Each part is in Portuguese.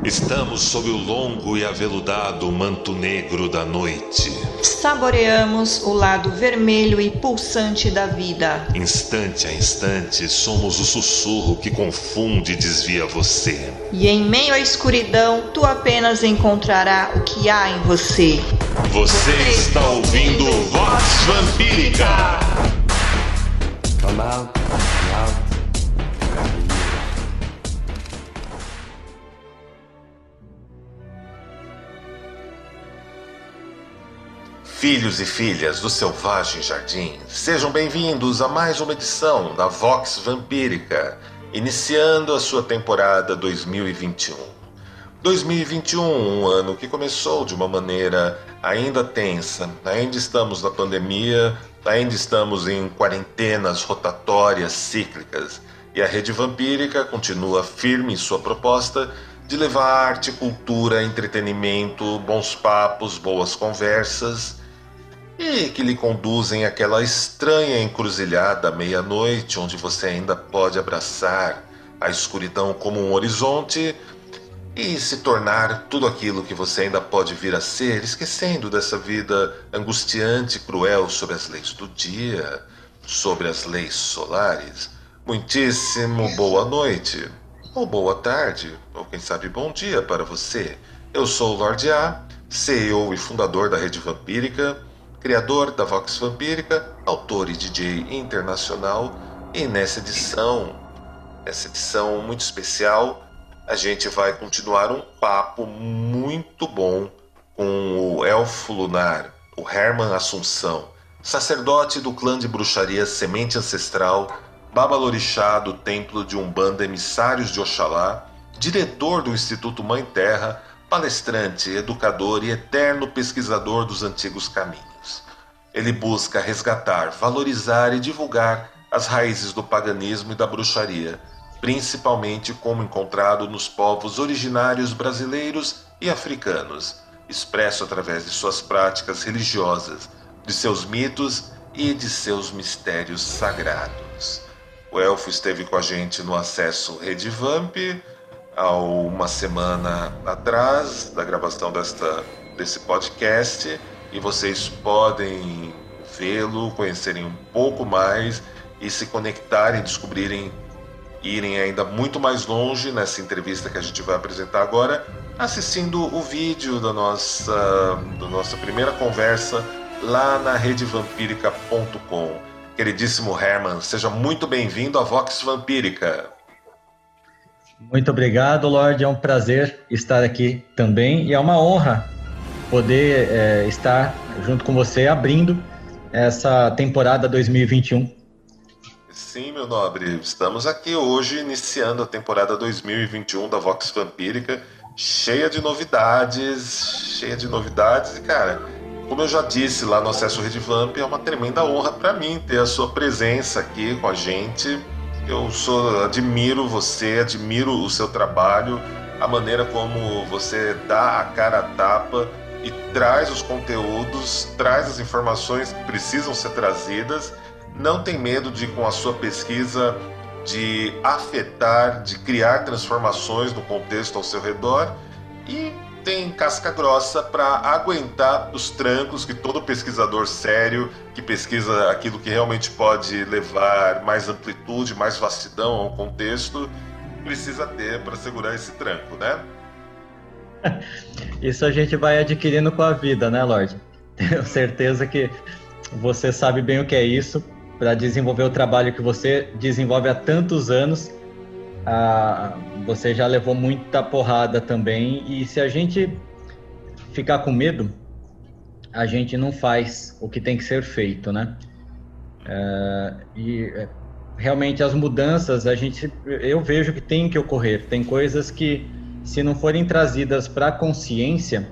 Estamos sob o longo e aveludado manto negro da noite. Saboreamos o lado vermelho e pulsante da vida. Instante a instante, somos o sussurro que confunde e desvia você. E em meio à escuridão, tu apenas encontrará o que há em você. Você está ouvindo Vox Vampírica! Come out, come out. Filhos e filhas do Selvagem Jardim, sejam bem-vindos a mais uma edição da Vox Vampírica, iniciando a sua temporada 2021. 2021, um ano que começou de uma maneira ainda tensa, ainda estamos na pandemia, ainda estamos em quarentenas rotatórias cíclicas, e a Rede Vampírica continua firme em sua proposta de levar arte, cultura, entretenimento, bons papos, boas conversas, e que lhe conduzem àquela estranha encruzilhada à meia-noite, onde você ainda pode abraçar a escuridão como um horizonte e se tornar tudo aquilo que você ainda pode vir a ser, esquecendo dessa vida angustiante e cruel sobre as leis do dia, sobre as leis solares. Muitíssimo boa noite, ou boa tarde, ou quem sabe bom dia para você. Eu sou o Lorde A, CEO e fundador da Rede Vampírica, criador da Vox Vampírica, autor e DJ internacional, e nessa edição muito especial, a gente vai continuar um papo muito bom com o Elfo Lunar, o Herman Assunção, sacerdote do clã de bruxaria Semente Ancestral, Babalorixá do Templo de Umbanda Emissários de Oxalá, diretor do Instituto Mãe Terra, palestrante, educador e eterno pesquisador dos antigos caminhos. Ele busca resgatar, valorizar e divulgar as raízes do paganismo e da bruxaria, principalmente como encontrado nos povos originários brasileiros e africanos, expresso através de suas práticas religiosas, de seus mitos e de seus mistérios sagrados. O Elfo esteve com a gente no Acesso Rede Vamp há uma semana atrás da gravação desse podcast, e vocês podem vê-lo, conhecerem um pouco mais e se conectarem, descobrirem, irem ainda muito mais longe nessa entrevista que a gente vai apresentar agora, assistindo o vídeo da nossa primeira conversa lá na redevampirica.com. Queridíssimo Herman, seja muito bem-vindo à Vox Vampírica. Muito obrigado, Lorde. É um prazer estar aqui também e é uma honra poder estar junto com você abrindo essa temporada 2021. Sim, meu nobre, estamos aqui hoje iniciando a temporada 2021 da Vox Vampírica, cheia de novidades, e cara, como eu já disse lá no Acesso Rede Vamp, é uma tremenda honra para mim ter a sua presença aqui com a gente. Admiro você, admiro o seu trabalho, a maneira como você dá a cara a tapa e traz os conteúdos, traz as informações que precisam ser trazidas. Não tem medo de, com a sua pesquisa, de afetar, de criar transformações no contexto ao seu redor, e tem casca grossa para aguentar os trancos que todo pesquisador sério, que pesquisa aquilo que realmente pode levar mais amplitude, mais vastidão ao contexto, precisa ter para segurar esse tranco, né? Isso a gente vai adquirindo com a vida, né, Lorde? Tenho certeza que você sabe bem o que é isso. Para desenvolver o trabalho que você desenvolve há tantos anos, você já levou muita porrada também, e se a gente ficar com medo, a gente não faz o que tem que ser feito, né? Realmente as mudanças, eu vejo que tem que ocorrer. Tem coisas que, se não forem trazidas para a consciência,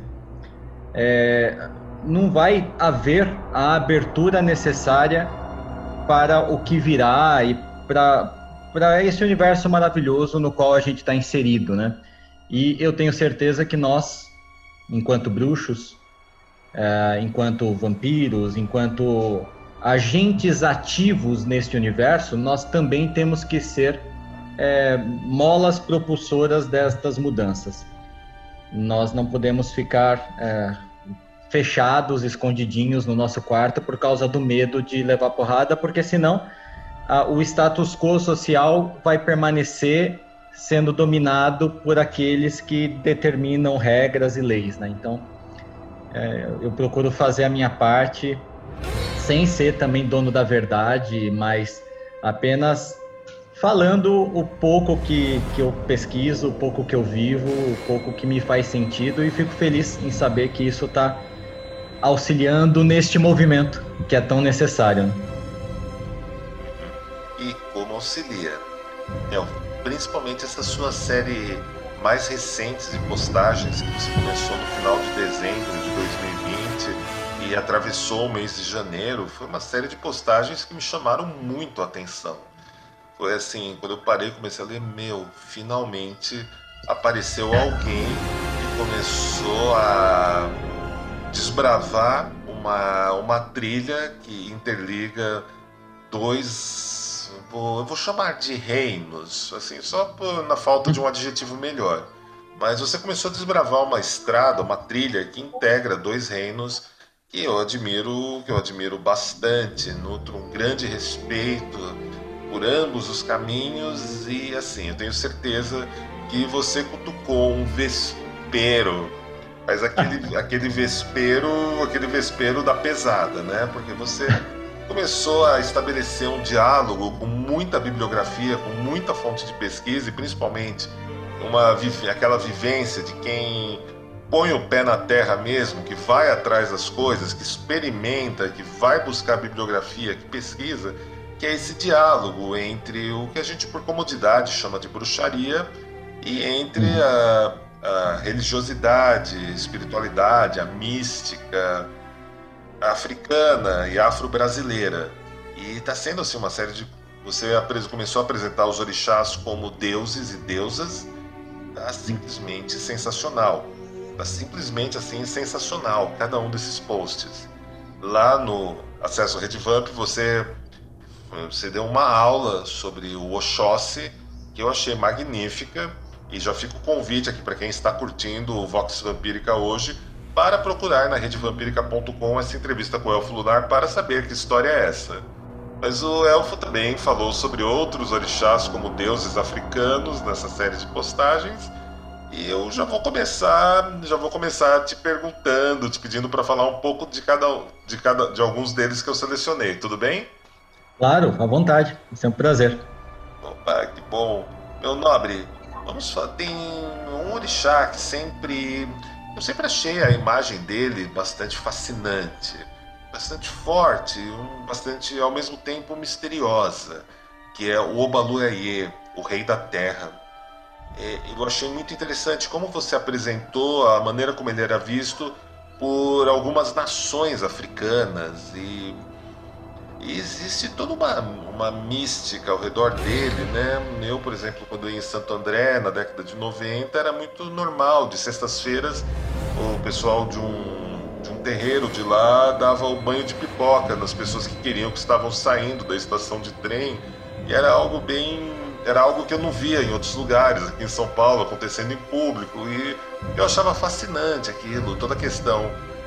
não vai haver a abertura necessária para o que virá e para esse universo maravilhoso no qual a gente está inserido, né? E eu tenho certeza que nós, enquanto bruxos, enquanto vampiros, enquanto agentes ativos neste universo, nós também temos que ser molas propulsoras destas mudanças. nós não podemos ficar fechados, escondidinhos no nosso quarto por causa do medo de levar porrada, porque senão o status quo social vai permanecer sendo dominado por aqueles que determinam regras e leis, né? Então, eu procuro fazer a minha parte sem ser também dono da verdade, mas apenas falando o pouco que eu pesquiso, o pouco que eu vivo, o pouco que me faz sentido, e fico feliz em saber que isso está auxiliando neste movimento que é tão necessário, né? E como auxilia? Principalmente essa sua série mais recente de postagens que você começou no final de dezembro de 2020 e atravessou o mês de janeiro, foi uma série de postagens que me chamaram muito a atenção. Foi assim, quando eu parei e comecei a ler, finalmente apareceu alguém que começou a desbravar uma trilha que interliga dois, eu vou chamar de reinos, assim, só na falta de um adjetivo melhor. Mas você começou a desbravar uma estrada, uma trilha que integra dois reinos que eu admiro bastante, nutro um grande respeito por ambos os caminhos e, assim, eu tenho certeza que você cutucou um vespero, mas aquele vespero da pesada, né? Porque você começou a estabelecer um diálogo com muita bibliografia, com muita fonte de pesquisa e principalmente aquela vivência de quem põe o pé na terra mesmo, que vai atrás das coisas, que experimenta, que vai buscar bibliografia, que pesquisa, que é esse diálogo entre o que a gente por comodidade chama de bruxaria e entre a religiosidade, a espiritualidade, a mística africana e afro-brasileira. E está sendo assim uma série de... Você começou a apresentar os orixás como deuses e deusas. Está simplesmente sensacional. Está simplesmente assim sensacional cada um desses posts. Lá no Acesso Redvamp você deu uma aula sobre o Oxóssi que eu achei magnífica, e já fica o convite aqui para quem está curtindo o Vox Vampírica hoje para procurar na redevampírica.com essa entrevista com o Elfo Lunar para saber que história é essa. Mas o Elfo também falou sobre outros orixás como deuses africanos nessa série de postagens, e eu já vou começar te perguntando, te pedindo para falar um pouco de alguns deles que eu selecionei, tudo bem? Claro, à vontade, é um prazer. Opa, que bom. Meu nobre, tem um orixá que eu sempre achei a imagem dele bastante fascinante, bastante forte, bastante ao mesmo tempo misteriosa, que é o Obaluaiê, o Rei da Terra. Eu achei muito interessante como você apresentou a maneira como ele era visto por algumas nações africanas e existe toda uma mística ao redor dele, né? Eu, por exemplo, quando ia em Santo André, na década de 90, era muito normal, de sextas-feiras, o pessoal de um terreiro de lá dava o banho de pipoca nas pessoas que estavam saindo da estação de trem, e era algo que eu não via em outros lugares, aqui em São Paulo, acontecendo em público, e eu achava fascinante aquilo, toda a questão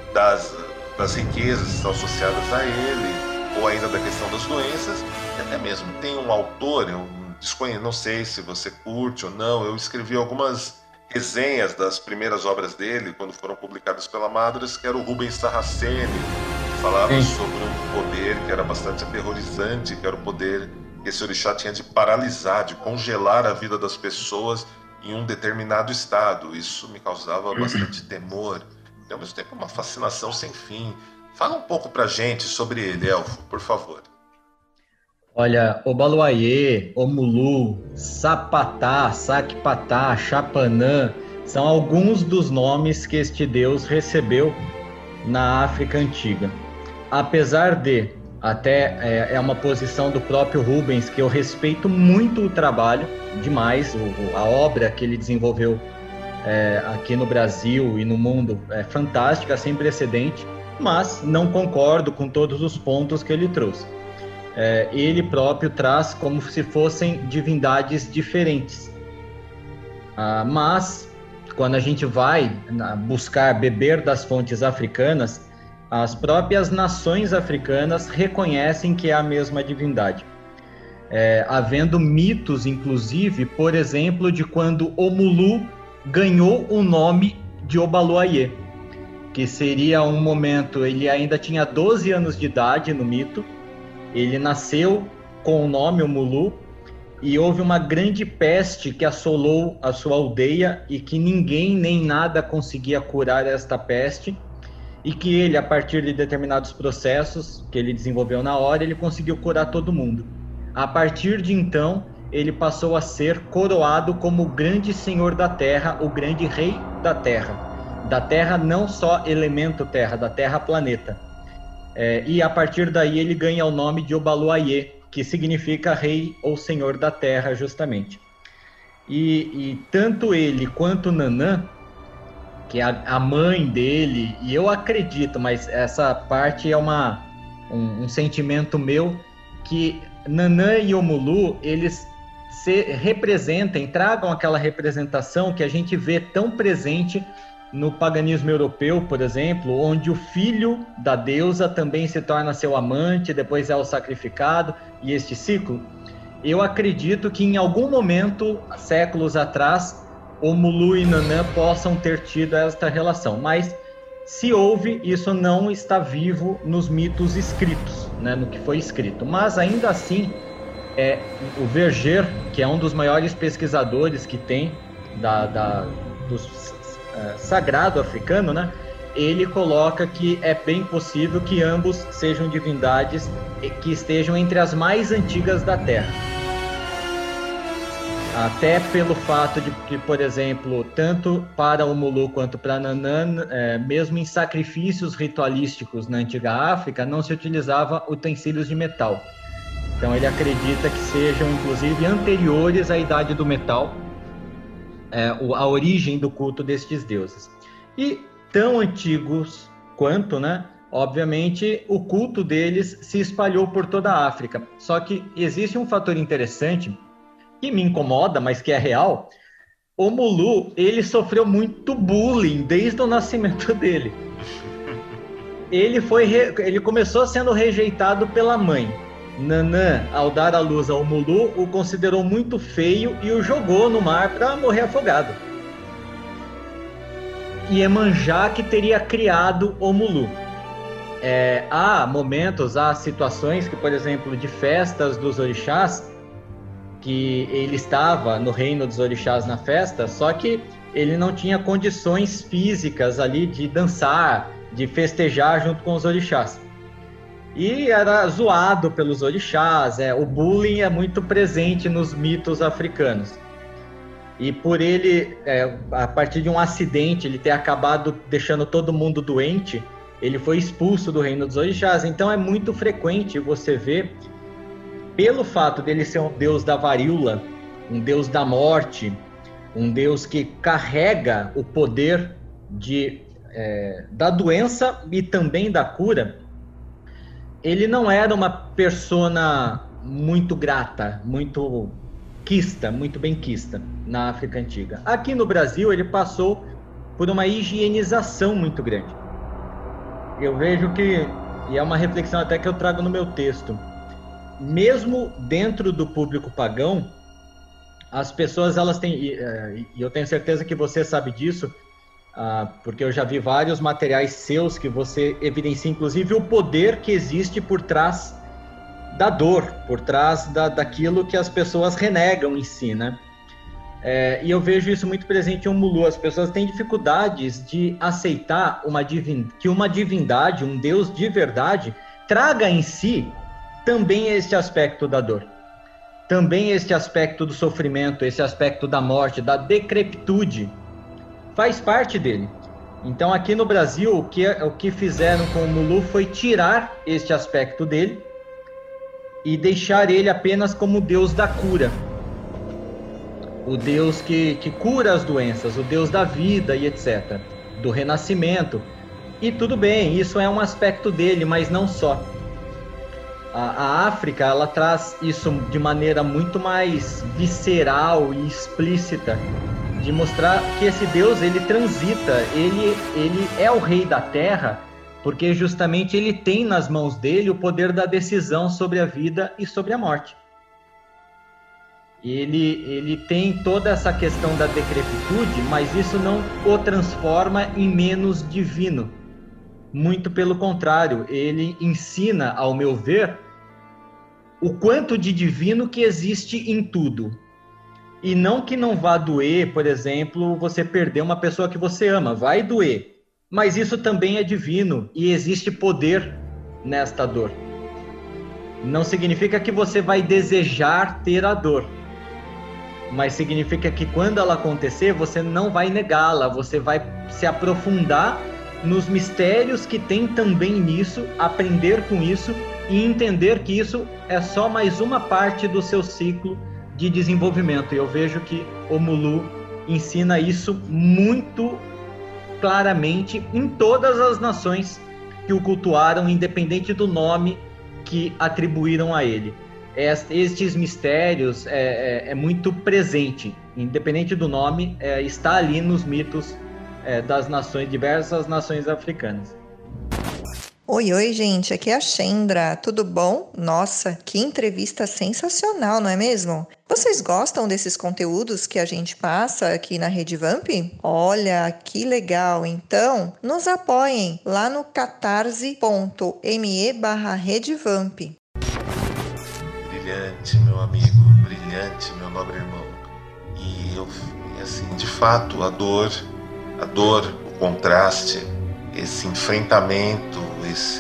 das riquezas que estão associadas a ele, ou ainda da questão das doenças, e até mesmo tem um autor, não sei se você curte ou não, eu escrevi algumas resenhas das primeiras obras dele, quando foram publicadas pela Madras, que era o Rubens Saraceni, que falava sobre um poder que era bastante aterrorizante, que era o poder que esse orixá tinha de paralisar, de congelar a vida das pessoas em um determinado estado. Isso me causava bastante temor, e ao mesmo tempo uma fascinação sem fim. Fala um pouco pra gente sobre ele, Elfo, por favor. Olha, Obaluaiê, Omulu, Sapatá, Saquipatá, Chapanã, são alguns dos nomes que este deus recebeu na África Antiga. Apesar de, até é uma posição do próprio Rubens, que eu respeito muito o trabalho, demais, a obra que ele desenvolveu aqui no Brasil e no mundo é fantástica, sem precedente, mas não concordo com todos os pontos que ele trouxe. Ele próprio traz como se fossem divindades diferentes. Mas quando a gente vai buscar beber das fontes africanas, as próprias nações africanas reconhecem que é a mesma divindade. Havendo mitos, inclusive, por exemplo, de quando Omulu ganhou o nome de Obaloaiê, que seria um momento, ele ainda tinha 12 anos de idade no mito, ele nasceu com o nome Omulu, e houve uma grande peste que assolou a sua aldeia e que ninguém nem nada conseguia curar esta peste, e que ele, a partir de determinados processos que ele desenvolveu na hora, ele conseguiu curar todo mundo. A partir de então, ele passou a ser coroado como o grande senhor da terra, o grande rei da terra não só elemento terra, da terra planeta. E a partir daí ele ganha o nome de Obaloaiê, que significa rei ou senhor da terra, justamente. E tanto ele quanto Nanã, que é a mãe dele, e eu acredito, mas essa parte é um sentimento meu, que Nanã e Omulu, eles se representem, tragam aquela representação que a gente vê tão presente no paganismo europeu, por exemplo, onde o filho da deusa também se torna seu amante, depois é o sacrificado, e este ciclo. Eu acredito que em algum momento, séculos atrás, Omulu e Nanã possam ter tido esta relação, mas se houve, isso não está vivo nos mitos escritos, né, no que foi escrito. Mas ainda assim, o Verger, que é um dos maiores pesquisadores que tem do sagrado africano, né, ele coloca que é bem possível que ambos sejam divindades que estejam entre as mais antigas da Terra. Até pelo fato de que, por exemplo, tanto para Omulu quanto para Nanã, mesmo em sacrifícios ritualísticos na antiga África, não se utilizava utensílios de metal. Então ele acredita que sejam, inclusive, anteriores à idade do metal, a origem do culto destes deuses. E tão antigos quanto, né? Obviamente, o culto deles se espalhou por toda a África. Só que existe um fator interessante que me incomoda, mas que é real. Omulu, ele sofreu muito bullying desde o nascimento dele. Ele começou sendo rejeitado pela mãe. Nanã, ao dar à luz a Omulu, o considerou muito feio e o jogou no mar para morrer afogado. Iemanjá que teria criado Omulu. Há momentos, há situações que, por exemplo, de festas dos orixás, que ele estava no reino dos orixás na festa, só que ele não tinha condições físicas ali de dançar, de festejar junto com os orixás. E era zoado pelos orixás, o bullying é muito presente nos mitos africanos. E por ele, a partir de um acidente, ele ter acabado deixando todo mundo doente, ele foi expulso do reino dos orixás. Então é muito frequente você ver, pelo fato dele ser um deus da varíola, um deus da morte, um deus que carrega o poder da doença e também da cura, ele não era uma persona muito grata, muito quista, muito bem quista na África Antiga. Aqui no Brasil ele passou por uma higienização muito grande. Eu vejo que, e é uma reflexão até que eu trago no meu texto, mesmo dentro do público pagão, as pessoas elas têm, e eu tenho certeza que você sabe disso, porque eu já vi vários materiais seus que você evidencia, inclusive, o poder que existe por trás da dor, por trás daquilo que as pessoas renegam em si, né? E eu vejo isso muito presente em Omulu. As pessoas têm dificuldades de aceitar que uma divindade, um Deus de verdade, traga em si também este aspecto da dor, também este aspecto do sofrimento, esse aspecto da morte, da decrepitude, faz parte dele. Então aqui no Brasil, o que fizeram com o Omulu foi tirar este aspecto dele e deixar ele apenas como o Deus da cura, o Deus que cura as doenças, o Deus da vida e etc, do renascimento. E tudo bem, isso é um aspecto dele, mas não só. A África, ela traz isso de maneira muito mais visceral e explícita, de mostrar que esse Deus, ele transita, ele é o rei da terra, porque justamente ele tem nas mãos dele o poder da decisão sobre a vida e sobre a morte. Ele tem toda essa questão da decrepitude, mas isso não o transforma em menos divino. Muito pelo contrário, ele ensina, ao meu ver, o quanto de divino que existe em tudo. E não que não vá doer, por exemplo, você perder uma pessoa que você ama, vai doer. Mas isso também é divino e existe poder nesta dor. Não significa que você vai desejar ter a dor, mas significa que quando ela acontecer, você não vai negá-la, você vai se aprofundar nos mistérios que tem também nisso, aprender com isso e entender que isso é só mais uma parte do seu ciclo de desenvolvimento. E eu vejo que o Mulu ensina isso muito claramente em todas as nações que o cultuaram, independente do nome que atribuíram a ele. Estes mistérios é muito presente, independente do nome, está ali nos mitos das nações, diversas nações africanas. Oi, gente, aqui é a Chendra, tudo bom? Nossa, que entrevista sensacional, não é mesmo? Vocês gostam desses conteúdos que a gente passa aqui na Rede Vamp? Olha, que legal! Então, nos apoiem lá no catarse.me/redevamp. Brilhante, meu amigo, brilhante, meu nobre irmão. E assim, de fato, a dor, o contraste, esse enfrentamento, esse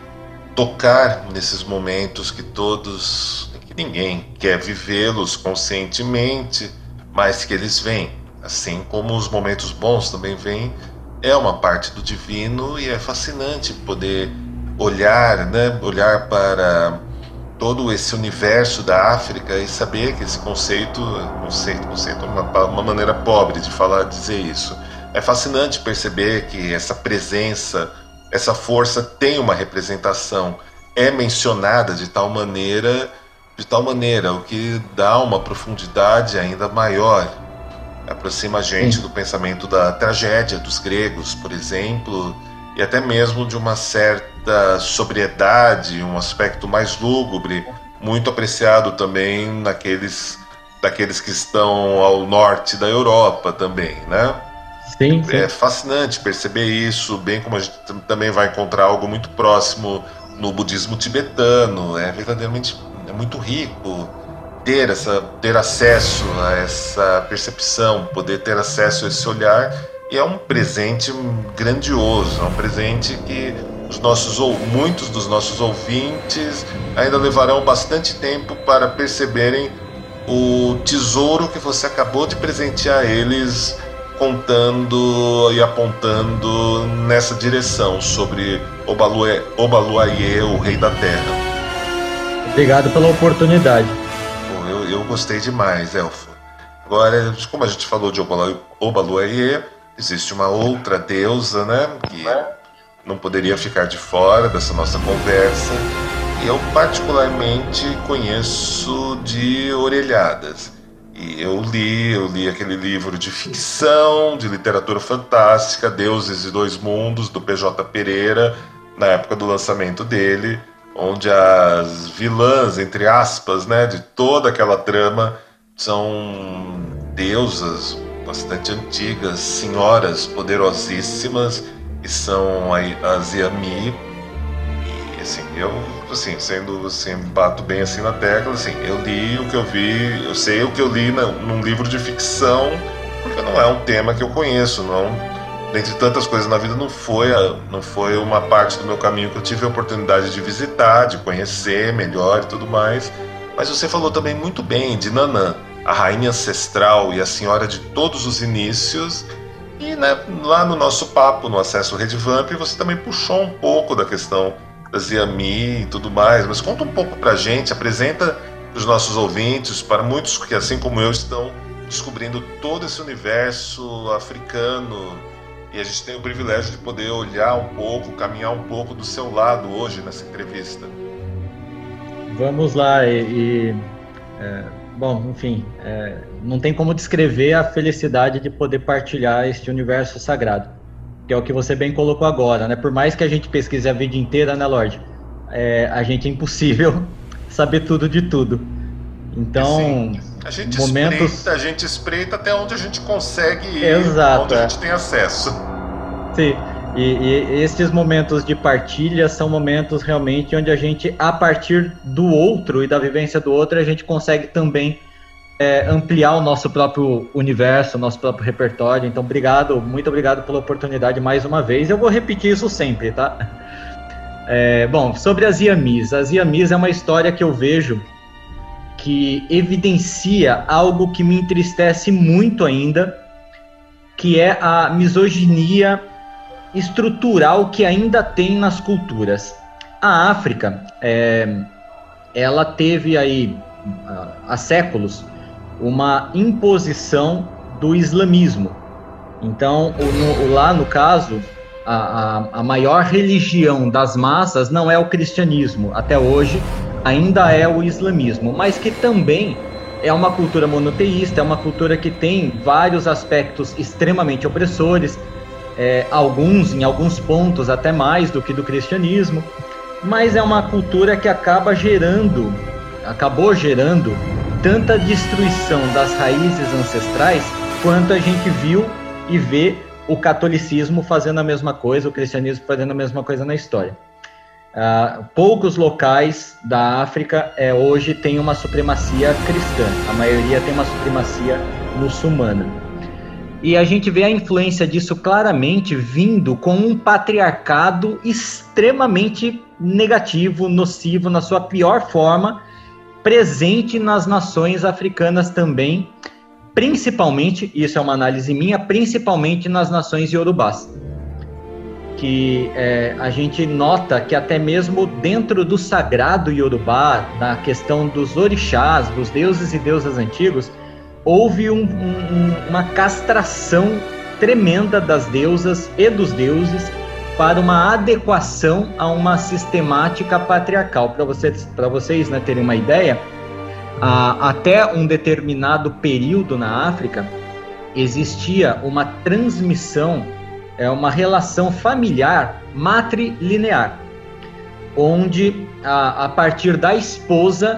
tocar nesses momentos que ninguém quer vivê-los conscientemente, mas que eles vêm, assim como os momentos bons também vêm, é uma parte do divino e é fascinante poder olhar para todo esse universo da África e saber que esse conceito é uma maneira pobre de dizer isso. É fascinante perceber que essa presença, essa força tem uma representação, é mencionada de tal maneira, o que dá uma profundidade ainda maior. Aproxima a gente do pensamento da tragédia dos gregos, por exemplo, e até mesmo de uma certa sobriedade, um aspecto mais lúgubre, muito apreciado também daqueles que estão ao norte da Europa também, né? Sim. É fascinante perceber isso, bem como a gente também vai encontrar algo muito próximo no budismo tibetano. É verdadeiramente muito rico ter acesso a essa percepção, poder ter acesso a esse olhar, e é um presente grandioso, é um presente que muitos dos nossos ouvintes ainda levarão bastante tempo para perceberem o tesouro que você acabou de presentear eles, contando e apontando nessa direção sobre Obaluaiê, o Rei da Terra. Obrigado pela oportunidade. Eu gostei demais, Elfo. Agora, como a gente falou de Obaluaiê, existe uma outra deusa, né, que não poderia ficar de fora dessa nossa conversa, e eu particularmente conheço de orelhadas. E eu li aquele livro de ficção, de literatura fantástica, Deuses e Dois Mundos, do P.J. Pereira, na época do lançamento dele, onde as vilãs, entre aspas, né, de toda aquela trama são deusas bastante antigas, senhoras poderosíssimas, que são as Yami. E assim, bato bem assim na tecla, assim, eu li o que eu vi, eu sei o que eu li num livro de ficção, porque não é um tema que eu conheço, dentre tantas coisas na vida, não foi uma parte do meu caminho que eu tive a oportunidade de visitar, de conhecer melhor e tudo mais. Mas você falou também muito bem de Nanã, a rainha ancestral e a senhora de todos os inícios. E lá no nosso papo, no Acesso Rede Vamp, você também puxou um pouco da questão das Yami e tudo mais. Mas conta um pouco pra gente, apresenta para os nossos ouvintes, para muitos que, assim como eu, estão descobrindo todo esse universo africano. E a gente tem o privilégio de poder olhar um pouco, caminhar um pouco do seu lado hoje nessa entrevista. Vamos lá, Bom, enfim, não tem como descrever a felicidade de poder partilhar este universo sagrado, que é o que você bem colocou agora, né? Por mais que a gente pesquise a vida inteira, né, Lorde? A gente é impossível saber tudo de tudo. Então, sim, a gente espreita até onde a gente consegue ir, exato, onde a gente tem acesso. Sim, e esses momentos de partilha são momentos realmente onde a gente, a partir do outro e da vivência do outro, a gente consegue também ampliar o nosso próprio universo, o nosso próprio repertório. Então, muito obrigado pela oportunidade mais uma vez. Eu vou repetir isso sempre, tá? Bom, sobre as Yamis. As Yamis é uma história que eu vejo que evidencia algo que me entristece muito ainda, que é a misoginia estrutural que ainda tem nas culturas. A África, ela teve aí, há séculos, uma imposição do islamismo. Então, lá no caso, a maior religião das massas não é o cristianismo, até hoje ainda é o islamismo, mas que também é uma cultura monoteísta, é uma cultura que tem vários aspectos extremamente opressores, em alguns pontos até mais do que do cristianismo, mas é uma cultura que acabou gerando tanta destruição das raízes ancestrais quanto a gente viu e vê o catolicismo fazendo a mesma coisa, o cristianismo fazendo a mesma coisa na história. Poucos locais da África hoje têm uma supremacia cristã, a maioria tem uma supremacia muçulmana. E a gente vê a influência disso claramente vindo com um patriarcado extremamente negativo, nocivo, na sua pior forma, presente nas nações africanas também, principalmente, isso é uma análise minha, principalmente nas nações iorubás. Que a gente nota que até mesmo dentro do sagrado iorubá, na questão dos orixás, dos deuses e deusas antigos, houve uma castração tremenda das deusas e dos deuses para uma adequação a uma sistemática patriarcal. Para vocês, né, terem uma ideia, até um determinado período na África, existia uma transmissão, uma relação familiar matrilinear, onde a partir da esposa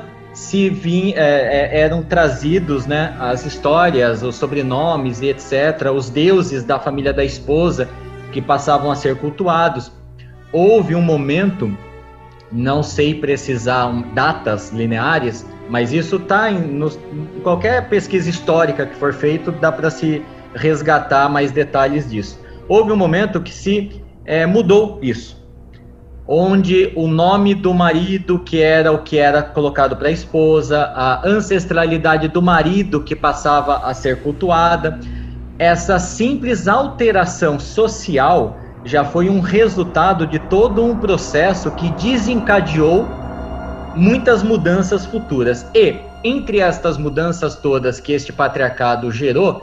eram trazidos, né, as histórias, os sobrenomes e etc., os deuses da família da esposa que passavam a ser cultuados. Houve um momento, não sei precisar datas lineares, mas isso está em qualquer pesquisa histórica que for feita, dá para se resgatar mais detalhes disso. Houve um momento que se mudou isso, onde o nome do marido, que era o que era colocado para a esposa, a ancestralidade do marido que passava a ser cultuada, essa simples alteração social já foi um resultado de todo um processo que desencadeou muitas mudanças futuras. E, entre estas mudanças todas que este patriarcado gerou,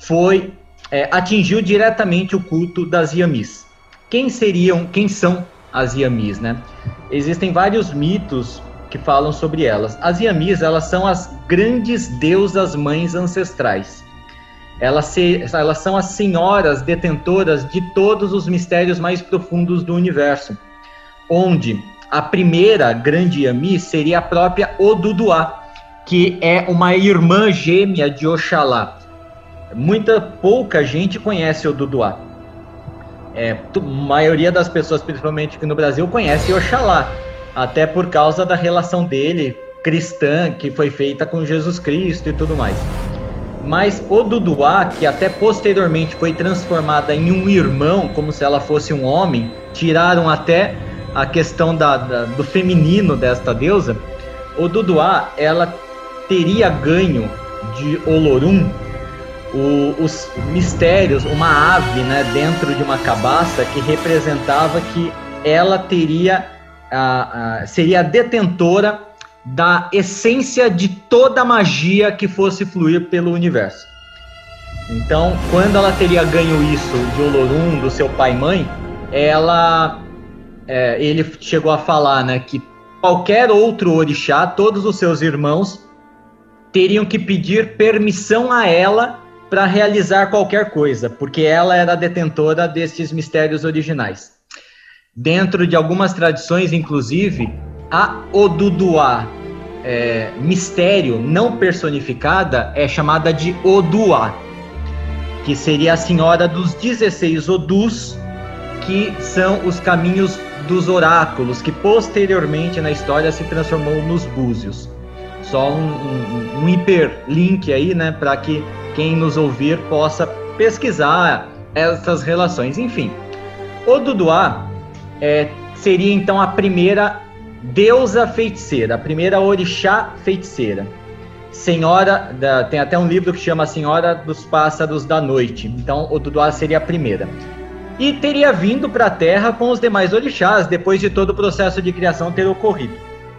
atingiu diretamente o culto das Yamis. Quem são as Yamis, né? Existem vários mitos que falam sobre elas. As Yamis, elas são as grandes deusas mães ancestrais. Elas são as senhoras detentoras de todos os mistérios mais profundos do universo, onde a primeira grande Yami seria a própria Oduduá, que é uma irmã gêmea de Oxalá. Pouca gente conhece Oduduá. A maioria das pessoas, principalmente aqui no Brasil, conhece Oxalá, até por causa da relação dele cristã, que foi feita com Jesus Cristo e tudo mais. Mas Oduduá, que até posteriormente foi transformada em um irmão, como se ela fosse um homem, tiraram até a questão do feminino desta deusa. Oduduá, ela teria ganho de Olorum os mistérios, uma ave, né, dentro de uma cabaça, que representava que ela seria a detentora da essência de toda a magia que fosse fluir pelo universo. Então, quando ela teria ganho isso de Olorum, do seu pai e mãe, ele chegou a falar, né, que qualquer outro orixá, todos os seus irmãos, teriam que pedir permissão a ela para realizar qualquer coisa, porque ela era a detentora desses mistérios originais. Dentro de algumas tradições, inclusive, a Oduduá, mistério não personificada, é chamada de Oduá, que seria a senhora dos 16 Odus, que são os caminhos dos oráculos, que posteriormente na história se transformou nos búzios. Só um hiperlink aí, né, para que quem nos ouvir possa pesquisar essas relações. Enfim, Oduduá seria então a primeira deusa feiticeira, a primeira orixá feiticeira. Tem até um livro que chama Senhora dos Pássaros da Noite. Então, Oduduá seria a primeira. E teria vindo para a Terra com os demais orixás, depois de todo o processo de criação ter ocorrido.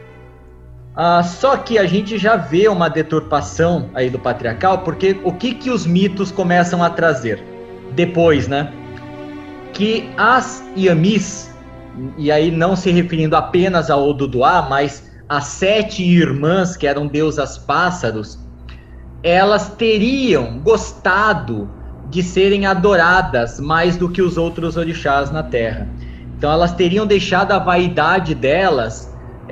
Só que a gente já vê uma deturpação aí do patriarcal, porque o que os mitos começam a trazer? Depois, né? Que as Yamis, e aí não se referindo apenas ao Oduduá, mas as 7 irmãs, que eram deusas pássaros, elas teriam gostado de serem adoradas mais do que os outros orixás na Terra. Então elas teriam deixado a vaidade delas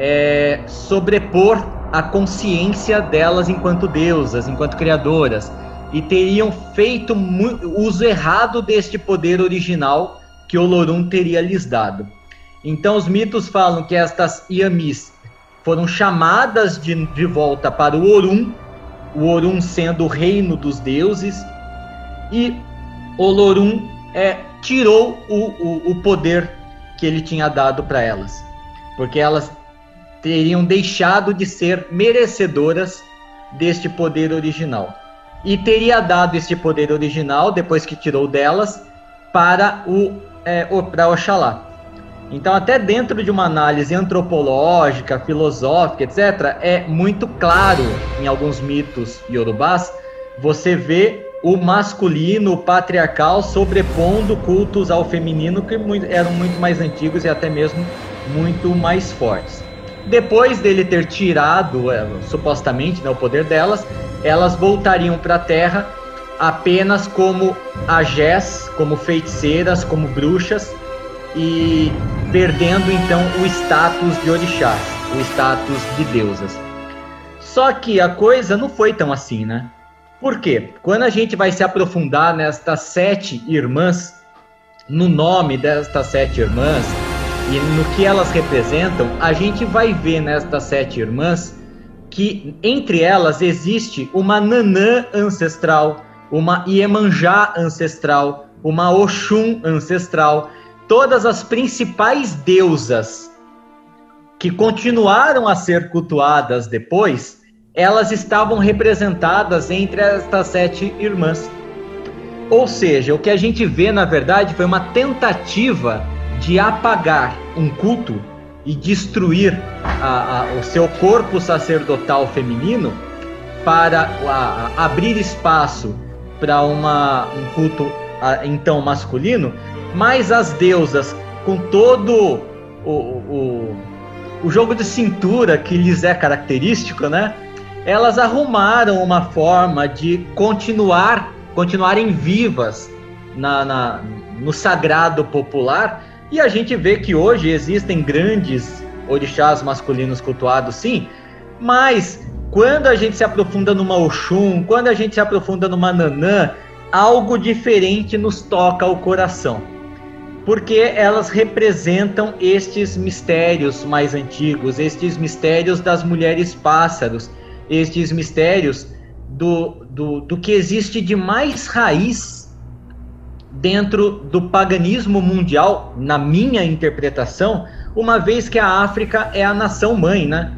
sobrepor a consciência delas enquanto deusas, enquanto criadoras, e teriam feito uso errado deste poder original que Olorum teria lhes dado. Então os mitos falam que estas Yamis foram chamadas de volta para o Orum sendo o reino dos deuses, e Olorum tirou o poder que ele tinha dado para elas, porque elas teriam deixado de ser merecedoras deste poder original, e teria dado este poder original, depois que tirou delas, para Oxalá. Então, até dentro de uma análise antropológica, filosófica, etc., é muito claro, em alguns mitos iorubás, você vê o masculino, o patriarcal, sobrepondo cultos ao feminino, que eram muito mais antigos e até mesmo muito mais fortes. Depois dele ter tirado, supostamente, o poder delas, elas voltariam para a Terra apenas como agés, como feiticeiras, como bruxas, e perdendo então o status de orixás, o status de deusas. Só que a coisa não foi tão assim, né? Por quê? Quando a gente vai se aprofundar nestas 7 irmãs, no nome destas 7 irmãs e no que elas representam, a gente vai ver nestas 7 irmãs que entre elas existe uma Nanã ancestral, uma Iemanjá ancestral, uma Oxum ancestral. Todas as principais deusas que continuaram a ser cultuadas depois, elas estavam representadas entre estas 7 irmãs. Ou seja, o que a gente vê, na verdade, foi uma tentativa de apagar um culto e destruir o seu corpo sacerdotal feminino para abrir espaço para um culto então masculino, mas as deusas, com todo o jogo de cintura que lhes é característico, né? Elas arrumaram uma forma de continuarem vivas no sagrado popular, e a gente vê que hoje existem grandes orixás masculinos cultuados, sim, mas quando a gente se aprofunda numa Oxum, quando a gente se aprofunda numa Nanã, algo diferente nos toca o coração, porque elas representam estes mistérios mais antigos, estes mistérios das mulheres pássaros, estes mistérios do que existe de mais raiz dentro do paganismo mundial, na minha interpretação, uma vez que a África é a nação-mãe, né?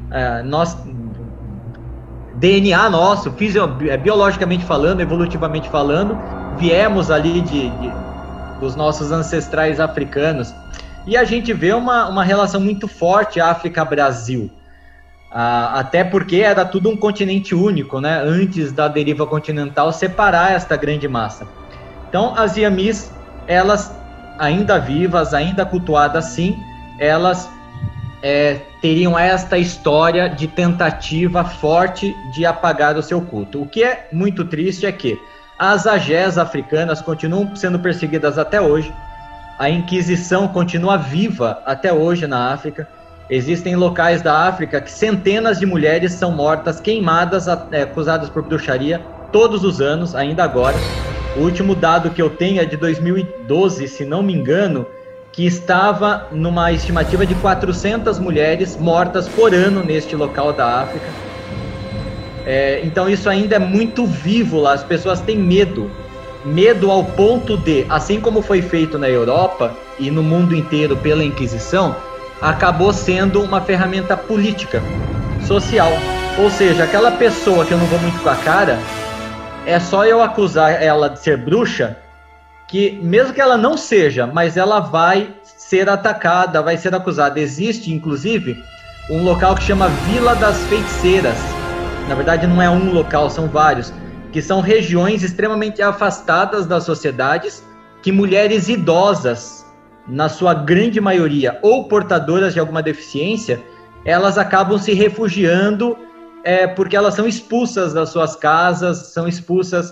DNA nosso, biologicamente falando, evolutivamente falando, viemos ali dos nossos ancestrais africanos, e a gente vê uma relação muito forte África-Brasil, até porque era tudo um continente único, né? Antes da deriva continental separar esta grande massa. Então as Yamis, elas ainda vivas, ainda cultuadas sim, elas teriam esta história de tentativa forte de apagar o seu culto. O que é muito triste é que as agés africanas continuam sendo perseguidas até hoje, a Inquisição continua viva até hoje na África. Existem locais da África que centenas de mulheres são mortas, queimadas, acusadas por bruxaria, todos os anos, ainda agora. O último dado que eu tenho é de 2012, se não me engano, que estava numa estimativa de 400 mulheres mortas por ano neste local da África. Então isso ainda é muito vivo lá, as pessoas têm medo ao ponto de, assim como foi feito na Europa e no mundo inteiro pela Inquisição, acabou sendo uma ferramenta política, social. Ou seja, aquela pessoa que eu não vou muito com a cara, é só eu acusar ela de ser bruxa, que mesmo que ela não seja, mas ela vai ser atacada, vai ser acusada. Existe, inclusive, um local que chama Vila das Feiticeiras. Na verdade, não é um local, são vários, que são regiões extremamente afastadas das sociedades, que mulheres idosas, na sua grande maioria, ou portadoras de alguma deficiência, elas acabam se refugiando porque elas são expulsas das suas casas, são expulsas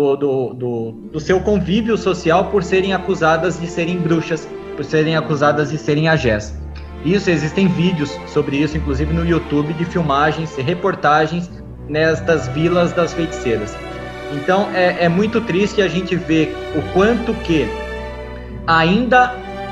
do seu convívio social por serem acusadas de serem bruxas, por serem acusadas de serem agés. Existem vídeos sobre isso, inclusive no YouTube, de filmagens e reportagens nestas vilas das feiticeiras. Então é muito triste a gente ver o quanto que ainda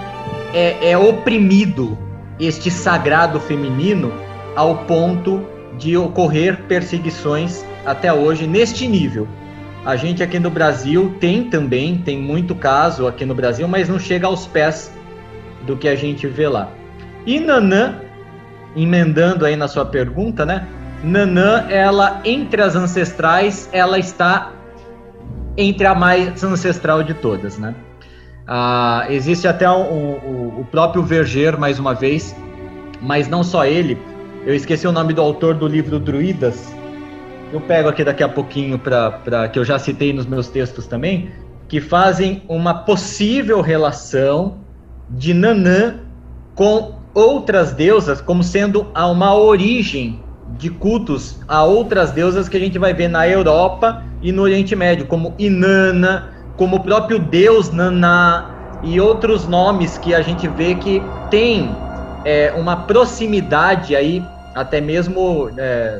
é oprimido este sagrado feminino ao ponto de ocorrer perseguições até hoje neste nível. A gente aqui no Brasil tem muito caso aqui no Brasil, mas não chega aos pés do que a gente vê lá. E Nanã, emendando aí na sua pergunta, né? Nanã, ela, entre as ancestrais, ela está entre a mais ancestral de todas, né? Existe até o próprio Verger, mais uma vez, mas não só ele. Eu esqueci o nome do autor do livro Druidas. Eu pego aqui daqui a pouquinho, que eu já citei nos meus textos também, que fazem uma possível relação de Nanã com outras deusas, como sendo uma origem de cultos a outras deusas que a gente vai ver na Europa e no Oriente Médio, como Inanna, como o próprio deus Naná e outros nomes que a gente vê que tem uma proximidade aí, até mesmo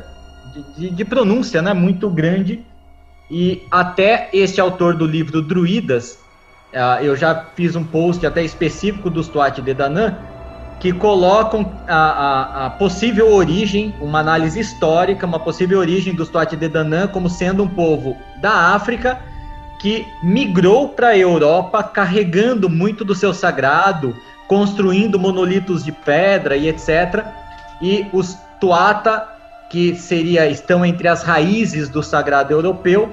de pronúncia, né, muito grande. E até este autor do livro Druidas, eu já fiz um post até específico dos Tuatha Dé Danann, que colocam a possível origem, uma análise histórica, uma possível origem dos Tuatha Dé Danann como sendo um povo da África que migrou para a Europa carregando muito do seu sagrado, construindo monolitos de pedra e etc. E os Tuatha, que estão entre as raízes do sagrado europeu,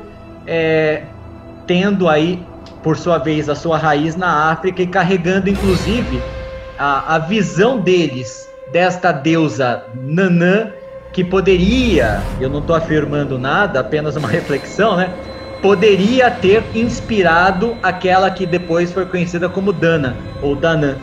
tendo aí, por sua vez, a sua raiz na África e carregando, inclusive, a visão deles desta deusa Nanã, que poderia, eu não estou afirmando nada, apenas uma reflexão, né? Poderia ter inspirado aquela que depois foi conhecida como Dana, ou Danã.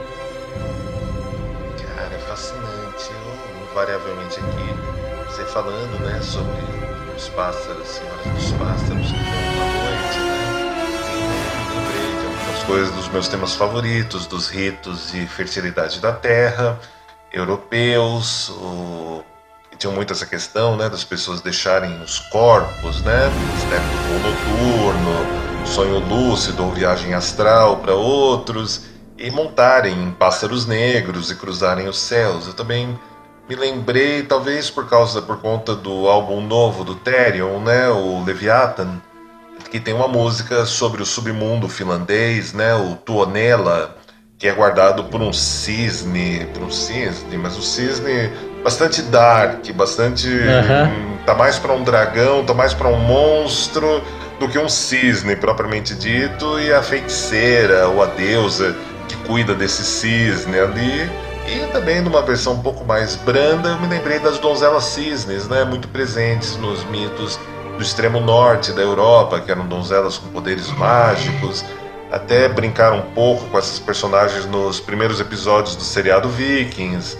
Cara, é fascinante. Eu, invariavelmente aqui, você falando, né, sobre os pássaros, senhoras dos pássaros que vão à noite, né? Eu lembrei de algumas coisas dos meus temas favoritos, dos ritos de fertilidade da terra, europeus, tinham muito essa questão, né, das pessoas deixarem os corpos, né, voo noturno, sonho lúcido ou viagem astral para outros, e montarem em pássaros negros e cruzarem os céus. Eu também me lembrei, talvez por conta do álbum novo do Therion, né, o Leviathan, que tem uma música sobre o submundo finlandês, né, o Tuonela, que é guardado por um cisne, mas o cisne bastante dark, bastante... tá mais para um dragão, tá mais para um monstro do que um cisne propriamente dito, e a feiticeira ou a deusa que cuida desse cisne ali. E também numa versão um pouco mais branda, eu me lembrei das donzelas cisnes, né, muito presentes nos mitos do extremo norte da Europa, que eram donzelas com poderes mágicos. Até brincaram um pouco com esses personagens nos primeiros episódios do seriado Vikings.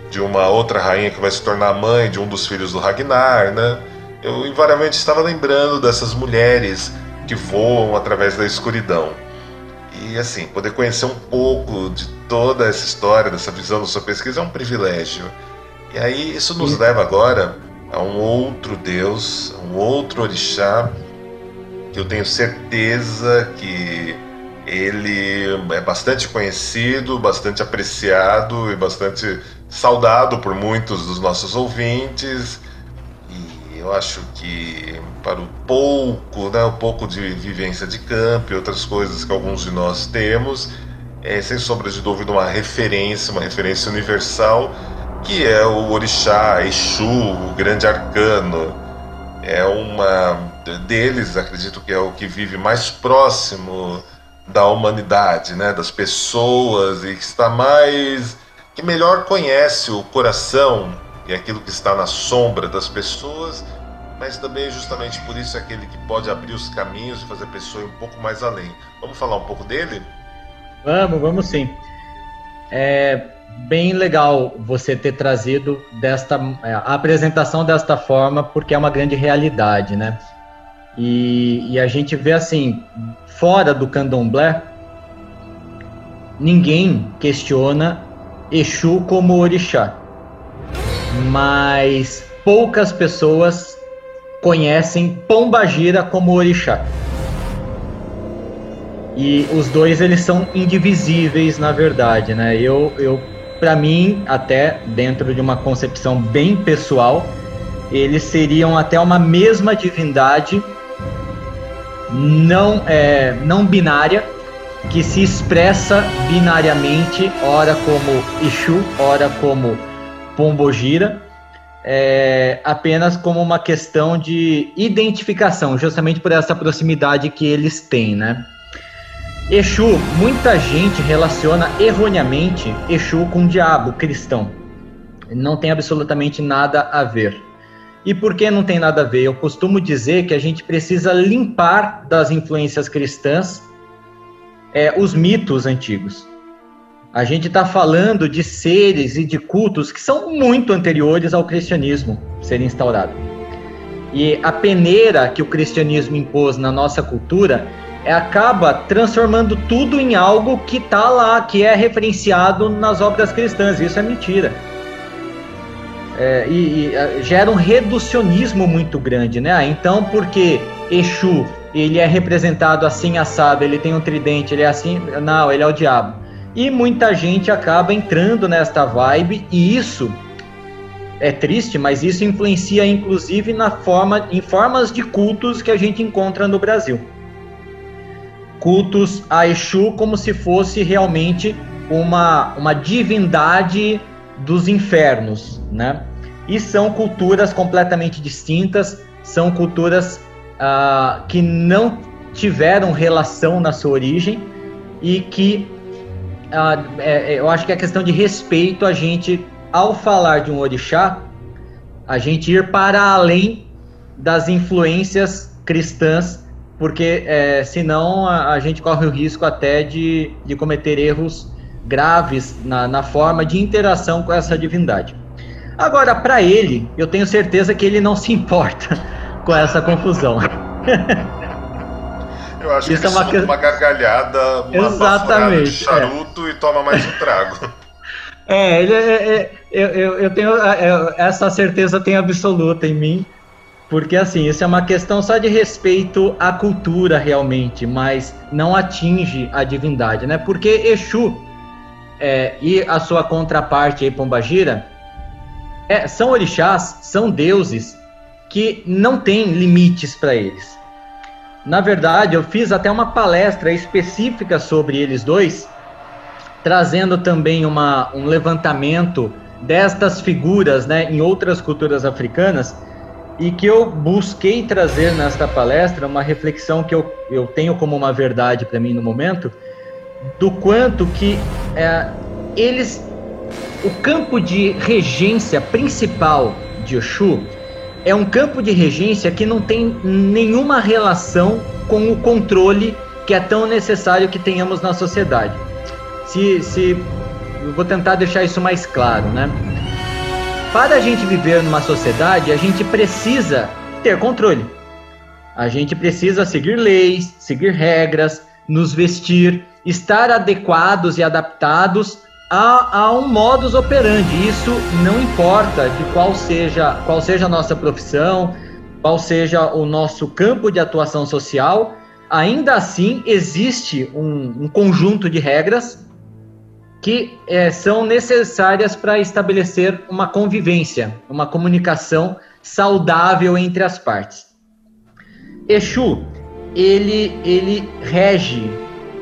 de uma outra rainha que vai se tornar mãe de um dos filhos do Ragnar, né? Eu invariavelmente estava lembrando dessas mulheres que voam através da escuridão. E assim, poder conhecer um pouco de toda essa história, dessa visão da sua pesquisa é um privilégio. E aí isso nos leva agora a um outro Deus, a um outro orixá, que eu tenho certeza que ele é bastante conhecido, bastante apreciado e bastante saudado por muitos dos nossos ouvintes. E eu acho que para o pouco de vivência de campo e outras coisas que alguns de nós temos, é sem sombra de dúvida uma referência universal, que é o orixá Exu, o grande arcano. É uma deles, acredito que é o que vive mais próximo da humanidade, né, das pessoas, e que melhor conhece o coração e aquilo que está na sombra das pessoas, mas também justamente por isso é aquele que pode abrir os caminhos e fazer a pessoa ir um pouco mais além. Vamos falar um pouco dele? Vamos sim. É bem legal você ter trazido a apresentação desta forma, porque é uma grande realidade, né? E a gente vê assim, fora do candomblé, ninguém questiona Exu como orixá, mas poucas pessoas conhecem Pombagira como orixá. E os dois, eles são indivisíveis, na verdade, né? Para mim, até dentro de uma concepção bem pessoal, eles seriam até uma mesma divindade não binária, que se expressa binariamente, ora como Exu, ora como Pombogira, apenas como uma questão de identificação, justamente por essa proximidade que eles têm, né? Exu, muita gente relaciona erroneamente Exu com o diabo cristão. Não tem absolutamente nada a ver. E por que não tem nada a ver? Eu costumo dizer que a gente precisa limpar das influências cristãs os mitos antigos. A gente está falando de seres e de cultos que são muito anteriores ao cristianismo ser instaurado. E a peneira que o cristianismo impôs na nossa cultura acaba transformando tudo em algo que está lá, que é referenciado nas obras cristãs. Isso é mentira. Gera um reducionismo muito grande, né? Então, porque Exu, ele é representado assim, assado, ele tem um tridente, ele é assim, não, ele é o diabo. E muita gente acaba entrando nesta vibe, e isso é triste, mas isso influencia inclusive em formas de cultos que a gente encontra no Brasil. Cultos a Exu como se fosse realmente uma divindade dos infernos, né? E são culturas completamente distintas, são culturas que não tiveram relação na sua origem, e que eu acho que é questão de respeito a gente, ao falar de um orixá, a gente ir para além das influências cristãs, porque senão a gente corre o risco até de cometer erros graves na forma de interação com essa divindade. Agora, para ele, eu tenho certeza que ele não se importa com essa confusão. Eu acho que ele solta uma gargalhada, uma baforada de charuto e toma mais um trago. Eu tenho essa certeza, tenho absoluta em mim, porque assim, isso é uma questão só de respeito à cultura realmente, mas não atinge a divindade, né? Porque Exu e a sua contraparte aí, Pombagira, são orixás, são deuses que não têm limites para eles. Na verdade, eu fiz até uma palestra específica sobre eles dois, trazendo também um levantamento destas figuras, né, em outras culturas africanas, e que eu busquei trazer nesta palestra uma reflexão que eu tenho como uma verdade para mim no momento, do quanto que o campo de regência principal de Exu é um campo de regência que não tem nenhuma relação com o controle que é tão necessário que tenhamos na sociedade. Eu vou tentar deixar isso mais claro, né? para a gente viver numa sociedade, a gente precisa ter controle. A gente precisa seguir leis, seguir regras, nos vestir, estar adequados e adaptados a um modus operandi. Isso não importa de qual seja a nossa profissão, qual seja o nosso campo de atuação social, ainda assim existe um conjunto de regras que são necessárias para estabelecer uma convivência, uma comunicação saudável entre as partes. Exu, ele rege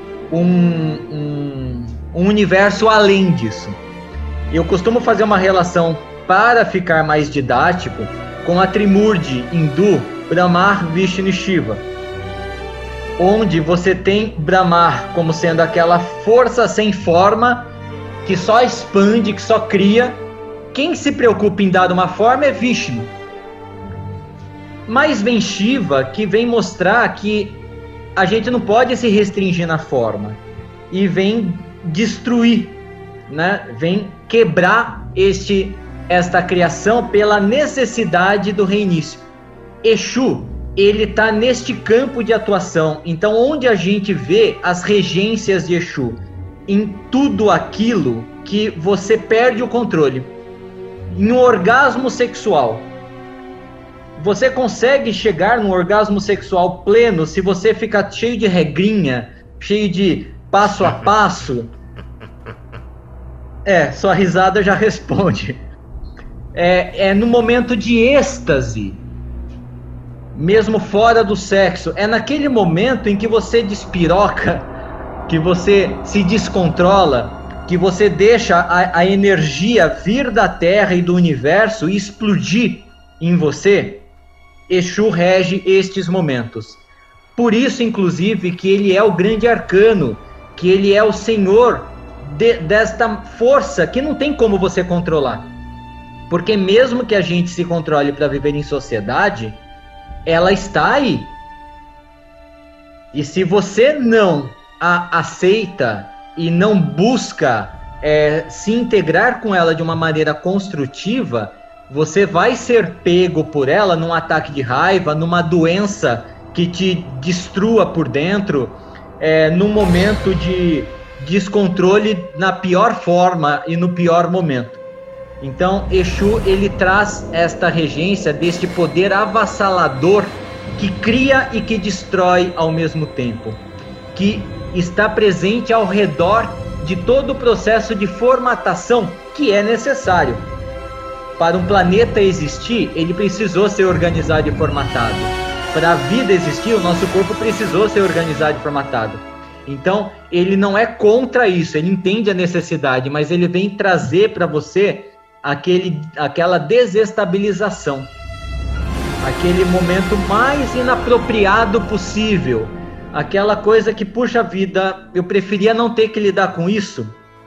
um universo além disso. Eu costumo fazer uma relação, para ficar mais didático, com a Trimurti hindu Brahma, Vishnu e Shiva, onde você tem Brahma como sendo aquela força sem forma, que só expande, que só cria. Quem se preocupa em dar uma forma é Vishnu. Mas vem Shiva, que vem mostrar que a gente não pode se restringir na forma, e vem destruir, né? Vem quebrar esta criação pela necessidade do reinício. Exu, ele está neste campo de atuação. Então, onde a gente vê as regências de Exu? Em tudo aquilo que você perde o controle. Em um orgasmo sexual. Você consegue chegar num orgasmo sexual pleno se você ficar cheio de regrinha, cheio de passo a passo? Sua risada já responde. É no momento de êxtase, mesmo fora do sexo. É naquele momento em que você despiroca, que você se descontrola, que você deixa a energia vir da Terra e do universo e explodir em você. Exu rege estes momentos. Por isso, inclusive, que ele é o grande arcano, que ele é o senhor desta força que não tem como você controlar. Porque mesmo que a gente se controle para viver em sociedade, ela está aí. E se você não a aceita e não busca se integrar com ela de uma maneira construtiva, você vai ser pego por ela num ataque de raiva, numa doença que te destrua por dentro, num momento de descontrole na pior forma e no pior momento. Então, Exu, ele traz esta regência deste poder avassalador que cria e que destrói ao mesmo tempo, que está presente ao redor de todo o processo de formatação que é necessário. Para um planeta existir, ele precisou ser organizado e formatado. Para a vida existir, o nosso corpo precisou ser organizado e formatado. Então, ele não é contra isso, ele entende a necessidade, mas ele vem trazer para você aquela desestabilização, aquele momento mais inapropriado possível, aquela coisa que, puxa vida, eu preferia não ter que lidar com isso.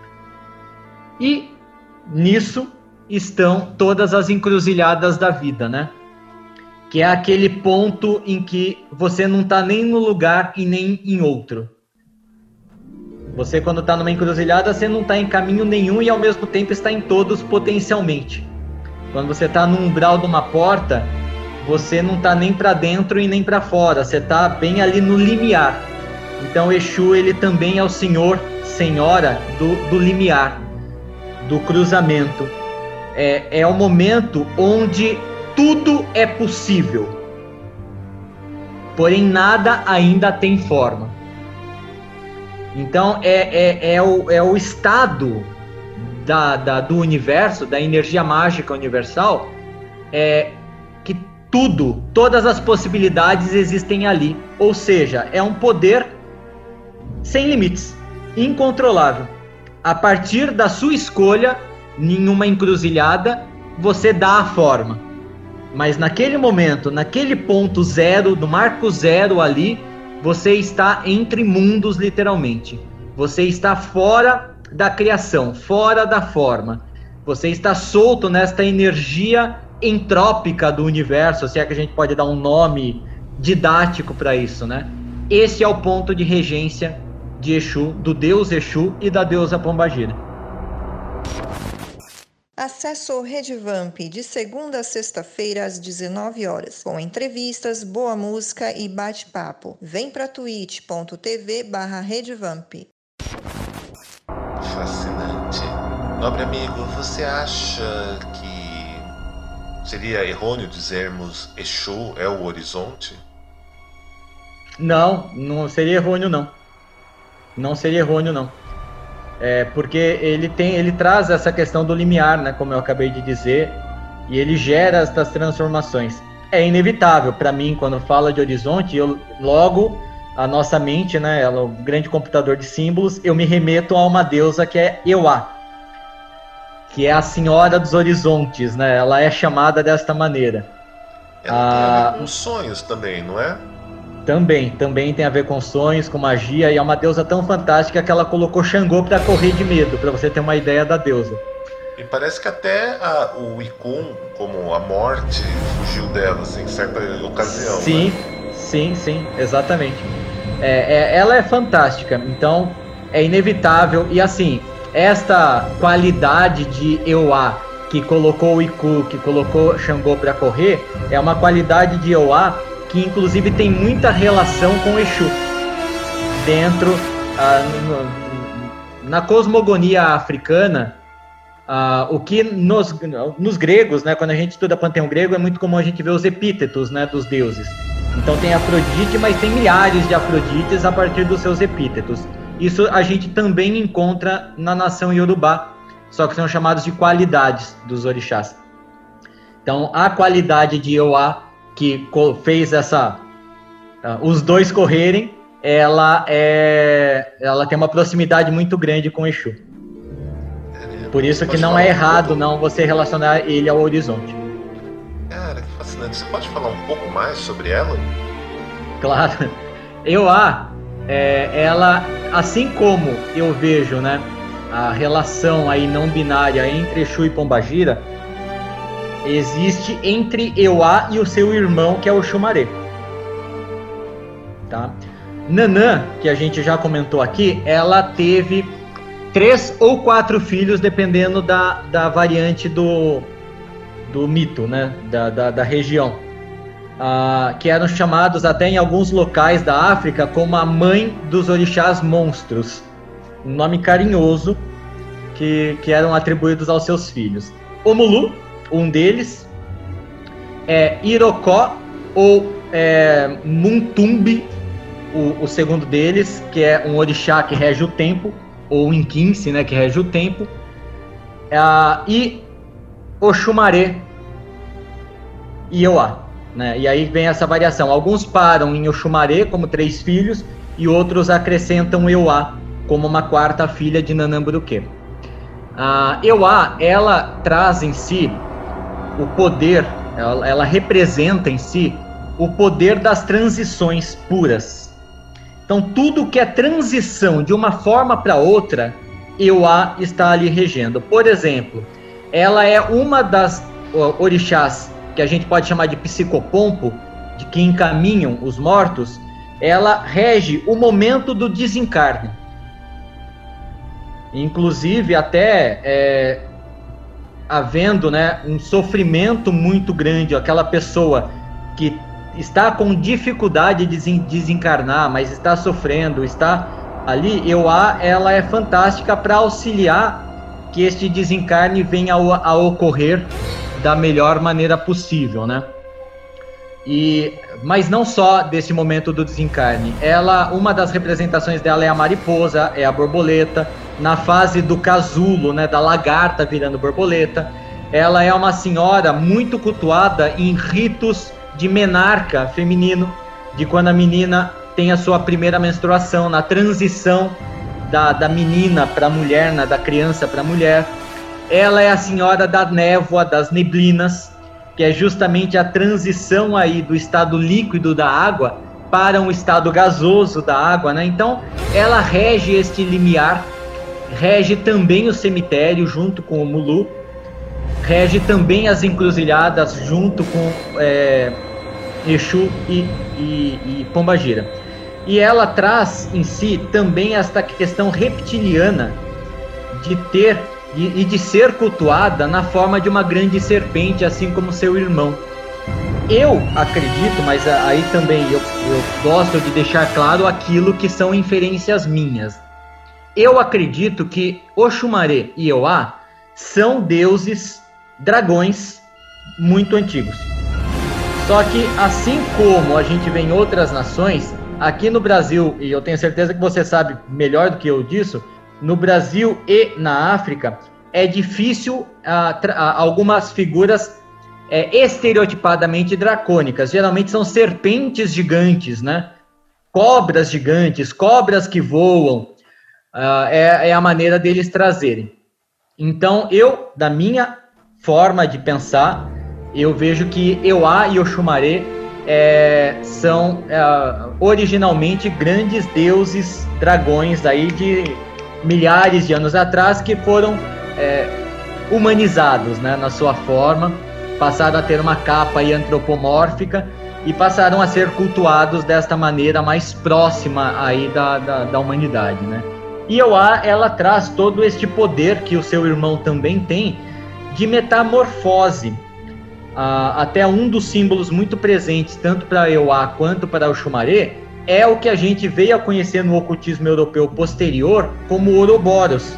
E nisso estão todas as encruzilhadas da vida, né? Que é aquele ponto em que você não está nem no lugar e nem em outro. Você, quando está numa encruzilhada, você não está em caminho nenhum e ao mesmo tempo está em todos potencialmente. Quando você está no umbral de uma porta, você não está nem para dentro e nem para fora, você está bem ali no limiar. Então Exu, ele também é o senhora do limiar, do cruzamento. É o momento onde tudo é possível, porém nada ainda tem forma. Então é o estado do universo, da energia mágica universal, que todas as possibilidades existem ali. Ou seja, é um poder sem limites, incontrolável. A partir da sua escolha, em uma encruzilhada, você dá a forma. Mas naquele momento, naquele ponto zero, no marco zero ali, você está entre mundos, literalmente. Você está fora da criação, fora da forma. Você está solto nesta energia entrópica do universo, se é que a gente pode dar um nome didático para isso, né? Esse é o ponto de regência de Exu, do deus Exu e da deusa Pombagira. Acesse o Redvamp de segunda a sexta-feira às 19 horas, com entrevistas, boa música e bate-papo. Vem pra twitch.tv/Redvamp. Fascinante. Nobre amigo, você acha que seria errôneo dizermos Exu é o horizonte? Não seria errôneo, não. Não seria errôneo, não. Porque ele traz essa questão do limiar, né, como eu acabei de dizer, e ele gera essas transformações. É inevitável, para mim, quando fala de horizonte, logo a nossa mente, né, ela é um grande computador de símbolos, eu me remeto a uma deusa que é Ewa, que é a Senhora dos Horizontes, né, ela é chamada desta maneira. Ela tem a ver com sonhos também, não é? Também tem a ver com sonhos, com magia, e é uma deusa tão fantástica que ela colocou Xangô para correr de medo, para você ter uma ideia da deusa. E parece que até o Ikun, como a morte, fugiu dela, assim, em certa ocasião. Sim, né? sim, exatamente. Ela é fantástica, então é inevitável, e assim, esta qualidade de Ewa, que colocou o Iku, que colocou Xangô para correr, é uma qualidade de Ewa que inclusive tem muita relação com Exu. Dentro, na cosmogonia africana, o que nos gregos, né, quando a gente estuda panteão grego, é muito comum a gente ver os epítetos, né, dos deuses. Então tem Afrodite, mas tem milhares de Afrodites a partir dos seus epítetos. Isso a gente também encontra na nação Yorubá, só que são chamados de qualidades dos orixás. Então a qualidade de Ewa, que fez os dois correrem, ela tem uma proximidade muito grande com Exu. Por isso que não é errado não você relacionar ele ao horizonte. Cara, que fascinante. Você pode falar um pouco mais sobre ela? Claro. Ewa, ela, assim como eu vejo, né, a relação aí não binária entre Exu e Pombagira, existe entre Ewa e o seu irmão, que é o Xumaré. Tá? Nanã, que a gente já comentou aqui, ela teve 3 ou 4 filhos, dependendo da variante do mito, né? da região. Que eram chamados até em alguns locais da África como a mãe dos orixás monstros. Um nome carinhoso que eram atribuídos aos seus filhos. Omulu, um deles, é Irocó ou Muntumbi, o segundo deles, que é um orixá que rege o tempo, ou Inquince, né, que rege o tempo, e Oxumaré e Ewa, né? E aí vem essa variação. Alguns param em Oxumaré como 3 filhos e outros acrescentam Ewa como uma 4ª filha de Nanamburuque. Ewa, ela traz em si o poder, ela representa em si o poder das transições puras. Então tudo que é transição de uma forma para outra, Ewa está ali regendo. Por exemplo, ela é uma das orixás que a gente pode chamar de psicopompo, de que encaminham os mortos. Ela rege o momento do desencarne. Inclusive até havendo, né, um sofrimento muito grande, aquela pessoa que está com dificuldade de desencarnar, mas está sofrendo, está ali, Ewa, ela é fantástica para auxiliar que este desencarne venha a ocorrer da melhor maneira possível, né? Mas não só desse momento do desencarne. Uma das representações dela é a mariposa, é a borboleta. Na fase do casulo, né, da lagarta virando borboleta. Ela é uma senhora muito cultuada em ritos de menarca feminino, de quando a menina tem a sua primeira menstruação, na transição da menina para a mulher, né, da criança para a mulher. Ela é a senhora da névoa, das neblinas, que é justamente a transição aí do estado líquido da água para um estado gasoso da água, né? Então, ela rege este limiar, rege também o cemitério junto com o Mulu, rege também as encruzilhadas junto com Exu e Pombagira. E ela traz em si também esta questão reptiliana de ter e de ser cultuada na forma de uma grande serpente, assim como seu irmão. Eu acredito, mas aí também eu gosto de deixar claro aquilo que são inferências minhas. Eu acredito que Oxumaré e Eoá são deuses dragões muito antigos. Só que, assim como a gente vê em outras nações, aqui no Brasil, e eu tenho certeza que você sabe melhor do que eu disso, no Brasil e na África, é difícil algumas figuras estereotipadamente dracônicas. Geralmente são serpentes gigantes, né? Cobras gigantes, cobras que voam, é a maneira deles trazerem. Então, da minha forma de pensar, eu vejo que Eoá e Oxumaré são originalmente grandes deuses dragões aí de milhares de anos atrás, que foram humanizados, né, na sua forma, passaram a ter uma capa aí antropomórfica e passaram a ser cultuados desta maneira mais próxima aí da humanidade, né? E Eoá, ela traz todo este poder que o seu irmão também tem de metamorfose. Até um dos símbolos muito presentes, tanto para Eoá quanto para Oxumaré, é o que a gente veio a conhecer no ocultismo europeu posterior como Ouroboros,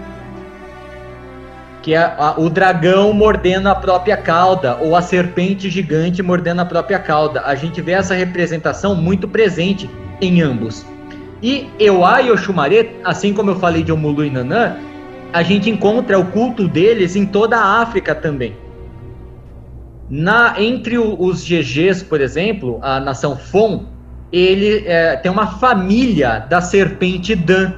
que é o dragão mordendo a própria cauda, ou a serpente gigante mordendo a própria cauda. A gente vê essa representação muito presente em ambos. E Eoá e Oxumaré, assim como eu falei de Omulu e Nanã, a gente encontra o culto deles em toda a África também. Entre os GGs, por exemplo, a nação Fon, ele tem uma família da serpente Dan,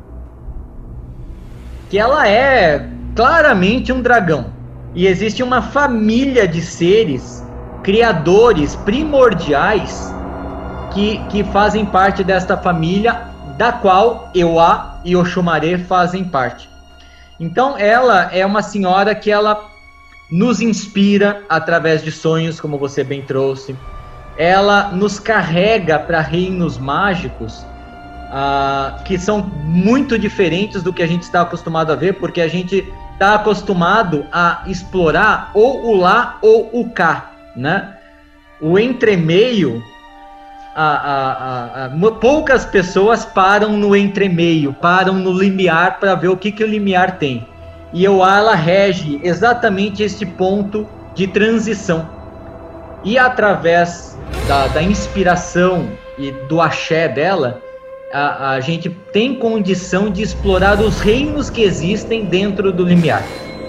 que ela é claramente um dragão. E existe uma família de seres, criadores primordiais, que fazem parte desta família, da qual Eoá e Oxumaré fazem parte. Então ela é uma senhora que ela nos inspira através de sonhos, como você bem trouxe. Ela nos carrega para reinos mágicos que são muito diferentes do que a gente está acostumado a ver, porque a gente está acostumado a explorar ou o lá ou o cá, né? O entremeio, poucas pessoas param no entremeio, param no limiar para ver o que o limiar tem. E Eoá, ela rege exatamente este ponto de transição. E através da inspiração e do axé dela, a gente tem condição de explorar os reinos que existem dentro do limiar.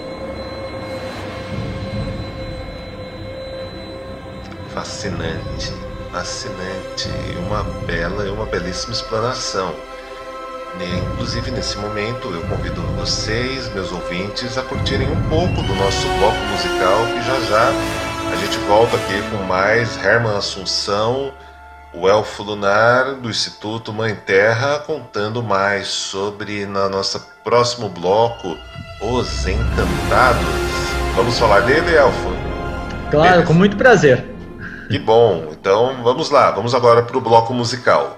Fascinante, fascinante. Uma belíssima exploração. Inclusive, nesse momento, eu convido vocês, meus ouvintes, a curtirem um pouco do nosso bloco musical, que já a gente volta aqui com mais Herman Assunção, o Elfo Lunar do Instituto Mãe Terra, contando mais sobre, no nosso próximo bloco, Os Encantados. Vamos falar dele, Elfo? Claro, beleza. Com muito prazer. Que bom, então vamos lá, vamos agora para o bloco musical.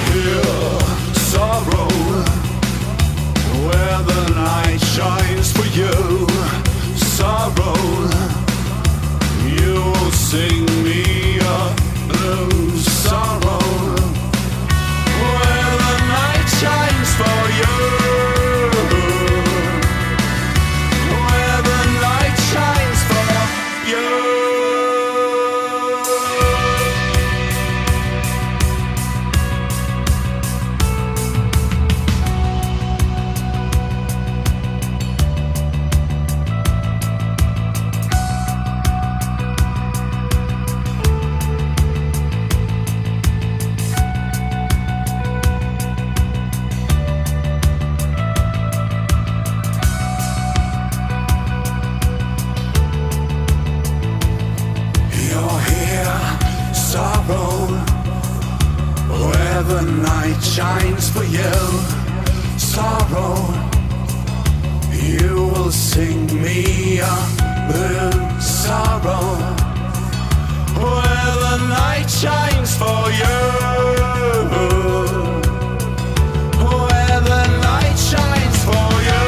shines for you, sorrow. You will sing me a blues, sorrow. Where the night shines for you, where the night shines for you.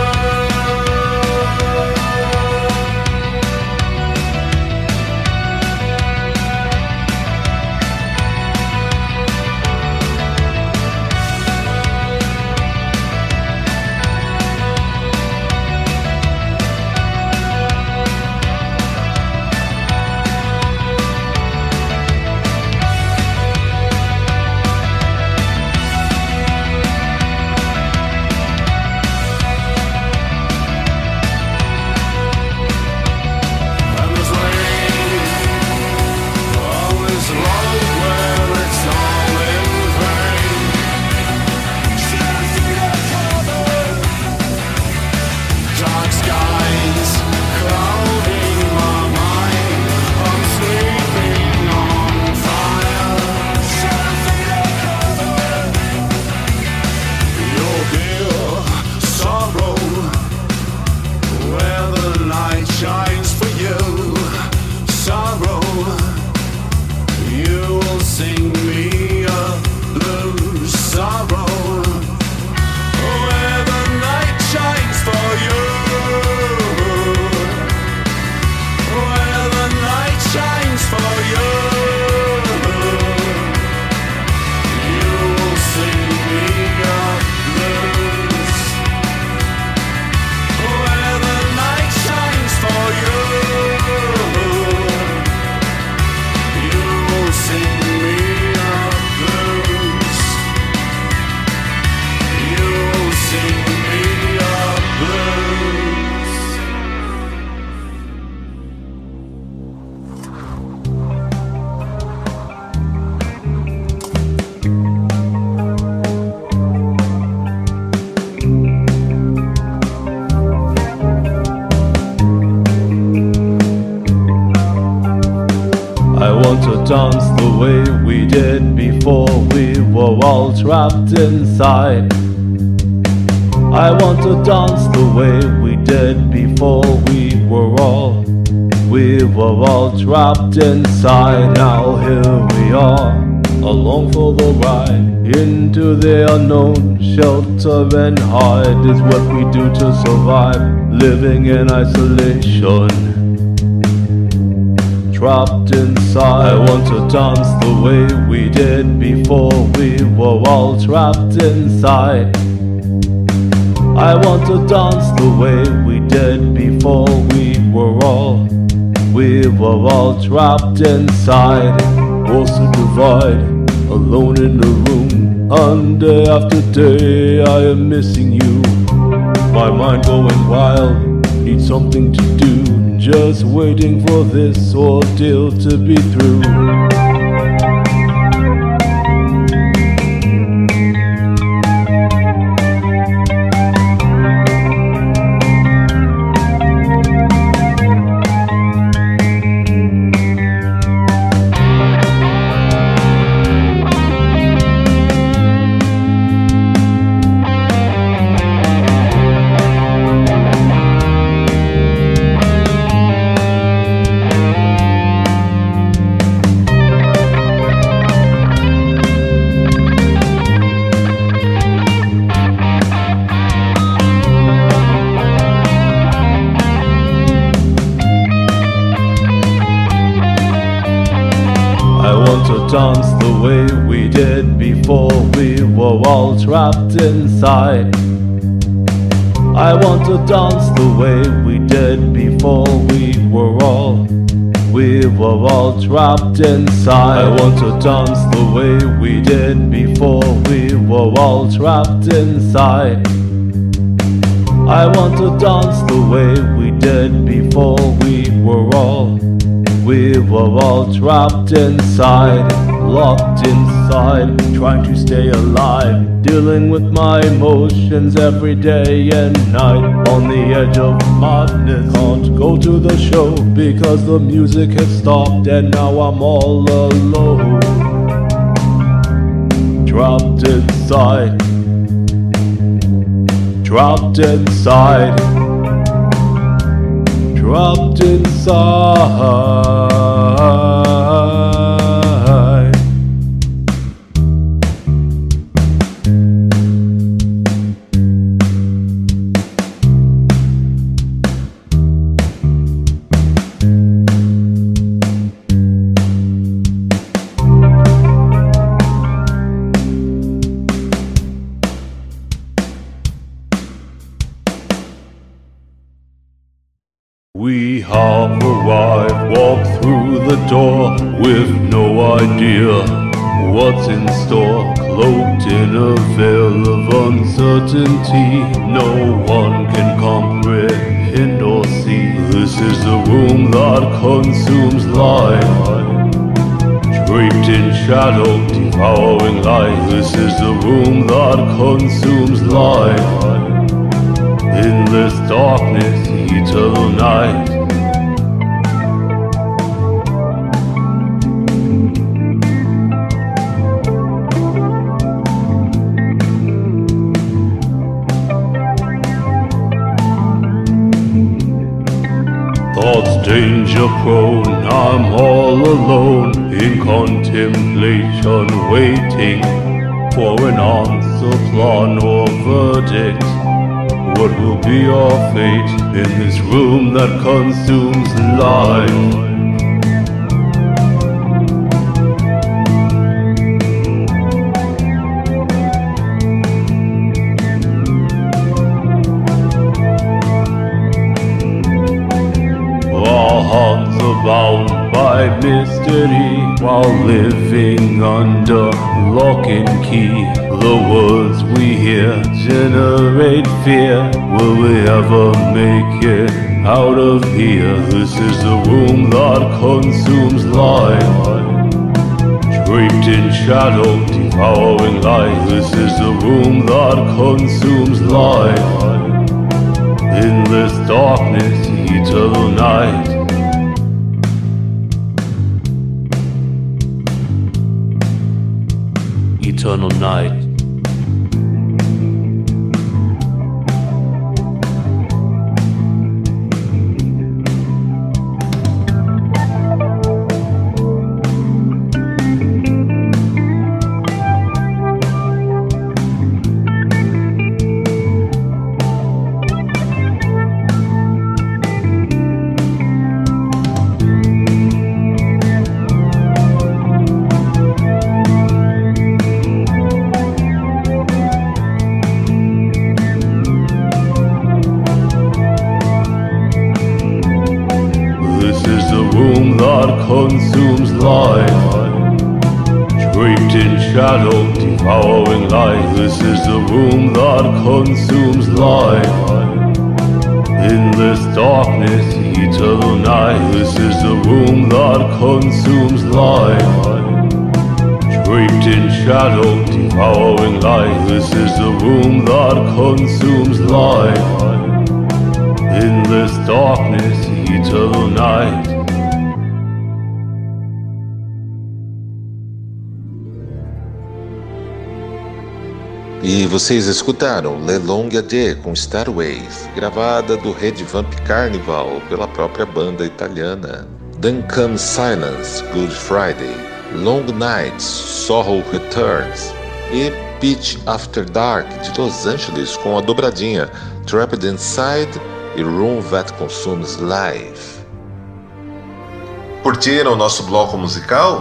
Dance the way we did before we were all trapped inside. I want to dance the way we did before we were all trapped inside. Now here we are, along for the ride into the unknown. Shelter and hide is what we do to survive, living in isolation. Trapped inside. I want to dance the way we did before we were all trapped inside. I want to dance the way we did before we were all trapped inside. Also divide, alone in the room, and day after day I am missing you. My mind going wild, need something to do. Just waiting for this ordeal to be through. we were all trapped inside. I want to dance the way we did before we were all trapped inside. I want to dance the way we did before we were all trapped inside. I want to dance the way we did before we were all trapped inside, locked inside, trying to stay alive, dealing with my emotions every day and night, on the edge of madness. Can't go to the show because the music has stopped and now I'm all alone, trapped inside, trapped inside, trapped inside. We have arrived, walked through the door with no idea what's in store, cloaked in a veil of uncertainty. No one can comprehend or see. This is the room that consumes life, draped in shadow, devouring light. This is the room that consumes life, endless darkness, eternal night. Thoughts danger prone, I'm all alone in contemplation, waiting for an answer, plan or verdict. What will be our fate in this room that consumes life? Our hearts are bound by mystery while living under lock and key. The words we hear generate fear. Will we ever make it out of here? This is the room that consumes life, draped in shadow, devouring light. This is the room that consumes life, endless darkness, eternal night. Eternal night. Consumes life, draped in shadow, devouring light. This is the room that consumes life, endless darkness, eternal night. This is the room that consumes life, draped in shadow, devouring light. This is the room that consumes life, endless darkness, eternal night. E vocês escutaram Le Longue Adieu com Starways, gravada do Redvamp Carnival pela própria banda italiana. Then Comes Silence, Good Friday, Long Nights, Sorrow Returns e Pitch After Dark de Los Angeles com a dobradinha Trapped Inside e Room That Consumes Life. Curtiram o nosso bloco musical?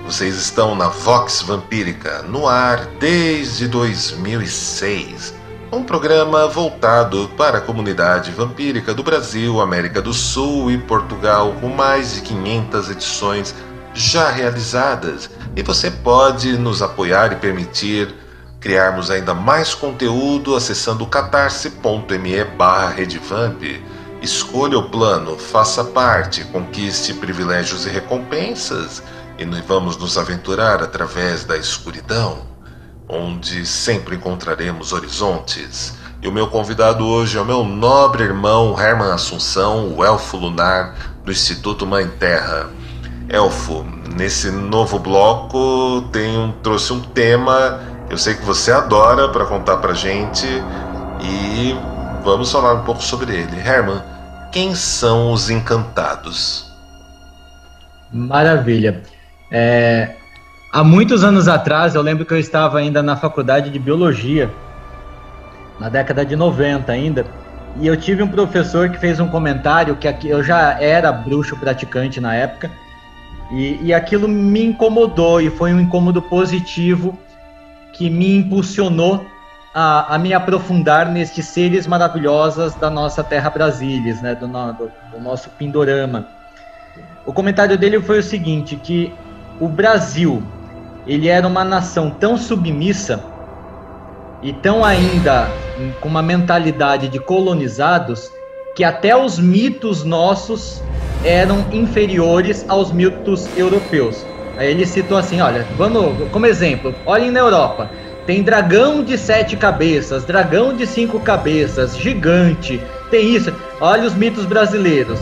Vocês estão na Vox Vampírica, no ar desde 2006. Um programa voltado para a comunidade vampírica do Brasil, América do Sul e Portugal, com mais de 500 edições já realizadas. E você pode nos apoiar e permitir criarmos ainda mais conteúdo acessando catarse.me/redevamp. Escolha o plano, faça parte, conquiste privilégios e recompensas e vamos nos aventurar através da escuridão, onde sempre encontraremos horizontes. E o meu convidado hoje é o meu nobre irmão Herman Assunção, o Elfo Lunar do Instituto Mãe Terra. Elfo, nesse novo bloco trouxe um tema, eu sei que você adora, para contar pra gente, e vamos falar um pouco sobre ele. Herman, quem são os encantados? Maravilha. Há muitos anos atrás, eu lembro que eu estava ainda na faculdade de Biologia, na década de 90 ainda, e eu tive um professor que fez um comentário que eu já era bruxo praticante na época, e aquilo me incomodou, e foi um incômodo positivo que me impulsionou a me aprofundar nestes seres maravilhosos da nossa terra Brasília, né, do nosso Pindorama. O comentário dele foi o seguinte, que o Brasil, ele era uma nação tão submissa e tão ainda com uma mentalidade de colonizados, que até os mitos nossos eram inferiores aos mitos europeus. Aí ele citou assim, olha, vamos, como exemplo, olhem na Europa, tem dragão de 7 cabeças, dragão de 5 cabeças, gigante, tem isso, olha os mitos brasileiros,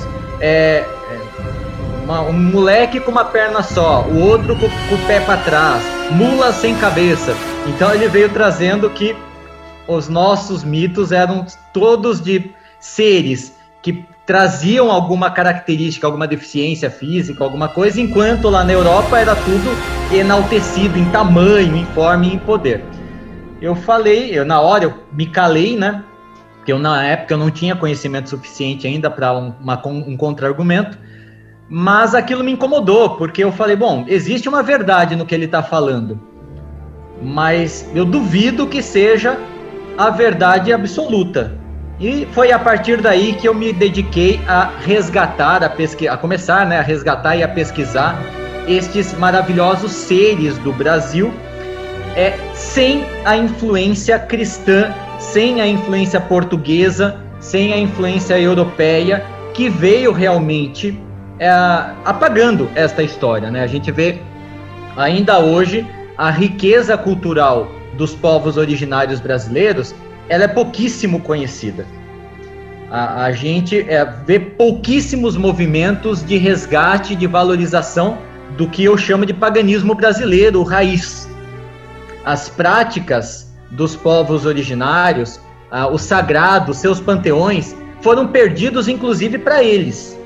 um moleque com uma perna só, o outro com o pé para trás, mula sem cabeça. Então ele veio trazendo que os nossos mitos eram todos de seres que traziam alguma característica, alguma deficiência física, alguma coisa, enquanto lá na Europa era tudo enaltecido em tamanho, em forma e em poder. Na hora eu me calei, né? Porque na época eu não tinha conhecimento suficiente ainda para um contra-argumento, mas aquilo me incomodou, porque eu falei, bom, existe uma verdade no que ele está falando, mas eu duvido que seja a verdade absoluta. E foi a partir daí que eu me dediquei a resgatar, a começar, né, a resgatar e a pesquisar estes maravilhosos seres do Brasil, sem a influência cristã, sem a influência portuguesa, sem a influência europeia, que veio realmente apagando esta história, né? A gente vê ainda hoje a riqueza cultural dos povos originários brasileiros, ela é pouquíssimo conhecida. A gente vê pouquíssimos movimentos de resgate, de valorização do que eu chamo de paganismo brasileiro, raiz. As práticas dos povos originários, o sagrado, seus panteões, foram perdidos inclusive para eles.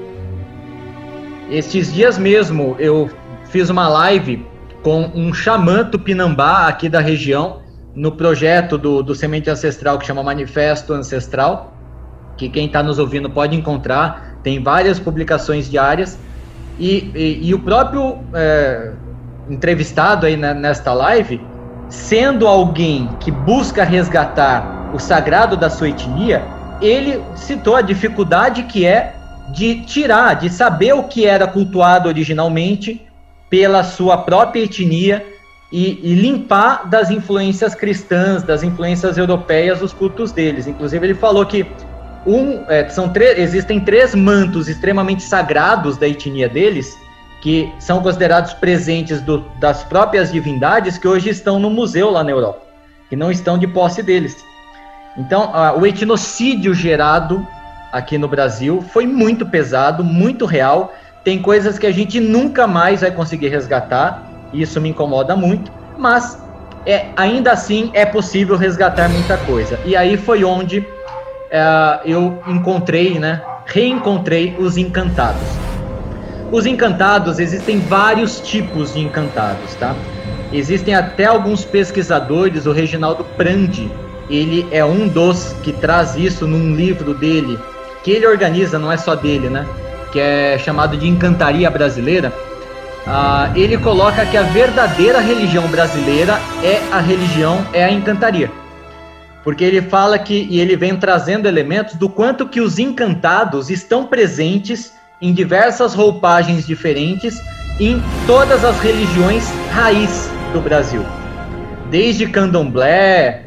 Estes dias mesmo eu fiz uma live com um xamã tupinambá aqui da região, no projeto do Semente Ancestral, que chama Manifesto Ancestral, que quem está nos ouvindo pode encontrar, tem várias publicações diárias, e o próprio entrevistado aí nesta live, sendo alguém que busca resgatar o sagrado da sua etnia, ele citou a dificuldade que é de saber o que era cultuado originalmente pela sua própria etnia e limpar das influências cristãs, das influências europeias, os cultos deles. Inclusive ele falou que existem 3 mantos extremamente sagrados da etnia deles, que são considerados presentes das próprias divindades, que hoje estão no museu lá na Europa, que não estão de posse deles. Então, o etnocídio gerado aqui no Brasil foi muito pesado, muito real. Tem coisas que a gente nunca mais vai conseguir resgatar, e isso me incomoda muito, mas ainda assim é possível resgatar muita coisa. E aí foi onde eu reencontrei os encantados. Os encantados, existem vários tipos de encantados, tá? Existem até alguns pesquisadores, o Reginaldo Prandi, ele é um dos que traz isso num livro dele, que ele organiza, não é só dele, né? Que é chamado de Encantaria Brasileira. ele coloca que a verdadeira religião brasileira é a encantaria. Porque ele fala e ele vem trazendo elementos do quanto que os encantados estão presentes em diversas roupagens diferentes em todas as religiões raiz do Brasil. Desde candomblé,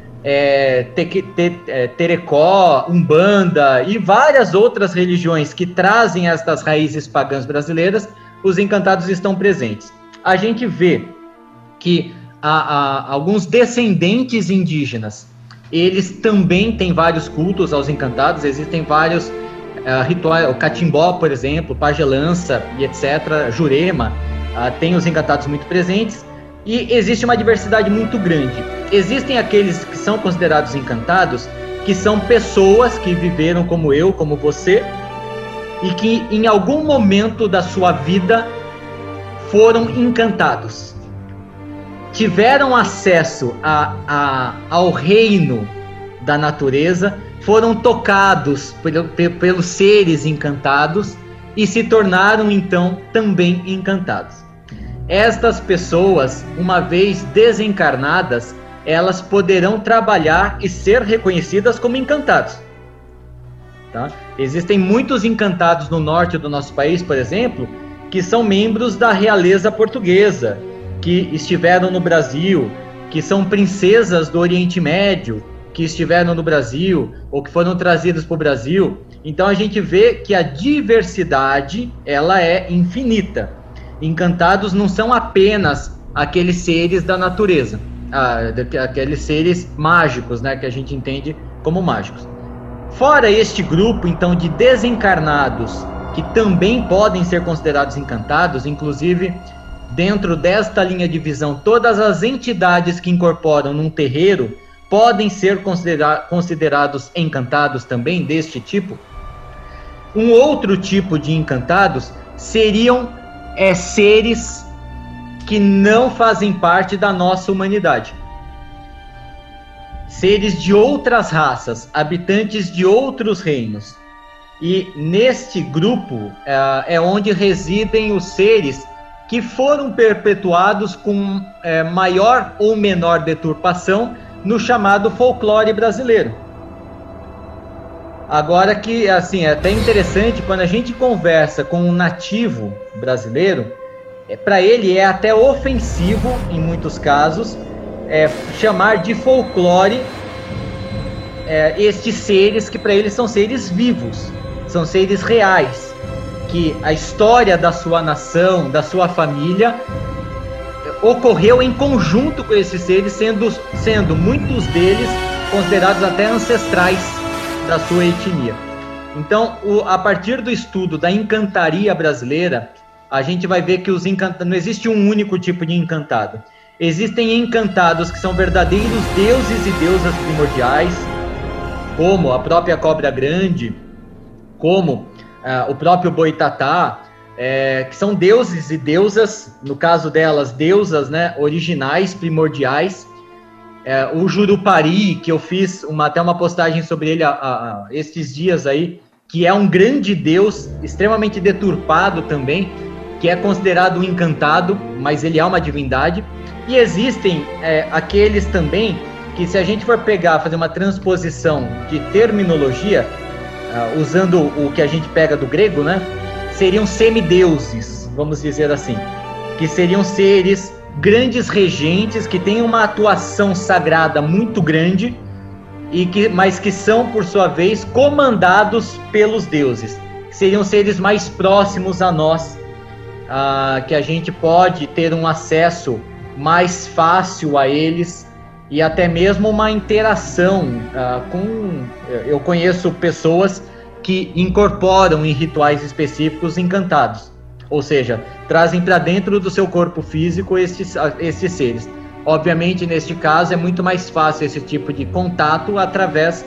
terecó, umbanda e várias outras religiões que trazem estas raízes pagãs brasileiras, os encantados estão presentes. A gente vê que alguns descendentes indígenas, eles também têm vários cultos aos encantados, existem vários rituais, o catimbó, por exemplo, pagelança e etc., Jurema, tem os encantados muito presentes, e existe uma diversidade muito grande. Existem aqueles que são considerados encantados, que são pessoas que viveram como eu, como você, e que em algum momento da sua vida foram encantados. Tiveram acesso ao reino da natureza, foram tocados pelos seres encantados e se tornaram então também encantados. Estas pessoas, uma vez desencarnadas, elas poderão trabalhar e ser reconhecidas como encantados. Tá? Existem muitos encantados no norte do nosso país, por exemplo, que são membros da realeza portuguesa, que estiveram no Brasil, que são princesas do Oriente Médio, que estiveram no Brasil, ou que foram trazidas para o Brasil. Então a gente vê que a diversidade, ela é infinita. Encantados não são apenas aqueles seres da natureza, aqueles seres mágicos, né, que a gente entende como mágicos. Fora este grupo, então, de desencarnados, que também podem ser considerados encantados, inclusive, dentro desta linha de visão, todas as entidades que incorporam num terreiro podem ser considerados encantados também, deste tipo. Um outro tipo de encantados seriam seres que não fazem parte da nossa humanidade. Seres de outras raças, habitantes de outros reinos. E neste grupo é onde residem os seres que foram perpetuados com maior ou menor deturpação no chamado folclore brasileiro. Agora que, assim, é até interessante, quando a gente conversa com um nativo brasileiro, para ele é até ofensivo, em muitos casos, chamar de folclore estes seres que para eles são seres vivos, são seres reais, que a história da sua nação, da sua família, ocorreu em conjunto com esses seres, sendo muitos deles considerados até ancestrais da sua etnia. Então, a partir do estudo da encantaria brasileira, a gente vai ver que não existe um único tipo de encantado. Existem encantados que são verdadeiros deuses e deusas primordiais, como a própria cobra grande, como o próprio boitatá, que são deuses e deusas, no caso delas, deusas, né, originais, primordiais. O Jurupari, que eu fiz até uma postagem sobre ele estes dias aí, que é um grande deus, extremamente deturpado também, que é considerado um encantado, mas ele é uma divindade. E existem aqueles também que, se a gente for fazer uma transposição de terminologia, usando o que a gente pega do grego, né, seriam semideuses, vamos dizer assim, que seriam seres grandes regentes que têm uma atuação sagrada muito grande, mas que são, por sua vez, comandados pelos deuses. Seriam seres mais próximos a nós, que a gente pode ter um acesso mais fácil a eles e até mesmo uma interação eu conheço pessoas que incorporam em rituais específicos encantados, ou seja, trazem para dentro do seu corpo físico esses seres. Obviamente, neste caso, é muito mais fácil esse tipo de contato através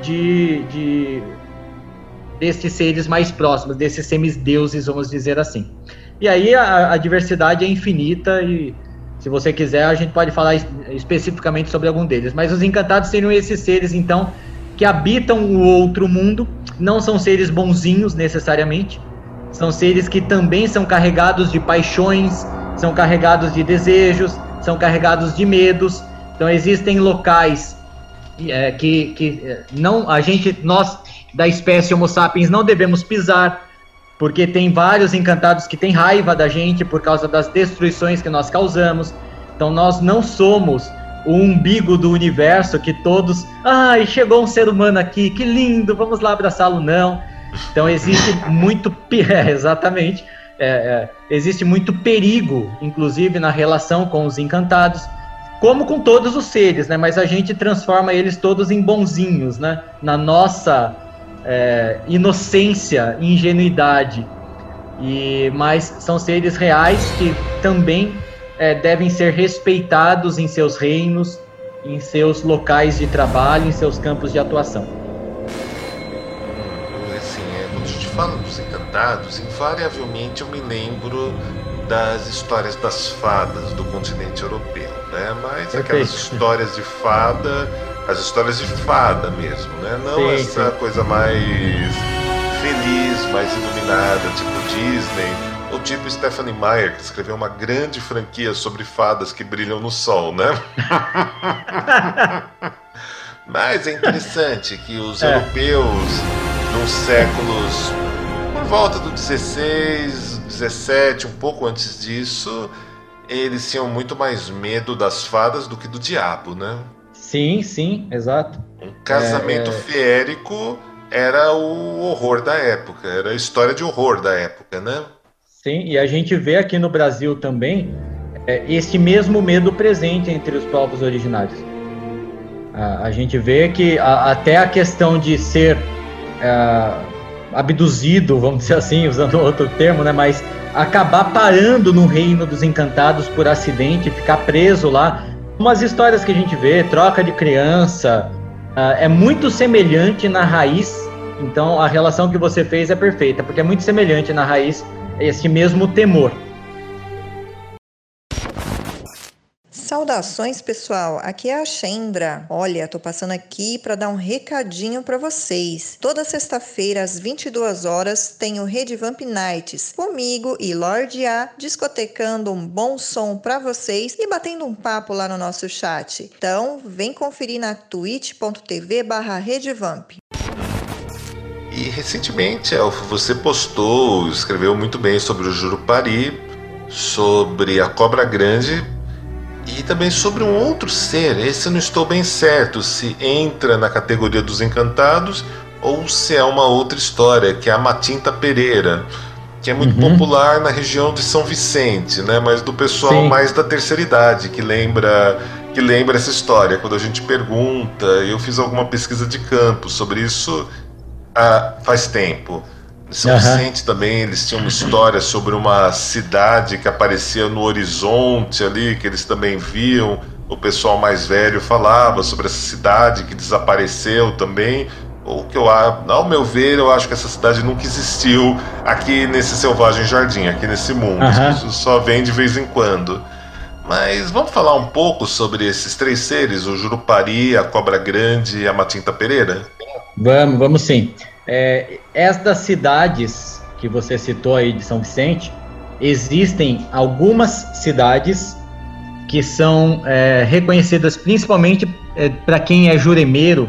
desses seres mais próximos, desses semideuses, vamos dizer assim. E aí a diversidade é infinita e, se você quiser, a gente pode falar especificamente sobre algum deles. Mas os encantados seriam esses seres, então, que habitam o outro mundo, não são seres bonzinhos necessariamente, são seres que também são carregados de paixões, são carregados de desejos, são carregados de medos. Então existem locais nós da espécie Homo sapiens não devemos pisar, porque tem vários encantados que têm raiva da gente por causa das destruições que nós causamos. Então nós não somos o umbigo do universo que todos, chegou um ser humano aqui, que lindo, vamos lá abraçá-lo, não. Então existe muito, exatamente, existe muito perigo, inclusive na relação com os encantados, como com todos os seres, né? Mas a gente transforma eles todos em bonzinhos, né? Na nossa inocência, ingenuidade. Mas são seres reais que também devem ser respeitados em seus reinos, em seus locais de trabalho, em seus campos de atuação. Assim, quando a gente fala dos encantados, invariavelmente eu me lembro das histórias das fadas do continente europeu, né? Mas aquelas histórias de fada, as histórias de fada mesmo, né? Não essa coisa mais feliz, mais iluminada, tipo Disney, ou tipo Stephenie Meyer, que escreveu uma grande franquia sobre fadas que brilham no sol, né? Mas é interessante que os europeus, nos séculos por volta do 16, 17, um pouco antes disso, eles tinham muito mais medo das fadas do que do diabo, né? Sim, exato. Um casamento feérico era o horror da época, era a história de horror da época, né? Sim, e a gente vê aqui no Brasil também esse mesmo medo presente entre os povos originários. A gente vê que até a questão de ser abduzido, vamos dizer assim, usando outro termo, né? Mas acabar parando no reino dos encantados por acidente, ficar preso lá. Umas histórias que a gente vê, troca de criança, é muito semelhante na raiz. Então a relação que você fez é perfeita, porque é muito semelhante na raiz esse mesmo temor. Saudações, pessoal, aqui é a Chendra. Olha, tô passando aqui para dar um recadinho para vocês. Toda sexta-feira às 22 horas tem o Redivamp Nights, comigo e Lorde A, discotecando um bom som para vocês e batendo um papo lá no nosso chat. Então, vem conferir na twitch.tv/Redivamp. E recentemente, Elfo, você escreveu muito bem sobre o Jurupari, sobre a Cobra Grande e também sobre um outro ser. Esse eu não estou bem certo se entra na categoria dos encantados ou se é uma outra história, que é a Matinta Pereira, que é muito popular na região de São Vicente, né? Mas do pessoal mais da terceira idade, que lembra essa história. Quando a gente pergunta, eu fiz alguma pesquisa de campo sobre isso faz tempo. Em São Vicente também eles tinham uma história sobre uma cidade que aparecia no horizonte ali, que eles também viam. O pessoal mais velho falava sobre essa cidade que desapareceu também. Ou que ao meu ver, eu acho que essa cidade nunca existiu aqui nesse Selvagem Jardim, aqui nesse mundo. Isso só vem de vez em quando. Mas vamos falar um pouco sobre esses três seres, o Jurupari, a Cobra Grande e a Matinta Pereira? Vamos sim. Estas cidades que você citou aí de São Vicente, existem algumas cidades que são reconhecidas principalmente para quem é juremeiro,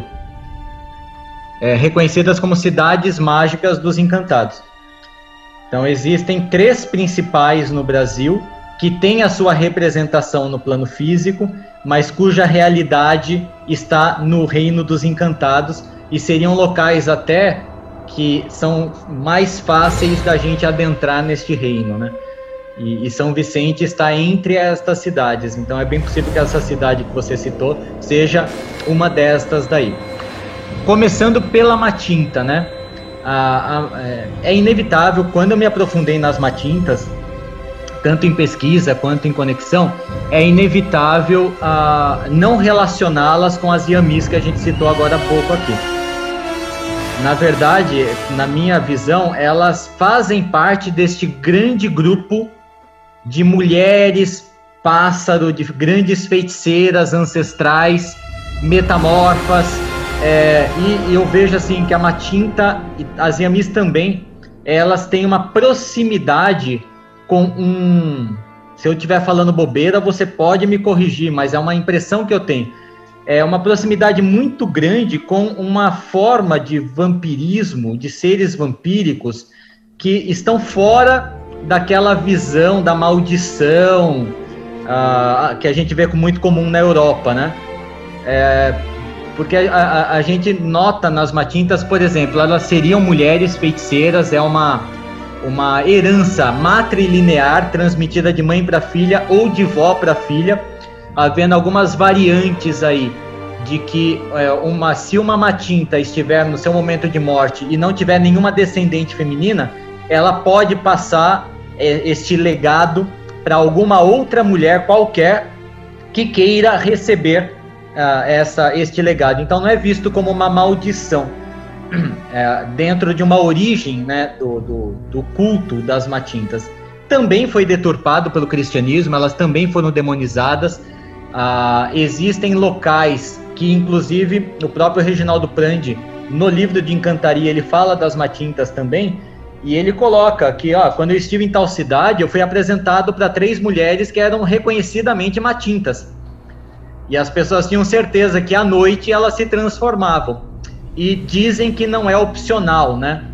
reconhecidas como cidades mágicas dos encantados. Então existem 3 principais no Brasil que têm a sua representação no plano físico, mas cuja realidade está no reino dos encantados, e seriam locais até que são mais fáceis da gente adentrar neste reino, né? E São Vicente está entre estas cidades, então é bem possível que essa cidade que você citou seja uma destas daí. Começando pela Matinta, né? É inevitável, quando eu me aprofundei nas Matintas, tanto em pesquisa quanto em conexão, é inevitável não relacioná-las com as Yamis que a gente citou agora há pouco aqui. Na verdade, na minha visão, elas fazem parte deste grande grupo de mulheres pássaro, de grandes feiticeiras ancestrais, metamorfas, e eu vejo assim que a Matinta, as Yamis também, elas têm uma proximidade com um... Se eu estiver falando bobeira, você pode me corrigir, mas é uma impressão que eu tenho. É uma proximidade muito grande com uma forma de vampirismo, de seres vampíricos, que estão fora daquela visão da maldição que a gente vê muito comum na Europa, né? Porque a gente nota nas matintas, por exemplo, elas seriam mulheres feiticeiras, é uma herança matrilinear transmitida de mãe para filha ou de vó para filha, havendo algumas variantes aí de que se uma matinta estiver no seu momento de morte e não tiver nenhuma descendente feminina, ela pode passar este legado para alguma outra mulher qualquer que queira receber este legado. Então não é visto como uma maldição. Dentro de uma origem, né, do culto das matintas. Também foi deturpado pelo cristianismo, elas também foram demonizadas. Existem locais que, inclusive, o próprio Reginaldo Prandi, no livro de Encantaria, ele fala das matintas também, e ele coloca que, quando eu estive em tal cidade, eu fui apresentado para 3 mulheres que eram reconhecidamente matintas. E as pessoas tinham certeza que à noite elas se transformavam. E dizem que não é opcional, né?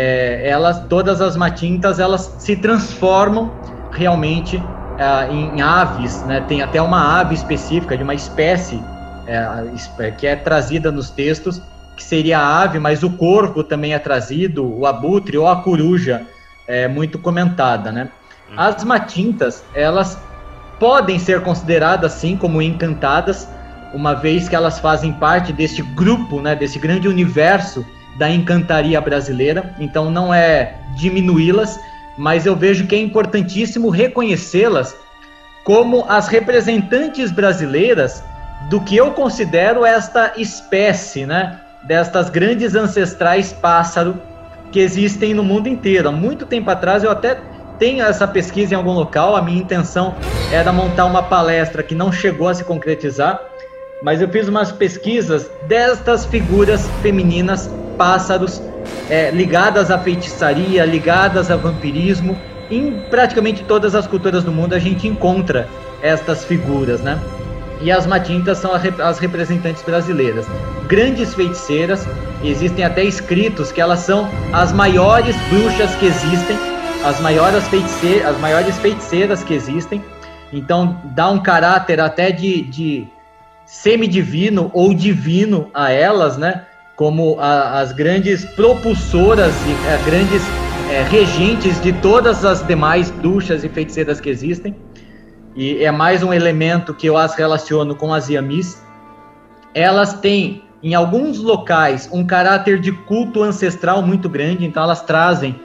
Todas as matintas, elas se transformam realmente em aves, né? Tem até uma ave específica, de uma espécie que é trazida nos textos, que seria a ave, mas o corvo também é trazido, o abutre ou a coruja, é muito comentada, né? As matintas, elas podem ser consideradas, sim, como encantadas, uma vez que elas fazem parte deste grupo, né, desse grande universo da encantaria brasileira. Então não é diminuí-las, mas eu vejo que é importantíssimo reconhecê-las como as representantes brasileiras do que eu considero esta espécie, né, destas grandes ancestrais pássaro que existem no mundo inteiro. Há muito tempo atrás eu até tenho essa pesquisa em algum local, a minha intenção era montar uma palestra que não chegou a se concretizar, mas eu fiz umas pesquisas destas figuras femininas, pássaros, ligadas à feitiçaria, ligadas a vampirismo. Em praticamente todas as culturas do mundo a gente encontra estas figuras, né? E as matintas são as representantes brasileiras. Grandes feiticeiras, existem até escritos que elas são as maiores bruxas que existem, as maiores feiticeiras que existem. Então dá um caráter até de semidivino ou divino a elas, né? Como as grandes propulsoras e grandes regentes de todas as demais bruxas e feiticeiras que existem. E é mais um elemento que eu as relaciono com as Yamis. Elas têm, em alguns locais, um caráter de culto ancestral muito grande, então elas trazem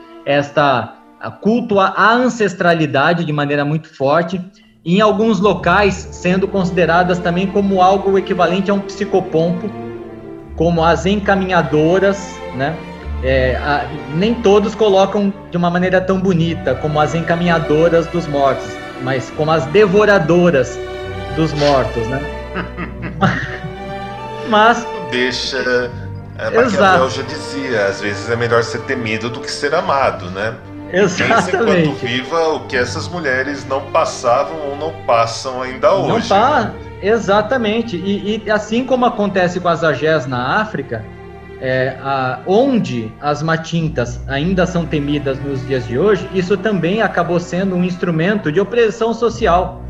culto à ancestralidade de maneira muito forte. Em alguns locais, sendo consideradas também como algo equivalente a um psicopompo, como as encaminhadoras, né? Nem todos colocam de uma maneira tão bonita como as encaminhadoras dos mortos, mas como as devoradoras dos mortos, né? Mas deixa... Maquiavel já dizia, às vezes é melhor ser temido do que ser amado, né? Exatamente. Pensa enquanto viva o que essas mulheres não passavam ou não passam ainda hoje. Né? Exatamente. E assim como acontece com as agés na África, onde as matintas ainda são temidas nos dias de hoje, isso também acabou sendo um instrumento de opressão social.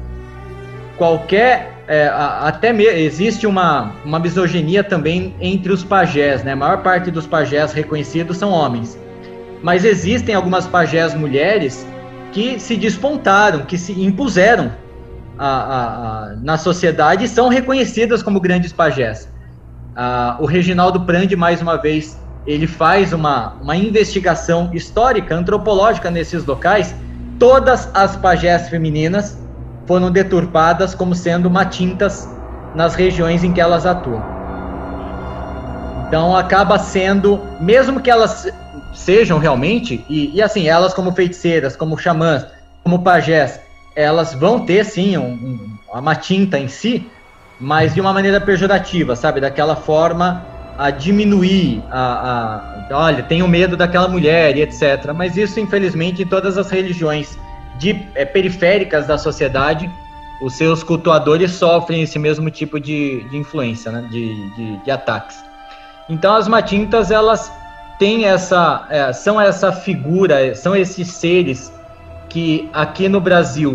Existe uma misoginia também entre os pajés, né? A maior parte dos pajés reconhecidos são homens. Mas existem algumas pajés mulheres que se despontaram, que se impuseram na sociedade e são reconhecidas como grandes pajés. O Reginaldo Prandi, mais uma vez, ele faz uma investigação histórica, antropológica nesses locais. Todas as pajés femininas foram deturpadas como sendo matintas nas regiões em que elas atuam. Então acaba sendo, mesmo que elas sejam realmente, e assim, elas como feiticeiras, como xamãs, como pajés, elas vão ter sim a matinta em si, mas de uma maneira pejorativa, sabe? Daquela forma a diminuir, olha, tenho medo daquela mulher e etc. Mas isso, infelizmente, em todas as religiões periféricas da sociedade, os seus cultuadores sofrem esse mesmo tipo de influência, né? de ataques. Então as matintas, elas têm são essa figura, são esses seres que aqui no Brasil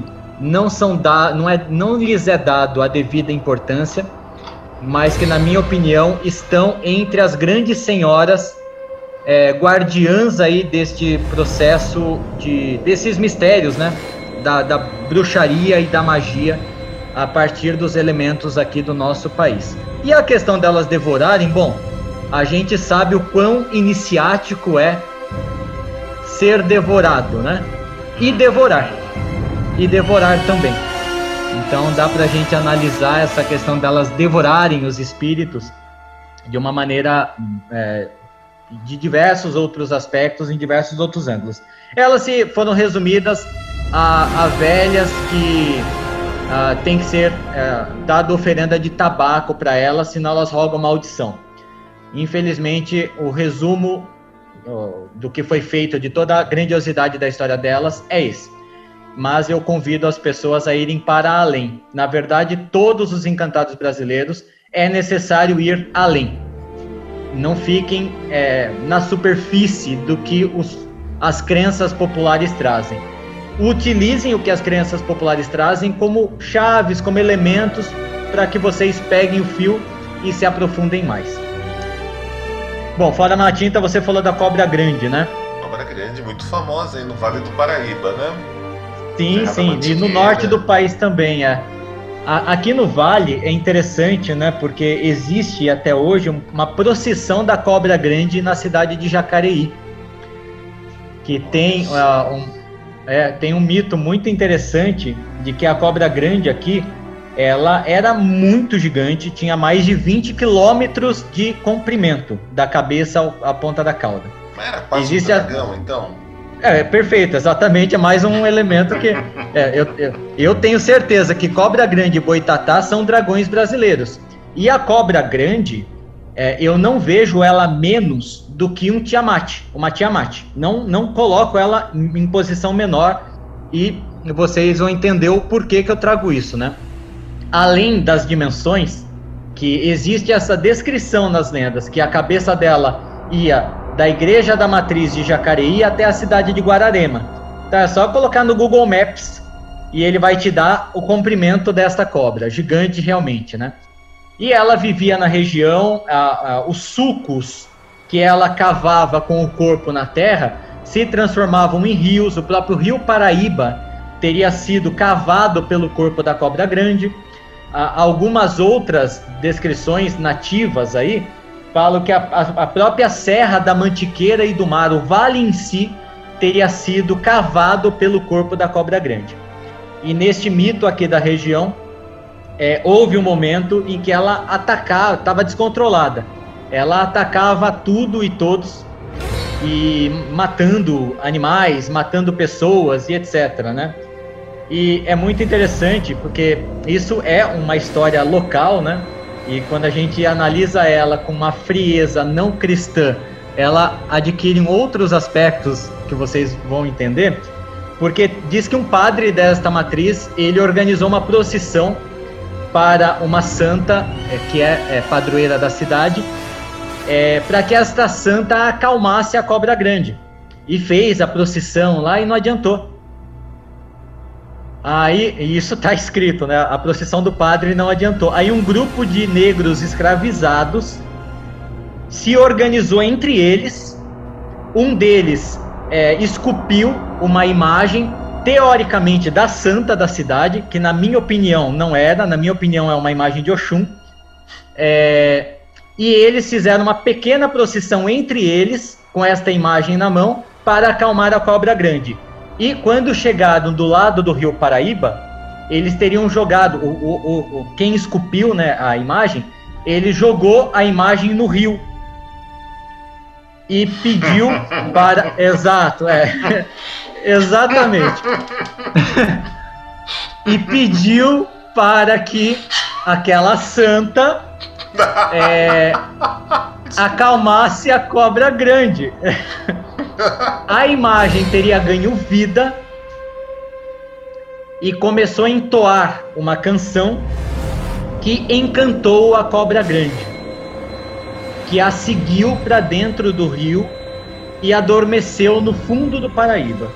não lhes é dado a devida importância, mas que, na minha opinião, estão entre as grandes senhoras guardiãs aí deste processo, desses mistérios, né? Da bruxaria e da magia a partir dos elementos aqui do nosso país. E a questão delas devorarem, bom, a gente sabe o quão iniciático é ser devorado, né? E devorar também. Então dá pra gente analisar essa questão delas devorarem os espíritos de uma maneira de diversos outros aspectos, em diversos outros ângulos. Elas foram resumidas a velhas que tem que ser dada oferenda de tabaco para elas, senão elas rogam maldição. Infelizmente, o resumo do que foi feito, de toda a grandiosidade da história delas, é esse. Mas eu convido as pessoas a irem para além. Na verdade, todos os encantados brasileiros é necessário ir além. Não fiquem na superfície do que as crenças populares trazem. Utilizem o que as crenças populares trazem como chaves, como elementos, para que vocês peguem o fio e se aprofundem mais. Bom, fora a matinta, você falou da cobra grande, né? Cobra grande, muito famosa aí no Vale do Paraíba, né? Sim, e no norte do país também, Aqui no Vale é interessante, né? Porque existe até hoje uma procissão da cobra grande na cidade de Jacareí, que tem tem um mito muito interessante de que a cobra grande aqui, ela era muito gigante, tinha mais de 20 quilômetros de comprimento, da cabeça à ponta da cauda. Mas era quase um dragão, então? Perfeito, exatamente, é mais um elemento que... eu tenho certeza que cobra grande e boitatá são dragões brasileiros. E a cobra grande, eu não vejo ela menos do que uma Tiamat. Não coloco ela em posição menor, e vocês vão entender o porquê que eu trago isso, né? Além das dimensões, que existe essa descrição nas lendas, que a cabeça dela ia da Igreja da Matriz de Jacareí até a cidade de Guararema. Então é só colocar no Google Maps e ele vai te dar o comprimento desta cobra, gigante realmente, né? E ela vivia na região, os sulcos que ela cavava com o corpo na terra se transformavam em rios. O próprio rio Paraíba teria sido cavado pelo corpo da cobra grande. Algumas outras descrições nativas aí falam que a própria Serra da Mantiqueira e do Mar, o vale em si, teria sido cavado pelo corpo da cobra grande. E neste mito aqui da região, houve um momento em que ela atacava, estava descontrolada. Ela atacava tudo e todos, e matando animais, matando pessoas e etc, né? E é muito interessante, porque isso é uma história local, né? E quando a gente analisa ela com uma frieza não cristã, ela adquire outros aspectos que vocês vão entender, porque diz que um padre desta matriz, ele organizou uma procissão para uma santa, que é padroeira da cidade, para que esta santa acalmasse a cobra grande. E fez a procissão lá e não adiantou. Aí, isso está escrito, né? A procissão do padre não adiantou. Aí um grupo de negros escravizados se organizou entre eles. Um deles esculpiu uma imagem, teoricamente, da santa da cidade, que na minha opinião não era. Na minha opinião é uma imagem de Oxum. E eles fizeram uma pequena procissão entre eles, com esta imagem na mão, para acalmar a cobra grande. E quando chegaram do lado do rio Paraíba, eles teriam jogado, quem esculpiu, né, a imagem, ele jogou a imagem no rio. E pediu para... Exato, exatamente. E pediu para que aquela santa acalmasse a cobra grande. A imagem teria ganho vida e começou a entoar uma canção que encantou a cobra grande, que a seguiu para dentro do rio e adormeceu no fundo do Paraíba.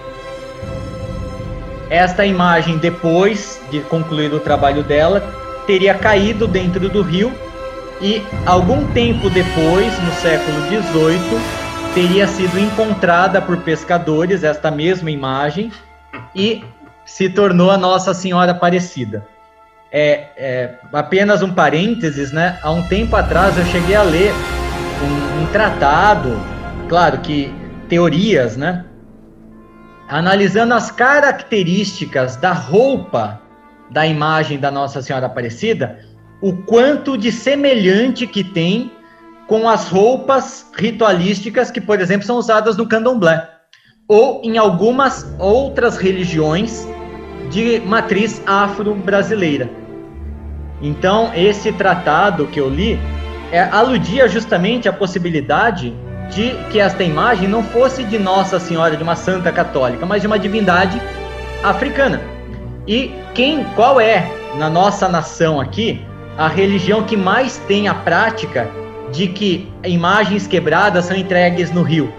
Esta imagem, depois de concluído o trabalho dela, teria caído dentro do rio e, algum tempo depois, no século XVIII, teria sido encontrada por pescadores, esta mesma imagem, e se tornou a Nossa Senhora Aparecida. Apenas um parênteses, né? Há um tempo atrás eu cheguei a ler um tratado, claro que teorias, né? Analisando as características da roupa da imagem da Nossa Senhora Aparecida, o quanto de semelhante que tem com as roupas ritualísticas que, por exemplo, são usadas no candomblé, ou em algumas outras religiões de matriz afro-brasileira. Então, esse tratado que eu li aludia justamente à possibilidade de que esta imagem não fosse de Nossa Senhora, de uma santa católica, mas de uma divindade africana. E qual é, na nossa nação aqui, a religião que mais tem a prática de que imagens quebradas são entregues no rio?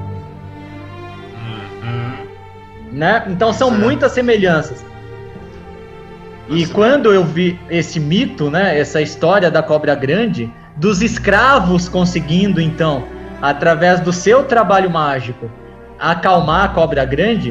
Né? Então são muitas semelhanças. E quando eu vi esse mito, né, essa história da cobra grande, dos escravos conseguindo, então, através do seu trabalho mágico, acalmar a cobra grande,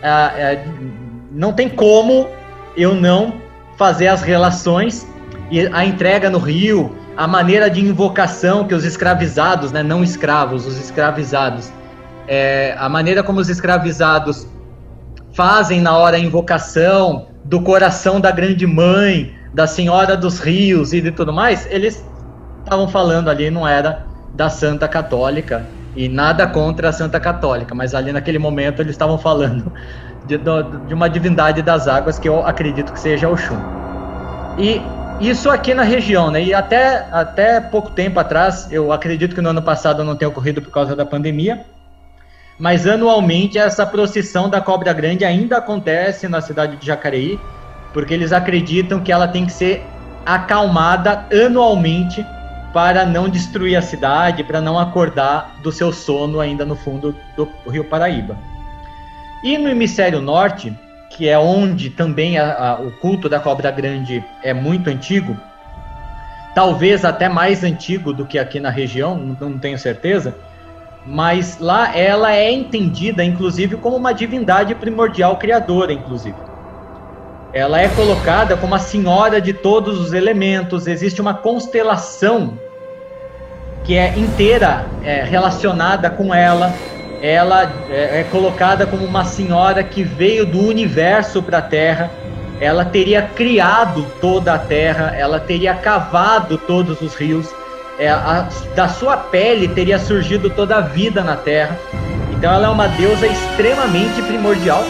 não tem como eu não fazer as relações e a entrega no rio, a maneira de invocação que os escravizados, né, não escravos, os escravizados, a maneira como os escravizados fazem na hora a invocação do coração da grande mãe, da Senhora dos Rios e de tudo mais, eles estavam falando ali, não era da Santa Católica, e nada contra a Santa Católica, mas ali naquele momento eles estavam falando de uma divindade das águas, que eu acredito que seja Oxum. E isso aqui na região, né? E até pouco tempo atrás, eu acredito que no ano passado não tenha ocorrido por causa da pandemia, mas anualmente essa procissão da cobra grande ainda acontece na cidade de Jacareí, porque eles acreditam que ela tem que ser acalmada anualmente para não destruir a cidade, para não acordar do seu sono ainda no fundo do Rio Paraíba. E no hemisfério norte, que é onde também o culto da cobra grande é muito antigo, talvez até mais antigo do que aqui na região, não tenho certeza, mas lá ela é entendida, inclusive, como uma divindade primordial criadora, inclusive. Ela é colocada como a senhora de todos os elementos, existe uma constelação que é inteira relacionada com ela. Ela é colocada como uma senhora que veio do universo para a Terra, ela teria criado toda a Terra, ela teria cavado todos os rios, da sua pele teria surgido toda a vida na Terra. Então ela é uma deusa extremamente primordial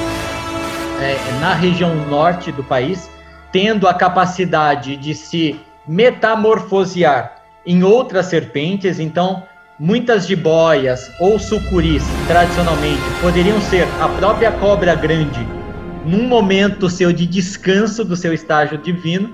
na região norte do país, tendo a capacidade de se metamorfosear em outras serpentes. Então muitas jiboias ou sucuris, tradicionalmente, poderiam ser a própria cobra grande num momento seu de descanso do seu estágio divino.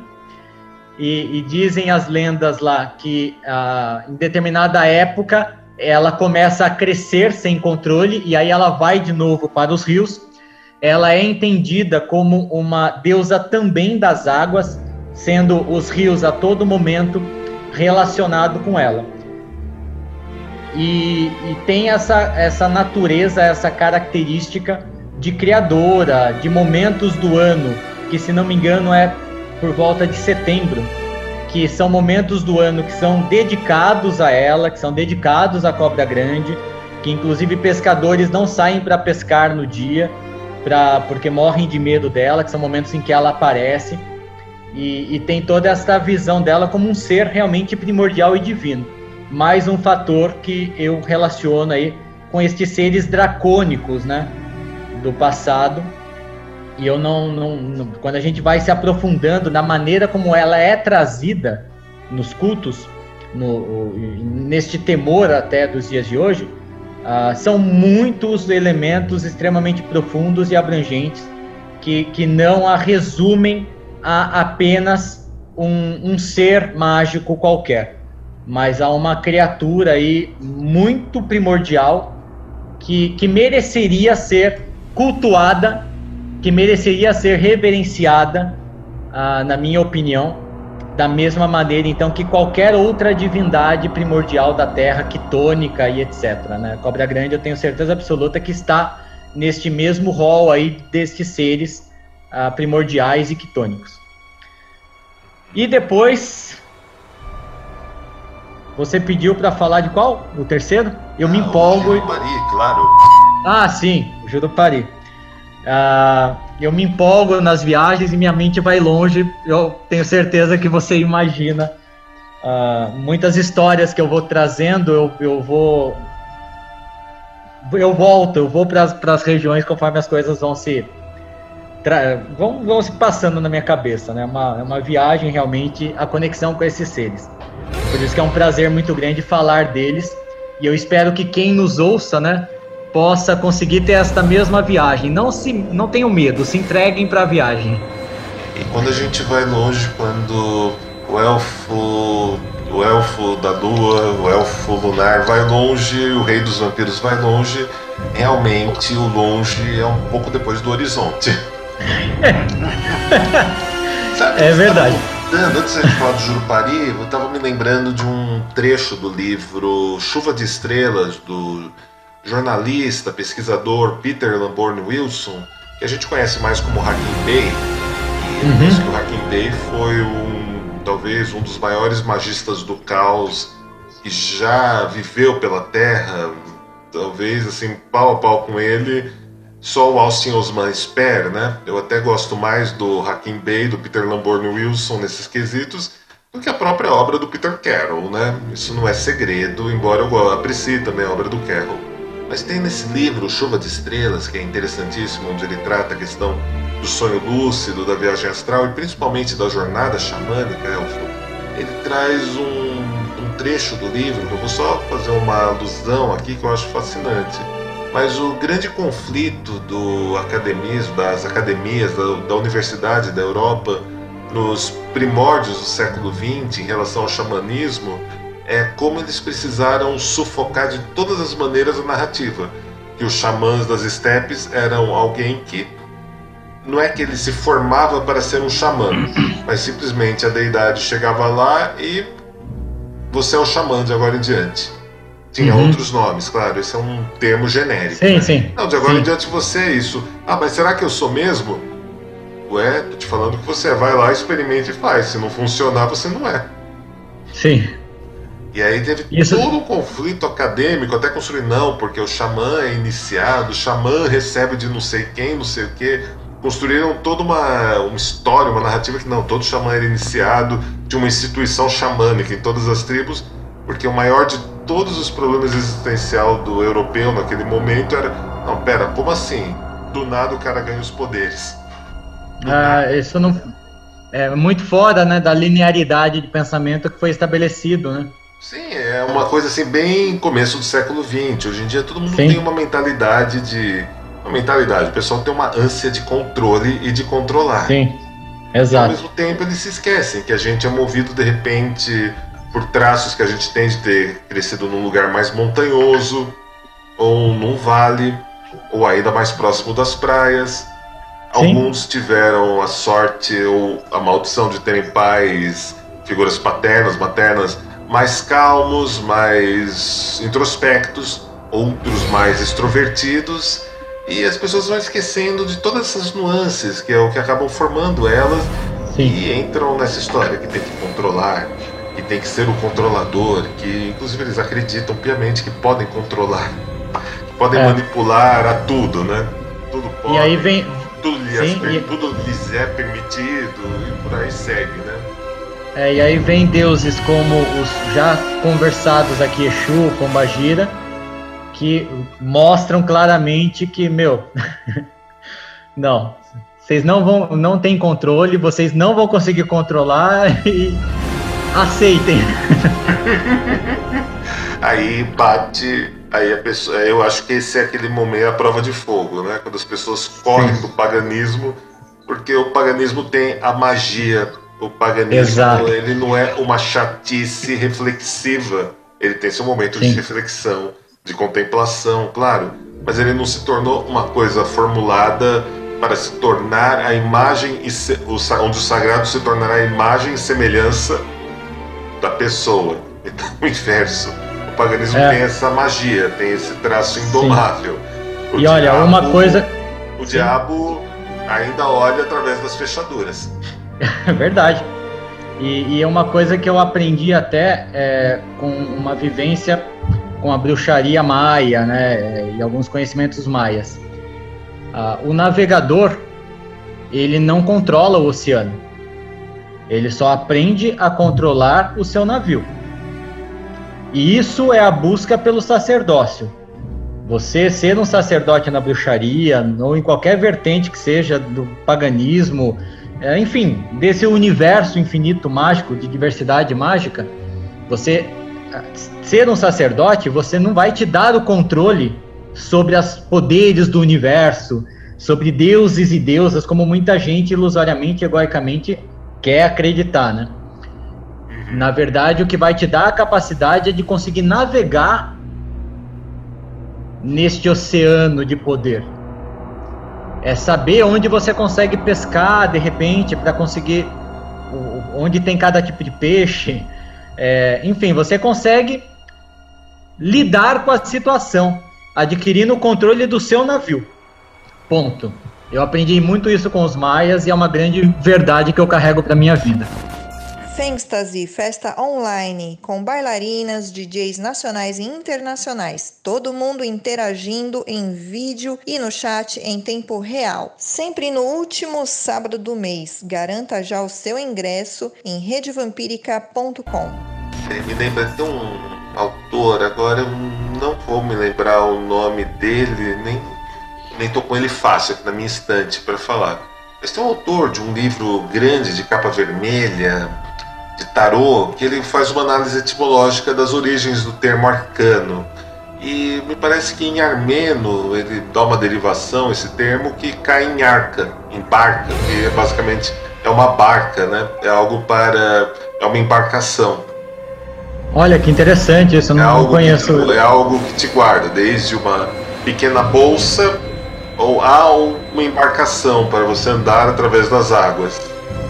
E dizem as lendas lá que em determinada época ela começa a crescer sem controle e aí ela vai de novo para os rios. Ela é entendida como uma deusa também das águas, sendo os rios a todo momento relacionado com ela. E tem essa natureza, essa característica de criadora, de momentos do ano, que se não me engano é por volta de setembro, que são momentos do ano que são dedicados a ela, que são dedicados à cobra grande, que inclusive pescadores não saem para pescar no dia, porque morrem de medo dela, que são momentos em que ela aparece, e tem toda essa visão dela como um ser realmente primordial e divino. Mais um fator que eu relaciono aí com estes seres dracônicos, né, do passado. E eu quando a gente vai se aprofundando na maneira como ela é trazida nos cultos, neste temor até dos dias de hoje, são muitos elementos extremamente profundos e abrangentes que não a resumem a apenas um ser mágico qualquer, mas a uma criatura aí muito primordial que mereceria ser cultuada, que mereceria ser reverenciada, na minha opinião, da mesma maneira, então, que qualquer outra divindade primordial da Terra, quitônica e etc. Né? Cobra Grande, eu tenho certeza absoluta que está neste mesmo rol aí destes seres primordiais e quitônicos. E depois, você pediu para falar de qual? O terceiro? Eu me empolgo. O Jurupari, claro. Sim, o Jurupari. Eu me empolgo nas viagens e minha mente vai longe. Eu tenho certeza que você imagina muitas histórias que eu vou trazendo. Eu vou para as regiões conforme as coisas vão se passando na minha cabeça, né? É uma viagem realmente, a conexão com esses seres. Por isso que é um prazer muito grande falar deles, e eu espero que quem nos ouça, né, possa conseguir ter esta mesma viagem. Não tenham medo, se entreguem para a viagem. E quando a gente vai longe, quando o elfo da lua, o elfo lunar vai longe, o rei dos vampiros vai longe, realmente o longe é um pouco depois do horizonte. Sabe, é verdade. Antes de falar do Jurupari, eu estava me lembrando de um trecho do livro Chuva de Estrelas, do jornalista, pesquisador Peter Lamborn Wilson, que a gente conhece mais como Hakim Bey. E eu penso que o Hakim Bey foi talvez um dos maiores magistas do caos que já viveu pela Terra. Talvez, assim, pau a pau com ele, só o Austin Osman Spare, né? Eu até gosto mais do Hakim Bey, do Peter Lamborn Wilson nesses quesitos, do que a própria obra do Peter Carroll, né? Isso não é segredo, embora eu aprecie também a obra do Carroll. Mas tem nesse livro, Chuva de Estrelas, que é interessantíssimo, onde ele trata a questão do sonho lúcido, da viagem astral e principalmente da jornada xamânica, ele traz um trecho do livro, que eu vou só fazer uma alusão aqui que eu acho fascinante. Mas o grande conflito do academismo, das academias, da universidade da Europa, nos primórdios do século XX, em relação ao xamanismo, é como eles precisaram sufocar de todas as maneiras a narrativa. Que os xamãs das estepes eram alguém que não é que ele se formava para ser um xamã, mas simplesmente a deidade chegava lá e você é o xamã de agora em diante. Tinha outros nomes, claro, esse é um termo genérico. Sim, né? sim. Não, de agora em diante você é isso. Mas será que eu sou mesmo? Ué, tô te falando que você vai lá, experimenta e faz. Se não funcionar, você não é. Sim. E aí teve todo um conflito acadêmico, até construir, não, porque o xamã é iniciado, o xamã recebe de não sei quem, não sei o quê. Construíram toda uma história, uma narrativa que não, todo xamã era iniciado de uma instituição xamânica em todas as tribos, porque o maior de todos os problemas existenciais do europeu naquele momento era, não, pera, como assim? Do nada o cara ganha os poderes. Isso não é muito fora, né, da linearidade de pensamento que foi estabelecido, né? Sim, é uma coisa assim bem começo do século XX. Hoje em dia todo mundo tem uma mentalidade o pessoal tem uma ânsia de controle e de controlar. Sim, exato. Ao mesmo tempo eles se esquecem que a gente é movido de repente por traços que a gente tem de ter crescido num lugar mais montanhoso, ou num vale, ou ainda mais próximo das praias. Sim. Alguns tiveram a sorte ou a maldição de terem pais, figuras paternas, maternas, mais calmos, mais introspectos, outros mais extrovertidos, e as pessoas vão esquecendo de todas essas nuances, que é o que acabam formando elas. Sim. E entram nessa história que tem que controlar, que tem que ser o controlador, que inclusive eles acreditam piamente que podem controlar, que podem manipular a tudo, né? Tudo pode, e aí vem... tudo lhes é permitido e por aí segue, né? E aí vem deuses como os já conversados aqui, Exu, Pombagira, que mostram claramente que, não, vocês não têm controle, vocês não vão conseguir controlar aceitem. Aí bate, aí a pessoa, eu acho que esse é aquele momento, a prova de fogo, né? Quando as pessoas correm do paganismo, porque o paganismo tem a magia. O paganismo, Exato. ele não é uma chatice reflexiva, ele tem seu momento de reflexão, de contemplação, claro, mas ele não se tornou uma coisa formulada para se tornar a imagem, onde o sagrado se tornará a imagem e semelhança da pessoa. Então, o inverso. O paganismo tem essa magia, tem esse traço indomável. E olha, uma coisa... O diabo ainda olha através das fechaduras. É verdade. E é uma coisa que eu aprendi até com uma vivência com a bruxaria maia, né, e alguns conhecimentos maias. O navegador, ele não controla o oceano. Ele só aprende a controlar o seu navio. E isso é a busca pelo sacerdócio. Você ser um sacerdote na bruxaria, ou em qualquer vertente que seja do paganismo, enfim, desse universo infinito mágico, de diversidade mágica, você ser um sacerdote, você não vai te dar o controle sobre os poderes do universo, sobre deuses e deusas, como muita gente ilusoriamente, egoicamente quer acreditar, né? Na verdade, o que vai te dar a capacidade é de conseguir navegar neste oceano de poder. É saber onde você consegue pescar, de repente, para conseguir onde tem cada tipo de peixe. Enfim, você consegue lidar com a situação, adquirindo o controle do seu navio. Ponto. Eu aprendi muito isso com os maias e é uma grande verdade que eu carrego para minha vida. Fênstase, festa online, com bailarinas, DJs nacionais e internacionais. Todo mundo interagindo em vídeo e no chat em tempo real. Sempre no último sábado do mês. Garanta já o seu ingresso em redevampirica.com. Me lembra de um autor, agora eu não vou me lembrar o nome dele, nem tô com ele fácil aqui na minha estante para falar. Mas tem um autor de um livro grande de capa vermelha, de tarô, que ele faz uma análise etimológica das origens do termo arcano. E me parece que em armeno ele dá uma derivação, esse termo, que cai em arca, em barca, que basicamente é uma barca, né? É uma embarcação. Olha que interessante, isso eu não conheço. É algo que te guarda, desde uma pequena bolsa ou uma embarcação para você andar através das águas.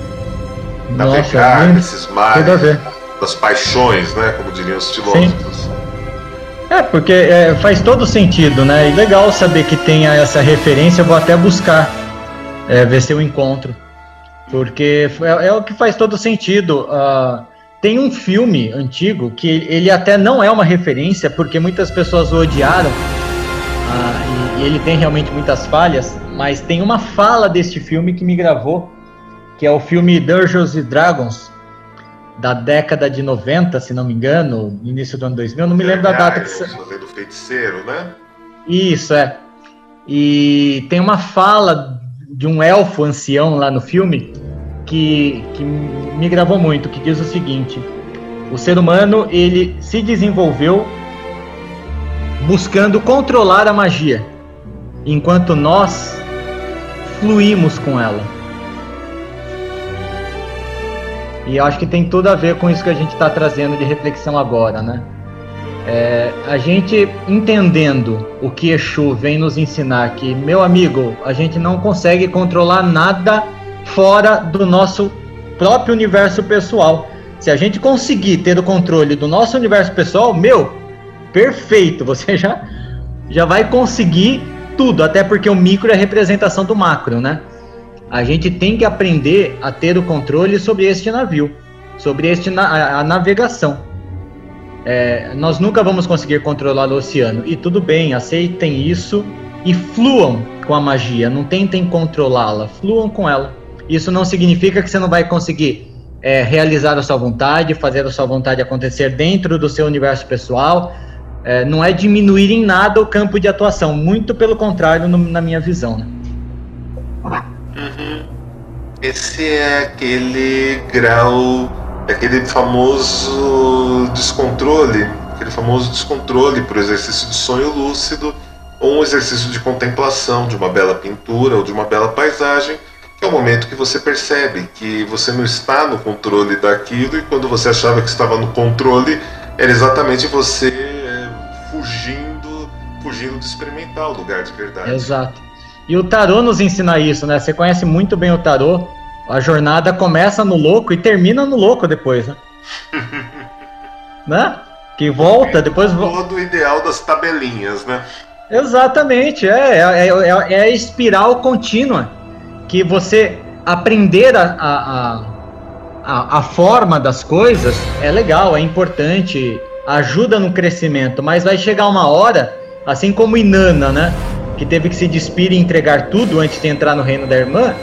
Navegar nesses mares das paixões, né? Como diriam os filósofos. Sim. Porque faz todo sentido, né? E legal saber que tenha essa referência, eu vou até buscar, ver se eu encontro. Porque é o que faz todo sentido. Tem um filme antigo que ele até não é uma referência, porque muitas pessoas o odiaram, e ele tem realmente muitas falhas, mas tem uma fala deste filme que me gravou, que é o filme Dungeons & Dragons, da década de 90, se não me engano, início do ano 2000, não me lembro da data que... do feiticeiro, né? Isso, E tem uma fala de um elfo ancião lá no filme que me gravou muito, que diz o seguinte: o ser humano, ele se desenvolveu buscando controlar a magia, enquanto nós fluímos com ela. E eu acho que tem tudo a ver com isso que a gente está trazendo de reflexão agora, né? A gente entendendo o que Exu vem nos ensinar, que, meu amigo, a gente não consegue controlar nada fora do nosso próprio universo pessoal. Se a gente conseguir ter o controle do nosso universo pessoal, perfeito, você já vai conseguir tudo, até porque o micro é a representação do macro, né? A gente tem que aprender a ter o controle sobre este navio, sobre a navegação. Nós nunca vamos conseguir controlar o oceano, e tudo bem, aceitem isso e fluam com a magia, não tentem controlá-la, fluam com ela. Isso não significa que você não vai conseguir realizar a sua vontade, fazer a sua vontade acontecer dentro do seu universo pessoal. Não é diminuir em nada o campo de atuação, muito pelo contrário, na minha visão, né? Esse é aquele grau É aquele famoso descontrole para o exercício de sonho lúcido, ou um exercício de contemplação de uma bela pintura ou de uma bela paisagem, que é o momento que você percebe que você não está no controle daquilo, e quando você achava que estava no controle, era exatamente você fugindo de experimentar o lugar de verdade. Exato. E o tarô nos ensina isso, né? Você conhece muito bem o tarô. A jornada começa no louco e termina no louco depois, né? Né? Que volta, depois... Todo o ideal das tabelinhas, né? Exatamente, é a espiral contínua. Que você aprender a forma das coisas é legal, é importante, ajuda no crescimento, mas vai chegar uma hora, assim como Inanna, né? Que teve que se despir e entregar tudo antes de entrar no reino da irmã.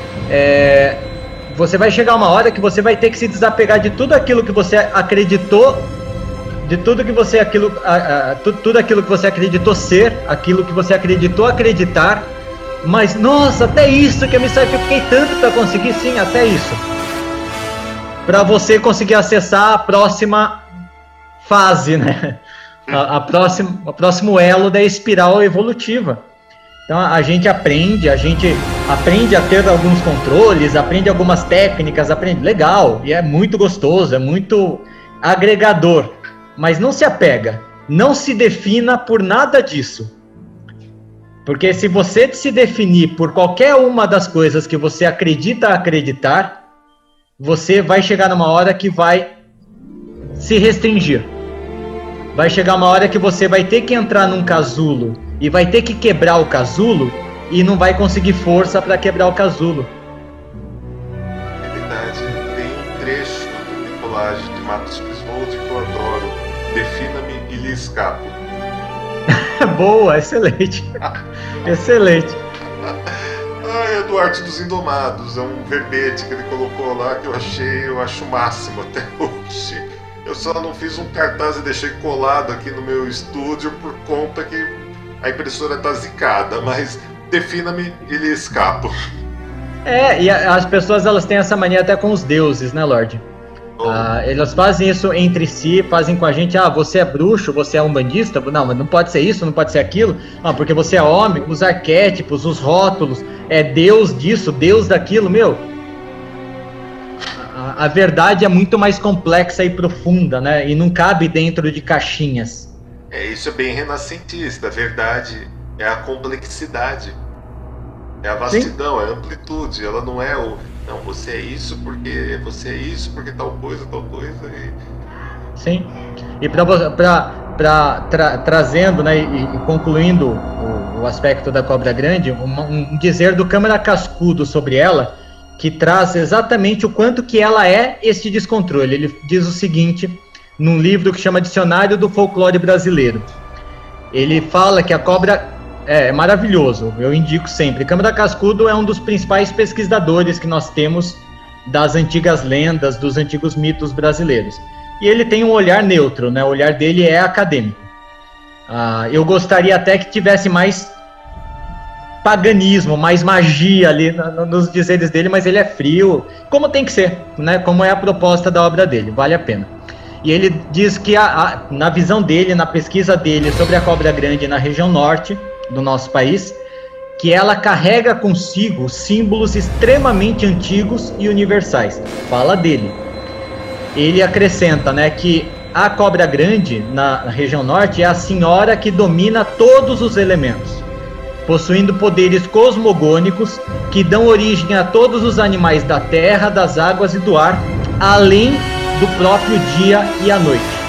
Você vai chegar uma hora que você vai ter que se desapegar de tudo aquilo que você acreditou, de tudo que você tudo aquilo que você acreditou ser, aquilo que você acreditou acreditar. Mas nossa, até isso que eu me sacrifiquei tanto para conseguir, sim, até isso, para você conseguir acessar a próxima fase, né? O próximo elo da espiral evolutiva. Então a gente aprende a ter alguns controles, aprende algumas técnicas, aprende legal, e é muito gostoso, é muito agregador, mas não se apega, não se defina por nada disso. Porque se você se definir por qualquer uma das coisas que você acredita acreditar, você vai chegar numa hora que vai se restringir. Vai chegar uma hora que você vai ter que entrar num casulo e vai ter que quebrar o casulo e não vai conseguir força para quebrar o casulo. É verdade, tem um trecho do Nicolás de Matos Griswold que eu adoro. Defina-me e lhe escapo. Boa, excelente. Excelente. É do Arte dos Indomados, é um verbete que ele colocou lá que eu acho o máximo até hoje. Eu só não fiz um cartaz e deixei colado aqui no meu estúdio por conta que a impressora tá zicada, mas defina-me e lhe escapo. E as pessoas elas têm essa mania até com os deuses, né, Lorde? Elas fazem isso entre si, fazem com a gente, você é bruxo, você é umbandista, não, mas não pode ser isso, não pode ser aquilo, porque você é homem, os arquétipos, os rótulos, é Deus disso, Deus daquilo, meu. A verdade é muito mais complexa e profunda, né, e não cabe dentro de caixinhas. Isso é bem renascentista, a verdade é a complexidade, é a vastidão, Sim. É a amplitude, ela não é não, você é isso porque tal coisa. Sim. E trazendo, né, e concluindo o aspecto da cobra grande, um dizer do Câmara Cascudo sobre ela, que traz exatamente o quanto que ela é este descontrole. Ele diz o seguinte, num livro que chama Dicionário do Folclore Brasileiro. Ele fala que a cobra... É maravilhoso, eu indico sempre. Câmara Cascudo é um dos principais pesquisadores que nós temos das antigas lendas, dos antigos mitos brasileiros. E ele tem um olhar neutro, né? O olhar dele é acadêmico. Eu gostaria até que tivesse mais paganismo, mais magia ali nos dizeres dele, mas ele é frio, como tem que ser, né? Como é a proposta da obra dele, vale a pena. E ele diz que, na visão dele, na pesquisa dele sobre a cobra grande na região norte do nosso país, que ela carrega consigo símbolos extremamente antigos e universais. Fala dele. Ele acrescenta, né, que a cobra grande na região norte é a senhora que domina todos os elementos, possuindo poderes cosmogônicos que dão origem a todos os animais da terra, das águas e do ar, além do próprio dia e a noite.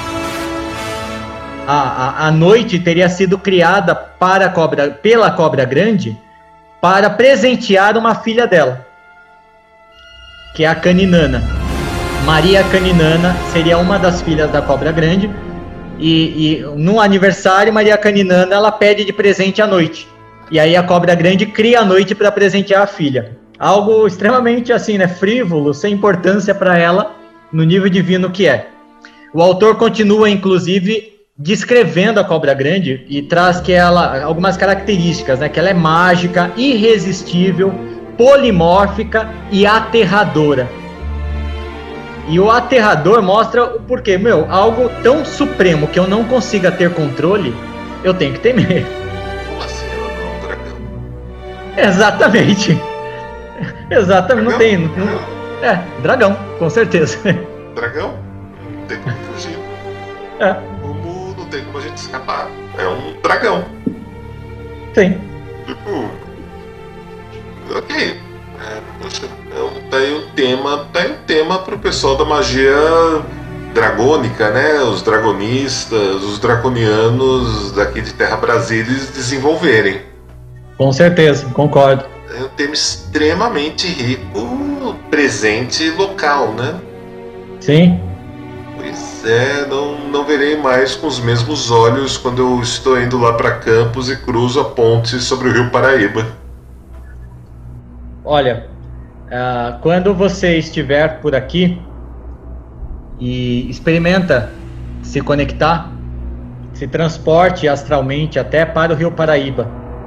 A noite teria sido criada pela cobra grande para presentear uma filha dela, que é a Caninana. Maria Caninana seria uma das filhas da cobra grande, e no aniversário, Maria Caninana ela pede de presente a noite, e aí a cobra grande cria a noite para presentear a filha. Algo extremamente assim, né, frívolo, sem importância para ela, no nível divino que é. O autor continua, inclusive, descrevendo a cobra grande e traz que ela algumas características, né? Que ela é mágica, irresistível, polimórfica e aterradora. E o aterrador mostra o porquê. Algo tão supremo que eu não consiga ter controle, eu tenho que temer. Como assim ela não é um dragão? Exatamente. Exatamente, não tem. Dragão, com certeza. Dragão? Não tem como fugir. Como não tem como a gente escapar. É um dragão. Sim. Tipo. Ok. Poxa, tá aí um tema pro pessoal da magia dragônica, né? Os dragonistas, os draconianos daqui de Terra Brasília desenvolverem. Com certeza, concordo. É um tema extremamente rico, presente local, né? Sim. Pois é, não verei mais com os mesmos olhos quando eu estou indo lá para Campos e cruzo a ponte sobre o Rio Paraíba. Olha, quando você estiver por aqui e experimenta se conectar, se transporte astralmente até para o Rio Paraíba.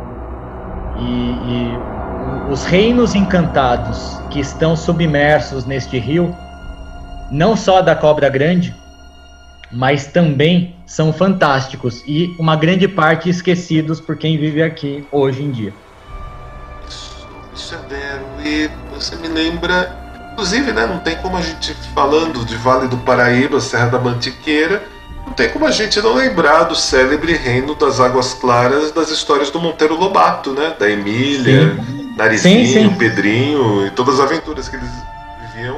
E os reinos encantados que estão submersos neste rio, não só da Cobra Grande, mas também são fantásticos e uma grande parte esquecidos por quem vive aqui hoje em dia. Isso é vero, e você me lembra, inclusive, né, não tem como a gente, falando de Vale do Paraíba, Serra da Mantiqueira, não tem como a gente não lembrar do célebre reino das Águas Claras das histórias do Monteiro Lobato, né, da Emília, Narizinho, sim. Pedrinho e todas as aventuras que eles viviam.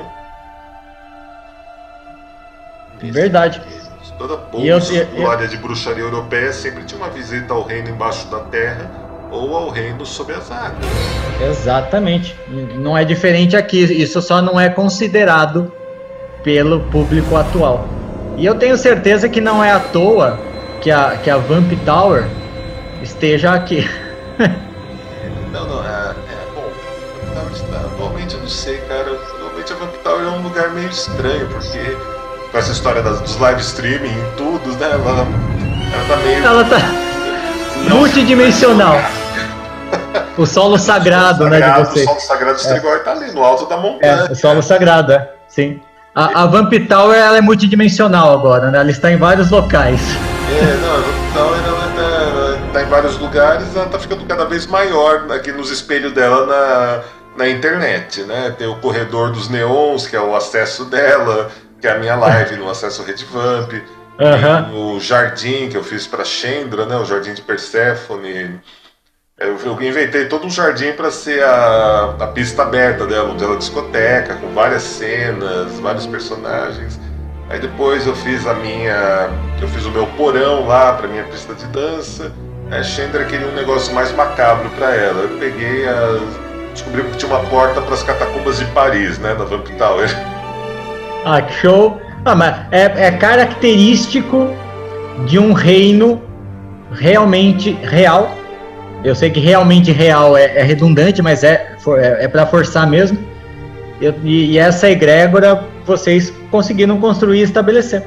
Verdade. Toda boa glória de bruxaria europeia sempre tinha uma visita ao reino embaixo da terra ou ao reino sob as águas. Exatamente. Não é diferente aqui. Isso só não é considerado pelo público atual. E eu tenho certeza que não é à toa que a Vamp Tower esteja aqui. Não, bom, a Vamp Tower está, atualmente eu não sei, cara. Atualmente a Vamp Tower é um lugar meio estranho, porque com essa história dos live streaming e tudo, né? Ela tá meio. Ela tá multidimensional. O solo sagrado, né, de vocês. O solo sagrado de Strigoi tá ali no alto da montanha. O solo sagrado, sim. A Vamp Tower, ela é multidimensional agora, né? Ela está em vários locais. A Vamp Tower ela tá em vários lugares, ela tá ficando cada vez maior aqui nos espelhos dela na internet, né? Tem o corredor dos neons, que é o acesso dela, que é a minha live no acesso Rede Vamp. Tem o jardim que eu fiz pra Chendra, né? O jardim de Perséfone. Eu inventei todo um jardim para ser a pista aberta dela, onde ela é discoteca, com várias cenas, vários personagens. Aí depois eu fiz o meu porão lá para minha pista de dança. A Chendra queria um negócio mais macabro para ela. Eu peguei descobri que tinha uma porta para as catacumbas de Paris, né, da Vamp Tower. Ah, que show! Mas é característico de um reino realmente real. Eu sei que realmente real é redundante, mas é para forçar mesmo. E essa egrégora vocês conseguiram construir e estabelecer.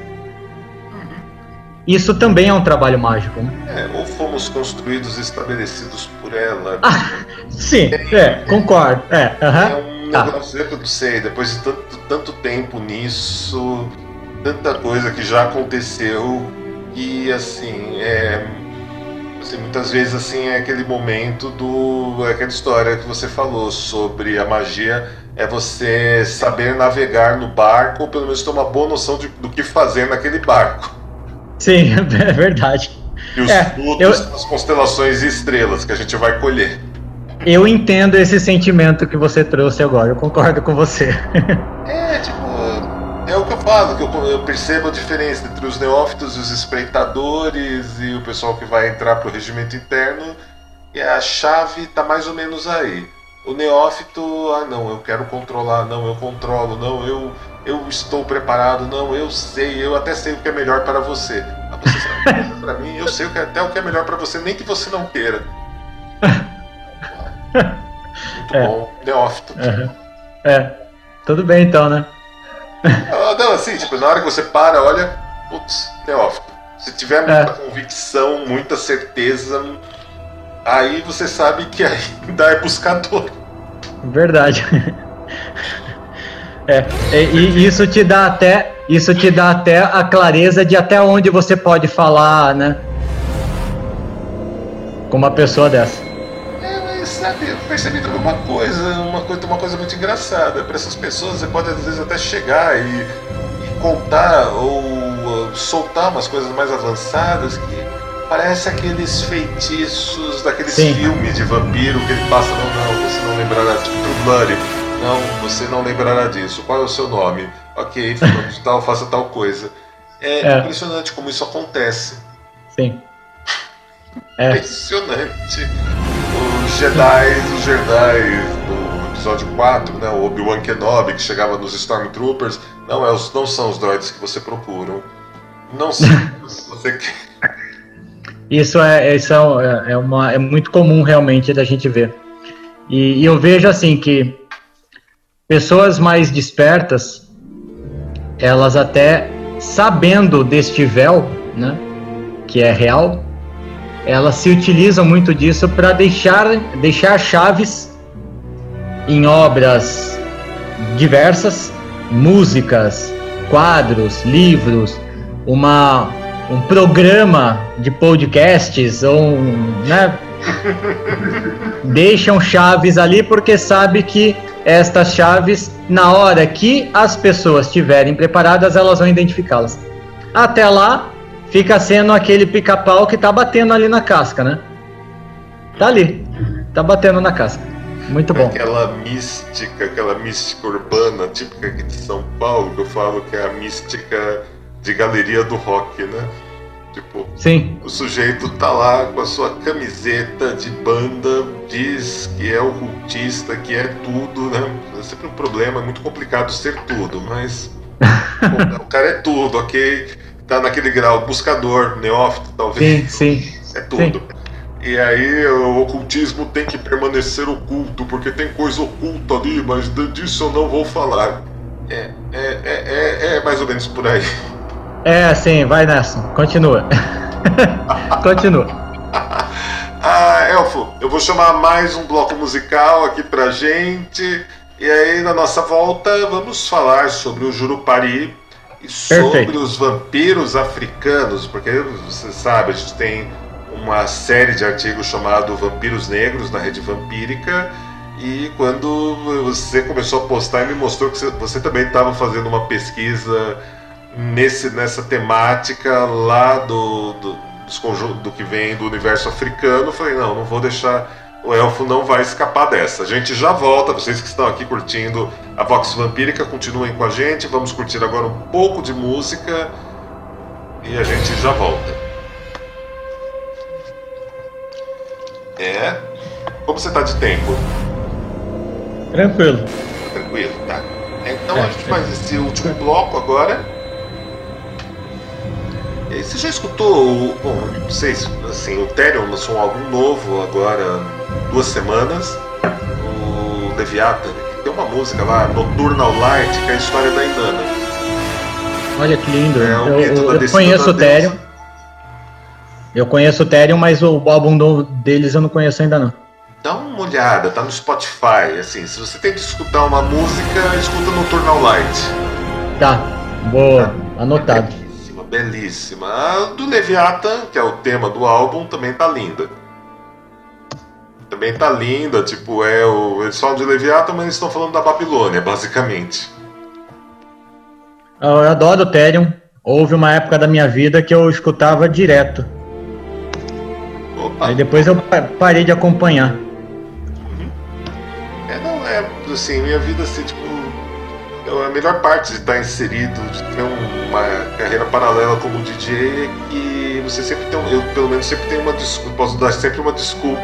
Isso também é um trabalho mágico, né? Ou fomos construídos e estabelecidos por ela. Sim, concordo. É um negócio que eu não sei, depois de tanto tempo nisso, tanta coisa que já aconteceu, e assim, muitas vezes assim é aquele momento aquela história que você falou sobre a magia, é você saber navegar no barco, ou pelo menos ter uma boa noção do que fazer naquele barco. Sim, é verdade. E os frutos das constelações e estrelas que a gente vai colher. Eu entendo esse sentimento que você trouxe agora, eu concordo com você. É o que eu falo, que eu percebo a diferença entre os neófitos e os espreitadores e o pessoal que vai entrar pro regimento interno, e a chave tá mais ou menos aí. O neófito, não, eu quero controlar, não, eu controlo, não, eu estou preparado, não, eu sei, eu até sei o que é melhor para você. Mas você sabe para mim, eu sei até o que é melhor para você, nem que você não queira. Muito bom, neófito. Tudo bem então, né? Não, assim, tipo, na hora que você para, olha, putz, neófito. Se tiver muita convicção, muita certeza, aí você sabe que ainda é buscador. Verdade. E isso te dá até a clareza de até onde você pode falar, né? Com uma pessoa dessa. Mas sabe, eu percebi também uma coisa muito engraçada. Para essas pessoas você pode às vezes até chegar e contar ou soltar umas coisas mais avançadas que parece aqueles feitiços daqueles filmes de vampiro que ele passa, não, você não lembrará, tipo True Blood. Não, você não lembrará disso. Qual é o seu nome? Ok, fulano de tal, faça tal coisa. É impressionante como isso acontece. Sim. Impressionante. Os Jedi do episódio 4, né, o Obi-Wan Kenobi, que chegava nos Stormtroopers, não são os droids que você procura. Não são os que você quer. Isso é muito comum realmente da gente ver. E eu vejo assim que pessoas mais despertas, elas até sabendo deste véu, né, que é real, elas se utilizam muito disso para deixar chaves em obras diversas, músicas, quadros, livros, um programa de podcasts, né, deixam chaves ali porque sabe que estas chaves, na hora que as pessoas estiverem preparadas, elas vão identificá-las. Até lá, fica sendo aquele pica-pau que tá batendo ali na casca, né? Tá ali, tá batendo na casca. Muito bom. Aquela mística urbana típica aqui de São Paulo, que eu falo que é a mística de galeria do rock, né? Tipo, sim. O sujeito tá lá com a sua camiseta de banda, diz que é ocultista, que é tudo, né? É sempre um problema, é muito complicado ser tudo, mas o cara é tudo, ok? Tá naquele grau, buscador, neófito, talvez. Sim. É tudo. Sim. E aí o ocultismo tem que permanecer oculto, porque tem coisa oculta ali, mas disso eu não vou falar. É mais ou menos por aí. Sim, vai nessa. Continua. Continua. Elfo, eu vou chamar mais um bloco musical aqui pra gente. E aí, na nossa volta, vamos falar sobre o Jurupari e sobre os vampiros africanos. Porque você sabe, a gente tem uma série de artigos chamado Vampiros Negros na Rede Vampírica. E quando você começou a postar, me mostrou que você também estava fazendo uma pesquisa nessa temática lá do que vem do universo africano. Eu falei, não vou deixar, o Elfo não vai escapar dessa. A gente já volta, vocês que estão aqui curtindo a Vox Vampírica, continuem com a gente, vamos curtir agora um pouco de música e a gente já volta. Como você tá de tempo? Tranquilo, tá. Então a gente faz esse último bloco agora. Você já escutou, não sei se assim, o Therion lançou um álbum novo agora, 2 semanas, o Leviathan, que tem uma música lá, Nocturnal Light, que é a história da Inanna. Olha que lindo. Eu conheço o Therion. Eu conheço o Therion, mas o álbum deles eu não conheço ainda não. Dá uma olhada, tá no Spotify, assim, se você tem que escutar uma música, escuta Nocturnal Light. Tá, boa, anotado. Belíssima. A do Leviathan, que é o tema do álbum, também tá linda. Tipo, eles falam de Leviathan, mas eles estão falando da Babilônia, basicamente. Eu adoro o Therion. Houve uma época da minha vida que eu escutava direto. Opa. Aí depois eu parei de acompanhar. Assim, minha vida, assim, tipo, a melhor parte de estar inserido, de ter uma carreira paralela como DJ é que você sempre tem, eu pelo menos sempre tenho uma desculpa, posso dar sempre uma desculpa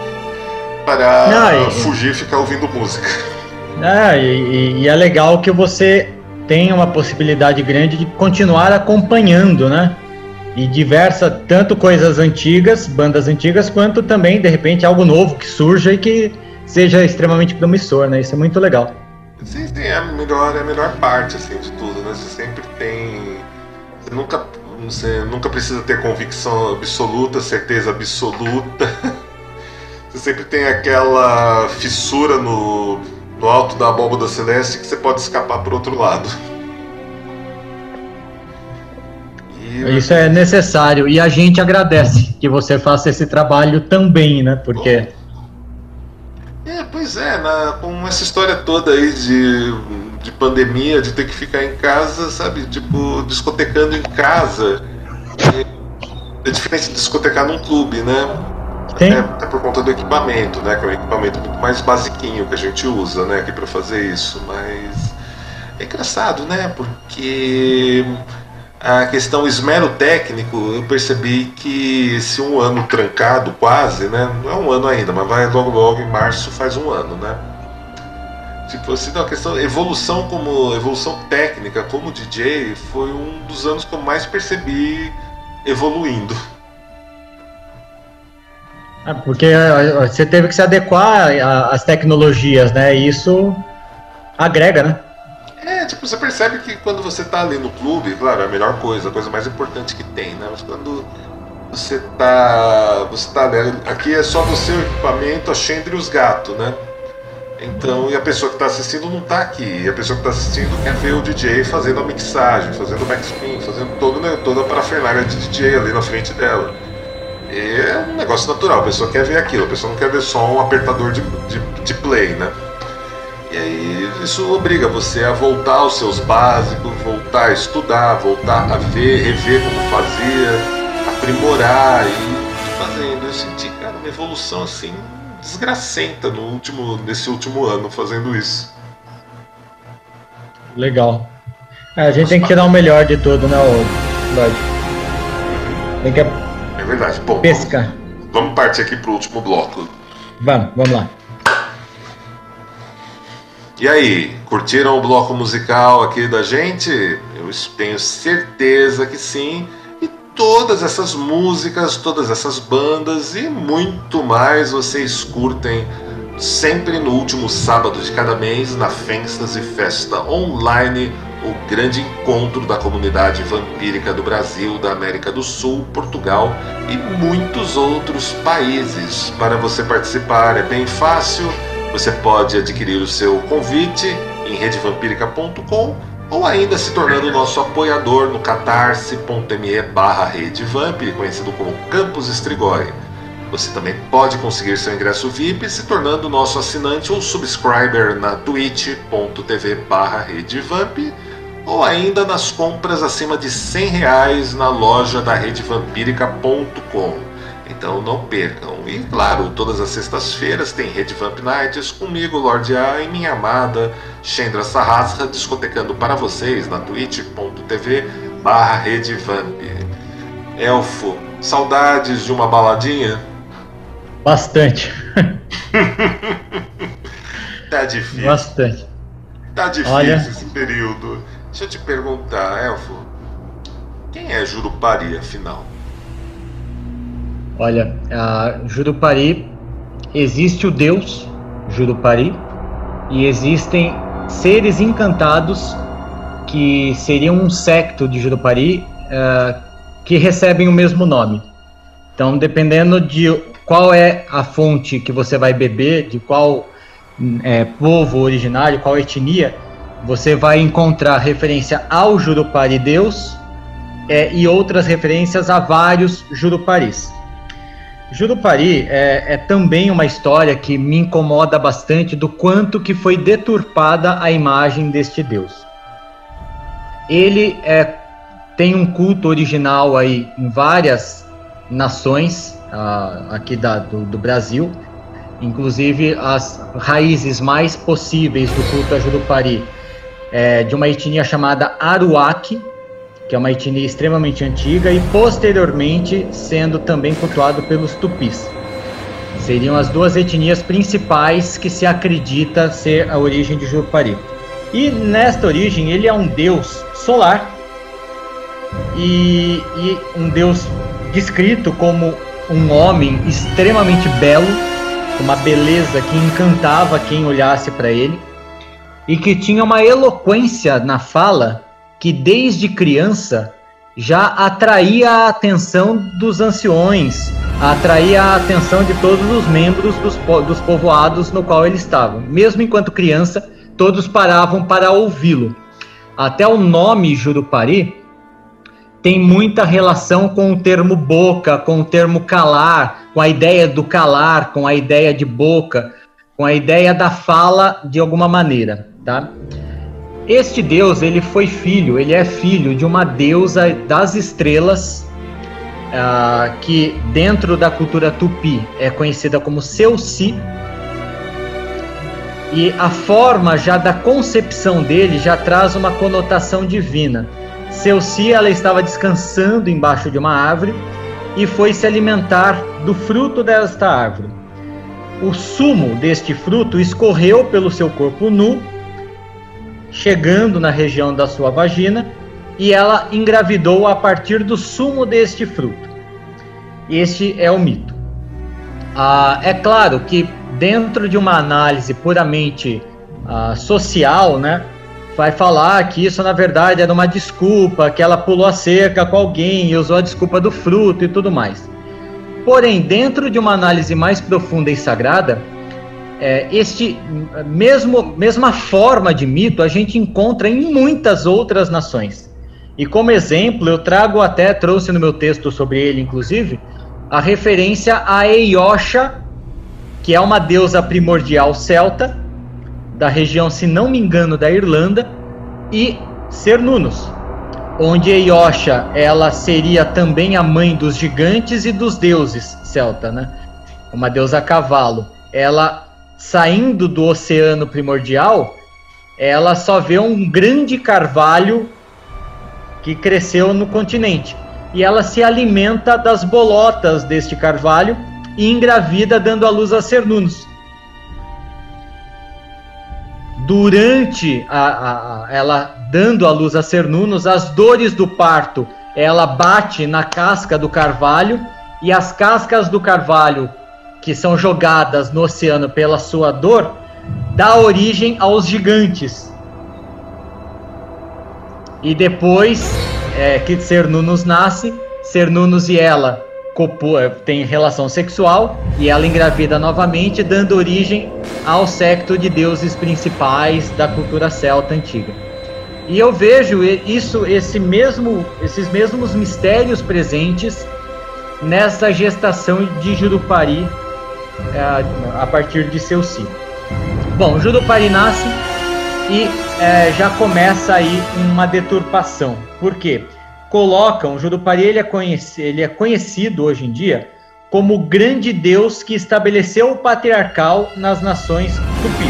para fugir e ficar ouvindo música. E é legal que você tem uma possibilidade grande de continuar acompanhando, né? E tanto coisas antigas, bandas antigas, quanto também, de repente, algo novo que surja e que seja extremamente promissor, né? Isso é muito legal. Sim, é a melhor parte, assim, de tudo, né? Você sempre tem... Você nunca precisa ter convicção absoluta, certeza absoluta. Você sempre tem aquela fissura no no alto da abóbada celeste que você pode escapar por outro lado. Isso é necessário, e a gente agradece que você faça esse trabalho também, né? Porque... Pois é, com essa história toda aí de pandemia, de ter que ficar em casa, sabe? Tipo, discotecando em casa. É diferente de discotecar num clube, né? Até por conta do equipamento, né? Que é um equipamento muito mais basiquinho que a gente usa, né? Aqui pra fazer isso. Mas é engraçado, né? Porque a questão esmero técnico, eu percebi que esse um ano trancado quase, né? Não é um ano ainda, mas vai logo em março faz um ano, né? Tipo assim, a questão evolução técnica como DJ foi um dos anos que eu mais percebi evoluindo. Porque você teve que se adequar às tecnologias, né? E isso agrega, né? Tipo, você percebe que quando você tá ali no clube, claro, é a melhor coisa, a coisa mais importante que tem, né? Mas quando você tá ali, aqui é só você, o equipamento, a Xandra e os gatos, né? Então, e a pessoa que tá assistindo não tá aqui, e a pessoa que tá assistindo quer ver o DJ fazendo a mixagem, fazendo o backspin, fazendo toda a parafernália de DJ ali na frente dela. E é um negócio natural, a pessoa quer ver aquilo, a pessoa não quer ver só um apertador de play, né? E aí isso obriga você a voltar aos seus básicos, voltar a estudar, voltar a rever como fazia, aprimorar e ir fazendo. Eu senti, cara, uma evolução assim desgracenta nesse último ano fazendo isso. Legal. A gente tem que tirar o melhor de tudo, né, Lorde? Tem que... É verdade. Bom, pescar. Vamos partir aqui pro último bloco. Vamos lá. E aí, curtiram o bloco musical aqui da gente? Eu tenho certeza que sim. E todas essas músicas, todas essas bandas e muito mais vocês curtem sempre no último sábado de cada mês na Fantasy Festa Online, o grande encontro da comunidade vampírica do Brasil, da América do Sul, Portugal e muitos outros países. Para você participar é bem fácil. Você pode adquirir o seu convite em redevampirica.com ou ainda se tornando nosso apoiador no catarse.me/redevamp, conhecido como Campus Strigoi. Você também pode conseguir seu ingresso VIP se tornando nosso assinante ou subscriber na twitch.tv/redevamp ou ainda nas compras acima de R$100 na loja da redevampirica.com. Então não percam. E claro, todas as sextas-feiras tem Redevamp Nights comigo, Lorde A, e minha amada Xandra Sarrasca, discotecando para vocês na twitch.tv/redevamp. Elfo, saudades de uma baladinha? Bastante. Tá difícil. Bastante. Tá difícil esse período. Deixa eu te perguntar, Elfo, quem é Jurupari, afinal? Olha, a Jurupari, existe o deus Jurupari e existem seres encantados que seriam um secto de Jurupari que recebem o mesmo nome. Então, dependendo de qual é a fonte que você vai beber, de qual povo originário, qual etnia, você vai encontrar referência ao Jurupari Deus e outras referências a vários Juruparis. Jurupari é também uma história que me incomoda bastante do quanto que foi deturpada a imagem deste deus. Ele tem um culto original aí em várias nações aqui do Brasil, inclusive as raízes mais possíveis do culto a Jurupari de uma etnia chamada Aruac, que é uma etnia extremamente antiga e posteriormente sendo também cultuado pelos tupis. Seriam as duas etnias principais que se acredita ser a origem de Jurupari. E nesta origem ele é um deus solar e um deus descrito como um homem extremamente belo, com uma beleza que encantava quem olhasse para ele e que tinha uma eloquência na fala que desde criança já atraía a atenção dos anciões, atraía a atenção de todos os membros dos povoados no qual ele estava. Mesmo enquanto criança, todos paravam para ouvi-lo. Até o nome Jurupari tem muita relação com o termo boca, com o termo calar, com a ideia do calar, com a ideia de boca, com a ideia da fala de alguma maneira, tá? Este deus, ele é filho de uma deusa das estrelas, que dentro da cultura tupi é conhecida como Seuci, e a forma já da concepção dele já traz uma conotação divina. Seuci, ela estava descansando embaixo de uma árvore e foi se alimentar do fruto desta árvore. O sumo deste fruto escorreu pelo seu corpo nu, chegando na região da sua vagina, e ela engravidou a partir do sumo deste fruto. Este é o mito. É claro que dentro de uma análise puramente social, né, vai falar que isso na verdade era uma desculpa, que ela pulou a cerca com alguém e usou a desculpa do fruto e tudo mais. Porém, dentro de uma análise mais profunda e sagrada, mesma forma de mito a gente encontra em muitas outras nações. E como exemplo, eu trouxe no meu texto sobre ele, inclusive, a referência a Eosha, que é uma deusa primordial celta, da região, se não me engano, da Irlanda, e Cernunnos, onde Eosha, ela seria também a mãe dos gigantes e dos deuses celta, né? Uma deusa a cavalo. Ela, saindo do oceano primordial, ela só vê um grande carvalho que cresceu no continente. E ela se alimenta das bolotas deste carvalho e engravida, dando à luz a Cernunnos. Durante ela dando à luz a Cernunnos, as dores do parto, ela bate na casca do carvalho, e as cascas do carvalho, que são jogadas no oceano pela sua dor, dá origem aos gigantes. E depois que Cernunnos nasce, Cernunnos e ela têm relação sexual, e ela engravida novamente, dando origem ao séquito de deuses principais da cultura celta antiga. E eu vejo esses mesmos mistérios presentes nessa gestação de Jurupari, a partir de Seuci. Bom, Jurupari nasce e já começa aí uma deturpação. Por quê? Colocam, Jurupari ele é conhecido hoje em dia como o grande deus que estabeleceu o patriarcal nas nações tupis.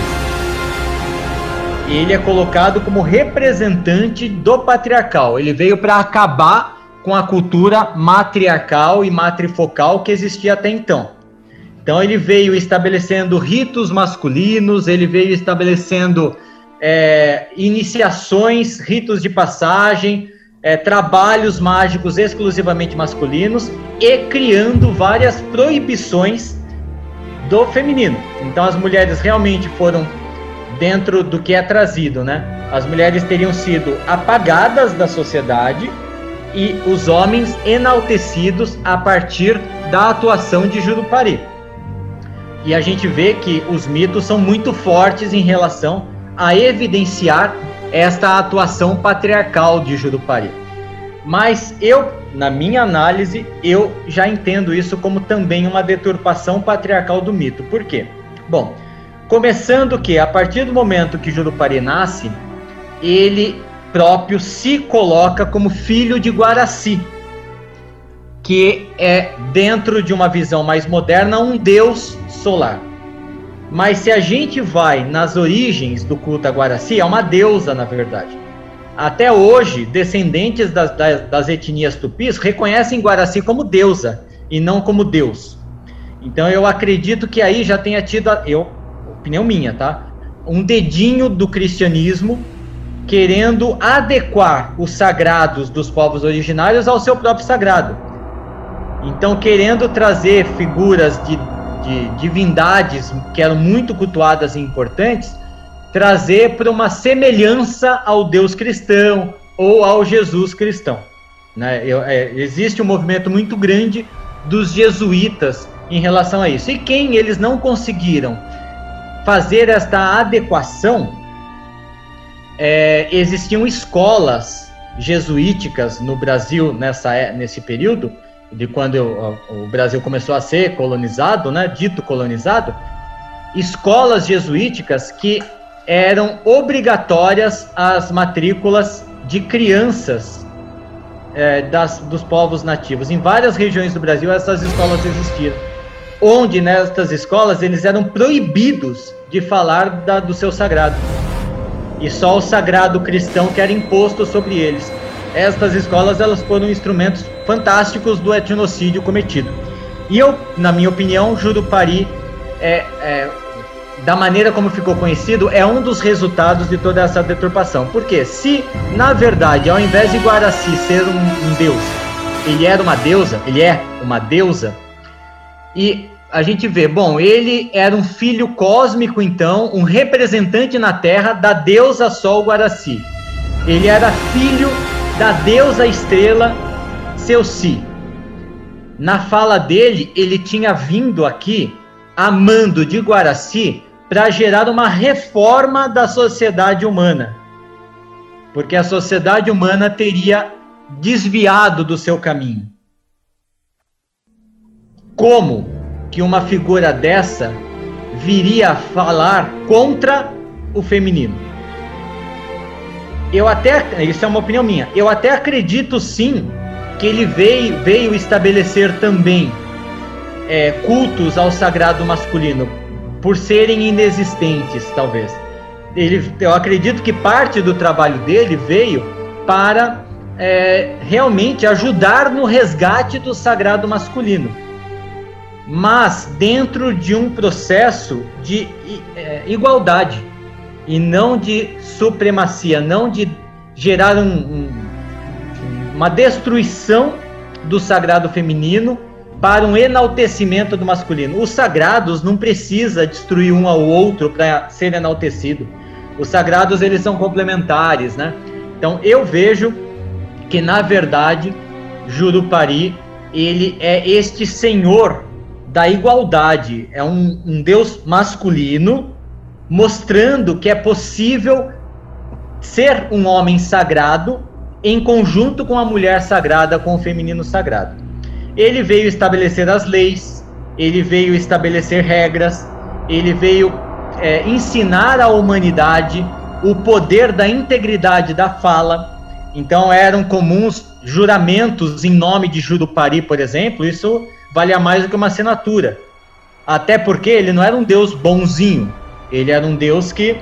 Ele é colocado como representante do patriarcal. Ele veio para acabar com a cultura matriarcal e matrifocal que existia até então. Então ele veio estabelecendo ritos masculinos, ele veio estabelecendo iniciações, ritos de passagem, trabalhos mágicos exclusivamente masculinos, e criando várias proibições do feminino. Então as mulheres realmente foram dentro do que é trazido, né? As mulheres teriam sido apagadas da sociedade e os homens enaltecidos a partir da atuação de Jurupari. E a gente vê que os mitos são muito fortes em relação a evidenciar esta atuação patriarcal de Jurupari. Mas na minha análise, eu já entendo isso como também uma deturpação patriarcal do mito. Por quê? Bom, começando que, a partir do momento que Jurupari nasce, ele próprio se coloca como filho de Guaraci, que é, dentro de uma visão mais moderna, um deus solar. Mas se a gente vai nas origens do culto a Guaraci, é uma deusa, na verdade. Até hoje, descendentes das etnias tupis reconhecem Guaraci como deusa e não como deus. Então eu acredito que aí já tenha tido, opinião minha, tá? Um dedinho do cristianismo querendo adequar os sagrados dos povos originários ao seu próprio sagrado. Então querendo trazer figuras de divindades que eram muito cultuadas e importantes, trazer para uma semelhança ao Deus cristão ou ao Jesus cristão. né? Existe um movimento muito grande dos jesuítas em relação a isso. E quem eles não conseguiram fazer esta adequação, existiam escolas jesuíticas no Brasil nesse período, de quando o Brasil começou a ser colonizado, né, dito colonizado, escolas jesuíticas que eram obrigatórias às matrículas de crianças dos povos nativos. Em várias regiões do Brasil essas escolas existiram, onde nestas escolas eles eram proibidos de falar do seu sagrado, e só o sagrado cristão que era imposto sobre eles. Estas escolas, elas foram instrumentos fantásticos do etnocídio cometido. E na minha opinião, Jurupari, da maneira como ficou conhecido, é um dos resultados de toda essa deturpação. Porque se, na verdade, ao invés de Guaraci ser um deus, ele é uma deusa, e a gente vê, bom, ele era um filho cósmico, então, um representante na Terra da deusa Sol Guaraci. Ele era filho da deusa estrela Seuci. Na fala dele, ele tinha vindo aqui a mando de Guaraci para gerar uma reforma da sociedade humana, porque a sociedade humana teria desviado do seu caminho. Como que uma figura dessa viria a falar contra o feminino? Isso é uma opinião minha, eu até acredito sim que ele veio estabelecer também cultos ao sagrado masculino, por serem inexistentes, talvez. Eu acredito que parte do trabalho dele veio para realmente ajudar no resgate do sagrado masculino, mas dentro de um processo de igualdade, e não de supremacia, não de gerar uma destruição do sagrado feminino para um enaltecimento do masculino. Os sagrados não precisa destruir um ao outro para ser enaltecido. Os sagrados, eles são complementares, né? Então eu vejo que, na verdade, Jurupari, ele é este senhor da igualdade, é um deus masculino, mostrando que é possível ser um homem sagrado em conjunto com a mulher sagrada, com o feminino sagrado. Ele veio estabelecer as leis, ele veio estabelecer regras, ele veio ensinar à humanidade o poder da integridade da fala. Então eram comuns juramentos em nome de Jurupari, por exemplo. Isso valia mais do que uma assinatura, até porque ele não era um deus bonzinho. Ele era um deus que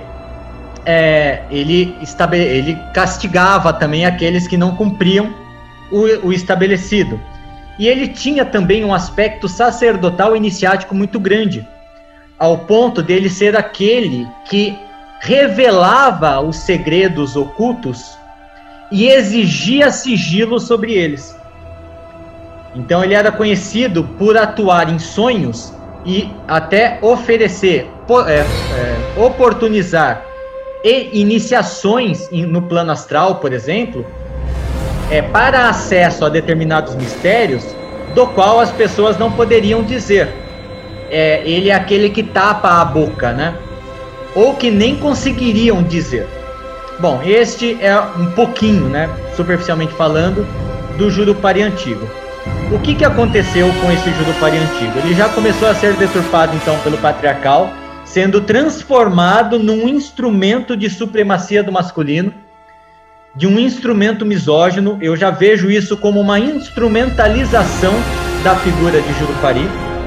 ele castigava também aqueles que não cumpriam o estabelecido. E ele tinha também um aspecto sacerdotal iniciático muito grande, ao ponto dele ser aquele que revelava os segredos ocultos e exigia sigilo sobre eles. Então ele era conhecido por atuar em sonhos e até oferecer, oportunizar iniciações no plano astral, por exemplo, para acesso a determinados mistérios, do qual as pessoas não poderiam dizer. Ele é aquele que tapa a boca, né? Ou que nem conseguiriam dizer. Bom, este é um pouquinho, né, superficialmente falando, do Jurupari antigo. O que aconteceu com esse Jurupari antigo? Ele já começou a ser deturpado, então, pelo patriarcal, sendo transformado num instrumento de supremacia do masculino, de um instrumento misógino. Eu já vejo isso como uma instrumentalização da figura de Jurupari.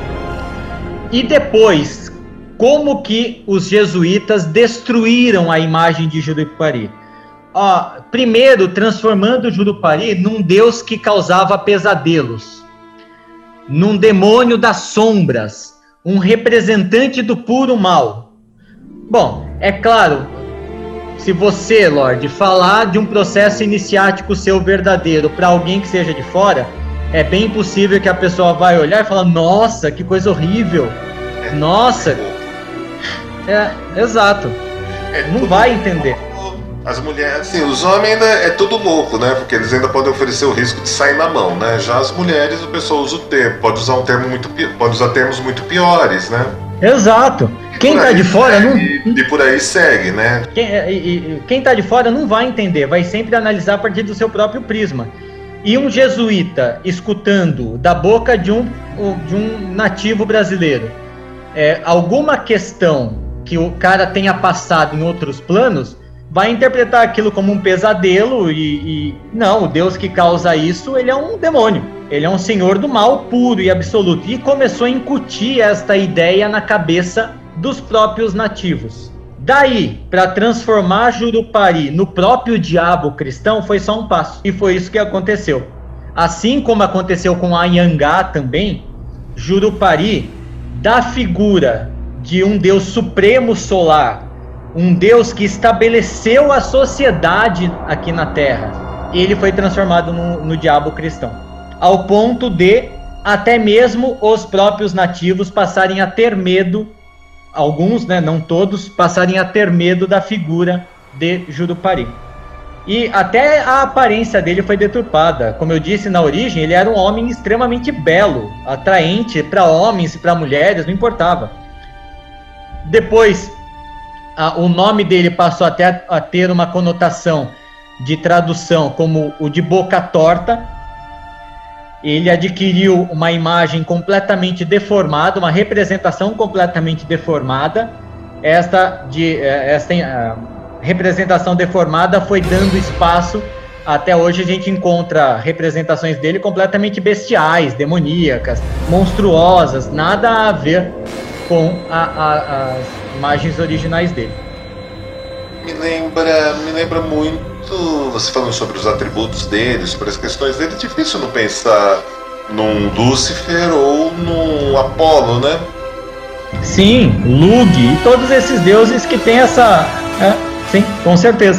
E depois, como que os jesuítas destruíram a imagem de Jurupari? Primeiro, transformando Jurupari num deus que causava pesadelos, num demônio das sombras, um representante do puro mal. Bom, é claro, se você, Lorde, falar de um processo iniciático seu verdadeiro para alguém que seja de fora, é bem possível que a pessoa vai olhar e falar: nossa, que coisa horrível, nossa. Exato. Não vai entender. As mulheres, assim, os homens ainda é tudo louco, né? Porque eles ainda podem oferecer o risco de sair na mão, né? Já as mulheres, o pessoal usa o termo, pode usar pode usar termos muito piores, né? Exato. Quem tá de fora não. E por aí segue, né? Quem tá de fora não vai entender, vai sempre analisar a partir do seu próprio prisma. E um jesuíta escutando da boca de um nativo brasileiro alguma questão que o cara tenha passado em outros planos, vai interpretar aquilo como um pesadelo e não, o Deus que causa isso, ele é um demônio. Ele é um senhor do mal puro e absoluto. E começou a incutir esta ideia na cabeça dos próprios nativos. Daí, para transformar Jurupari no próprio diabo cristão, foi só um passo. E foi isso que aconteceu. Assim como aconteceu com Anhangá também, Jurupari, da figura de um Deus supremo solar, um Deus que estabeleceu a sociedade aqui na Terra, ele foi transformado no diabo cristão. Ao ponto de até mesmo os próprios nativos passarem a ter medo, alguns, né, não todos, passarem a ter medo da figura de Jurupari. E até a aparência dele foi deturpada. Como eu disse na origem, ele era um homem extremamente belo, atraente para homens e para mulheres, não importava. Depois, o nome dele passou até a ter uma conotação de tradução como o de boca torta. Ele adquiriu uma imagem completamente deformada, uma representação completamente deformada. Esta representação deformada foi dando espaço, até hoje a gente encontra representações dele completamente bestiais, demoníacas, monstruosas, nada a ver com as imagens originais dele. Me lembra muito, você falando sobre os atributos dele, sobre as questões dele, é difícil não pensar num Lúcifer ou num Apolo, né? Sim, Lug e todos esses deuses que tem essa... sim, com certeza.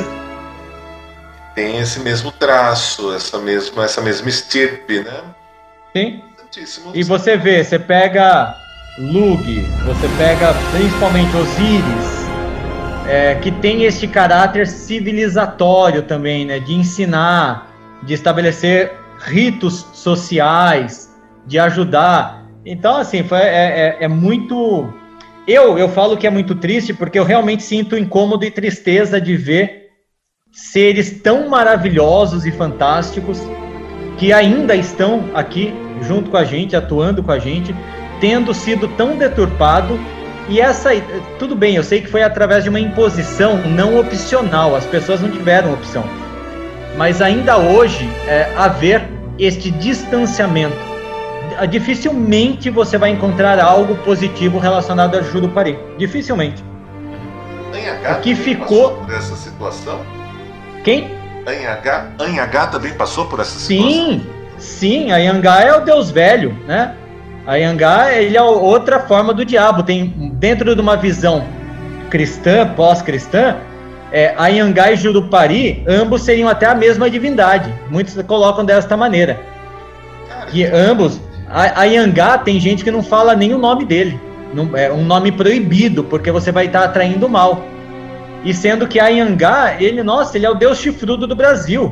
Tem esse mesmo traço, essa mesma estirpe, né? Sim. E você vê, você pega Lug, você pega principalmente Osíris, que tem este caráter civilizatório também, né? De ensinar, de estabelecer ritos sociais, de ajudar. Então, assim, é muito... Eu falo que é muito triste porque eu realmente sinto incômodo e tristeza de ver seres tão maravilhosos e fantásticos que ainda estão aqui junto com a gente, atuando com a gente, tendo sido tão deturpado. E tudo bem, eu sei que foi através de uma imposição não opcional, as pessoas não tiveram opção. Mas ainda hoje, haver este distanciamento. Dificilmente você vai encontrar algo positivo relacionado a Jurupari. Dificilmente. Anhangá aqui ficou por essa situação? Quem? Anhangá também passou por essa situação? Sim, Anhangá é o deus velho, né? Anhangá, ele é outra forma do diabo. Tem dentro de uma visão cristã, pós-cristã, Anhangá e Jurupari, ambos seriam até a mesma divindade. Muitos colocam desta maneira. Que ambos, Anhangá, tem gente que não fala nem o nome dele. É um nome proibido, porque você vai estar atraindo mal. E sendo que Anhangá, ele é o deus chifrudo do Brasil.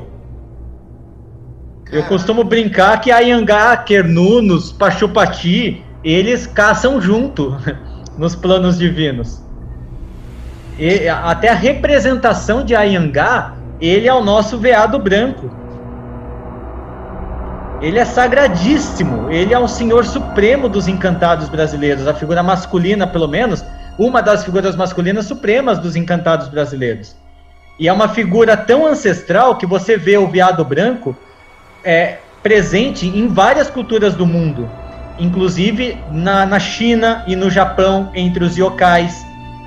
Eu costumo brincar que Anhangá, Quernunos, Pachupati, eles caçam junto nos planos divinos. E até a representação de Anhangá, ele é o nosso veado branco. Ele é sagradíssimo, ele é o senhor supremo dos encantados brasileiros, a figura masculina, pelo menos, uma das figuras masculinas supremas dos encantados brasileiros. E é uma figura tão ancestral que você vê o veado branco presente em várias culturas do mundo, inclusive na China e no Japão, entre os yokais,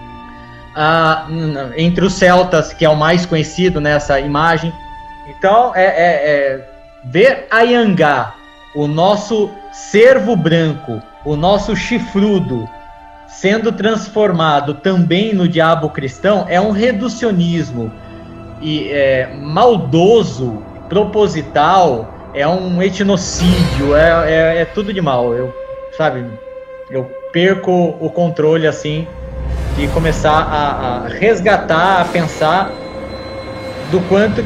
entre os celtas, que é o mais conhecido nessa imagem. Então, ver Anhangá, o nosso cervo branco, o nosso chifrudo, sendo transformado também no diabo cristão, é um reducionismo e maldoso, proposital, é um etnocídio, é tudo de mal. Eu perco o controle assim de começar a resgatar, a pensar do quanto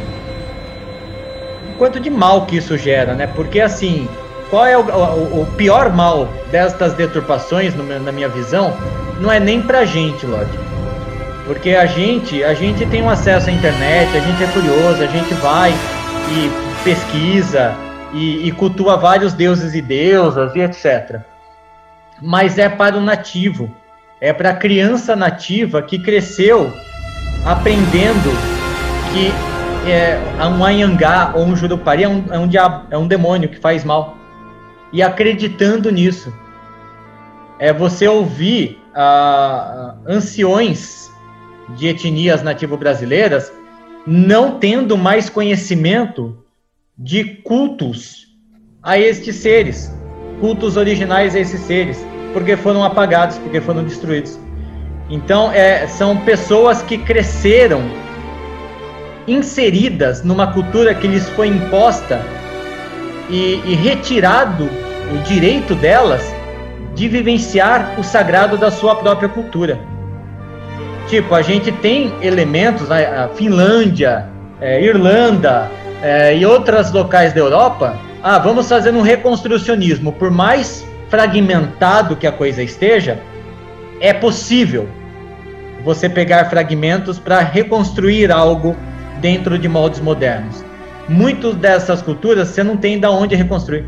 de mal que isso gera, né? Porque assim, qual é o pior mal destas deturpações, na minha visão, não é nem pra gente, Lorde. Porque a gente tem um acesso à internet, a gente é curioso, a gente vai e pesquisa e cultua vários deuses e deusas e etc. Mas é para o nativo, é para a criança nativa que cresceu aprendendo que um Anhangá ou um Jurupari é um diabo, é um demônio que faz mal. E acreditando nisso. É você ouvir anciões de etnias nativo-brasileiras não tendo mais conhecimento de cultos a estes seres, cultos originais a esses seres, porque foram apagados, porque foram destruídos. Então, são pessoas que cresceram inseridas numa cultura que lhes foi imposta e retirado o direito delas de vivenciar o sagrado da sua própria cultura. Tipo, a gente tem elementos, a Finlândia, Irlanda e outros locais da Europa. Vamos fazer um reconstrucionismo. Por mais fragmentado que a coisa esteja, é possível você pegar fragmentos para reconstruir algo dentro de moldes modernos. Muitas dessas culturas você não tem de onde reconstruir.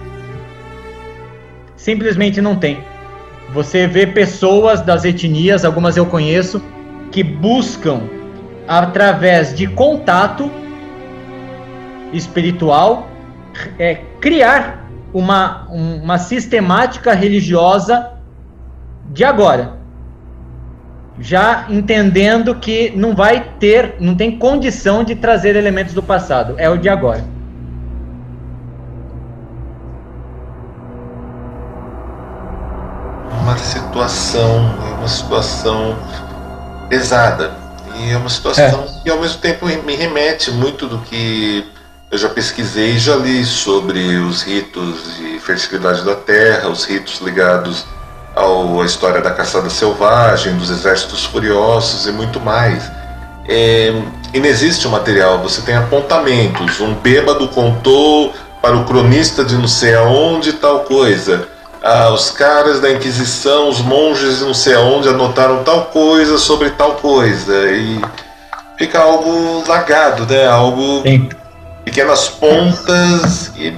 Simplesmente não tem. Você vê pessoas das etnias, algumas eu conheço, que buscam, através de contato espiritual, criar uma sistemática religiosa de agora. Já entendendo que não tem condição de trazer elementos do passado, é o de agora. Uma situação pesada, e é uma situação que ao mesmo tempo me remete muito do que eu já pesquisei e já li sobre os ritos de fertilidade da terra, os ritos ligados à história da caçada selvagem, dos exércitos furiosos e muito mais. Inexiste o material, você tem apontamentos, um bêbado contou para o cronista de não sei aonde tal coisa, os caras da Inquisição, os monges de não sei aonde anotaram tal coisa sobre tal coisa, e fica algo lagado, né? Algo... Sim. Pequenas pontas e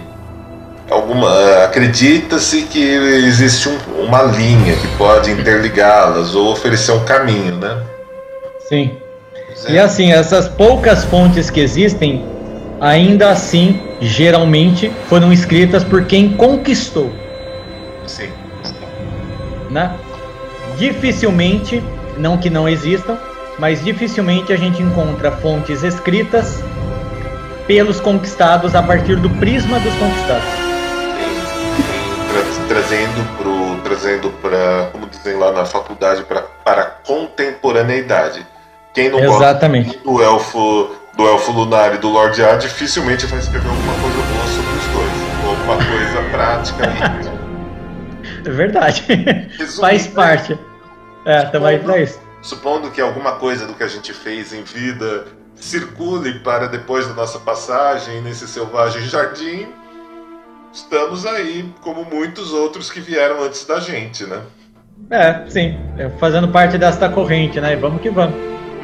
acredita-se que existe uma linha que pode interligá-las ou oferecer um caminho, né? Sim. E assim, essas poucas fontes que existem, ainda assim, geralmente foram escritas por quem conquistou. Sim. Né? Dificilmente, não que não existam, mas dificilmente a gente encontra fontes escritas pelos conquistados a partir do prisma dos conquistados. Trazendo para, como dizem lá na faculdade, para a contemporaneidade. Quem não Exatamente. gosta do elfo lunar e do Lorde A dificilmente vai escrever alguma coisa boa sobre os dois, ou alguma coisa prática. É verdade. Faz parte. Também para isso. Supondo que alguma coisa do que a gente fez em vida circule para depois da nossa passagem nesse selvagem jardim, estamos aí como muitos outros que vieram antes da gente, né? Sim, fazendo parte desta corrente, né? Vamos que vamos.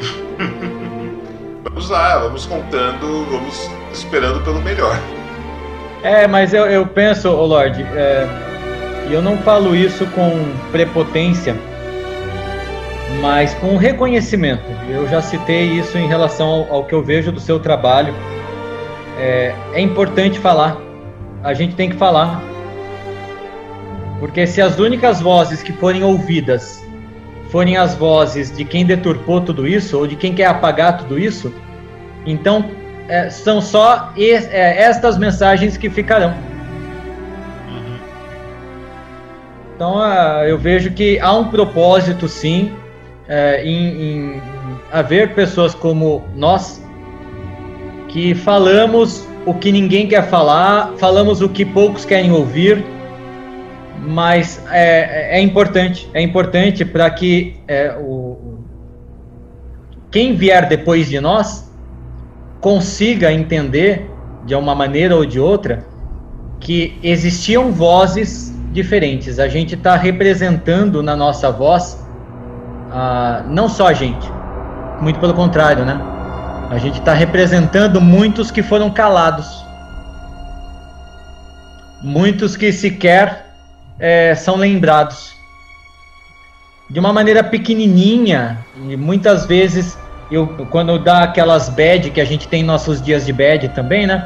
Vamos lá, vamos contando, vamos esperando pelo melhor. Mas eu penso, Lorde, e eu não falo isso com prepotência, mas com reconhecimento. Eu já citei isso em relação ao que eu vejo do seu trabalho. É importante falar. A gente tem que falar. Porque se as únicas vozes que forem ouvidas forem as vozes de quem deturpou tudo isso, ou de quem quer apagar tudo isso, então são só estas mensagens que ficarão. Então eu vejo que há um propósito, sim, em haver pessoas como nós que falamos o que ninguém quer falar, falamos o que poucos querem ouvir, mas é importante para que quem vier depois de nós consiga entender, de uma maneira ou de outra, que existiam vozes diferentes. A gente está representando na nossa voz, não só a gente, muito pelo contrário, né? A gente está representando muitos que foram calados, muitos que sequer são lembrados. De uma maneira pequenininha, e muitas vezes, quando dá aquelas bad, que a gente tem nossos dias de bad também, né?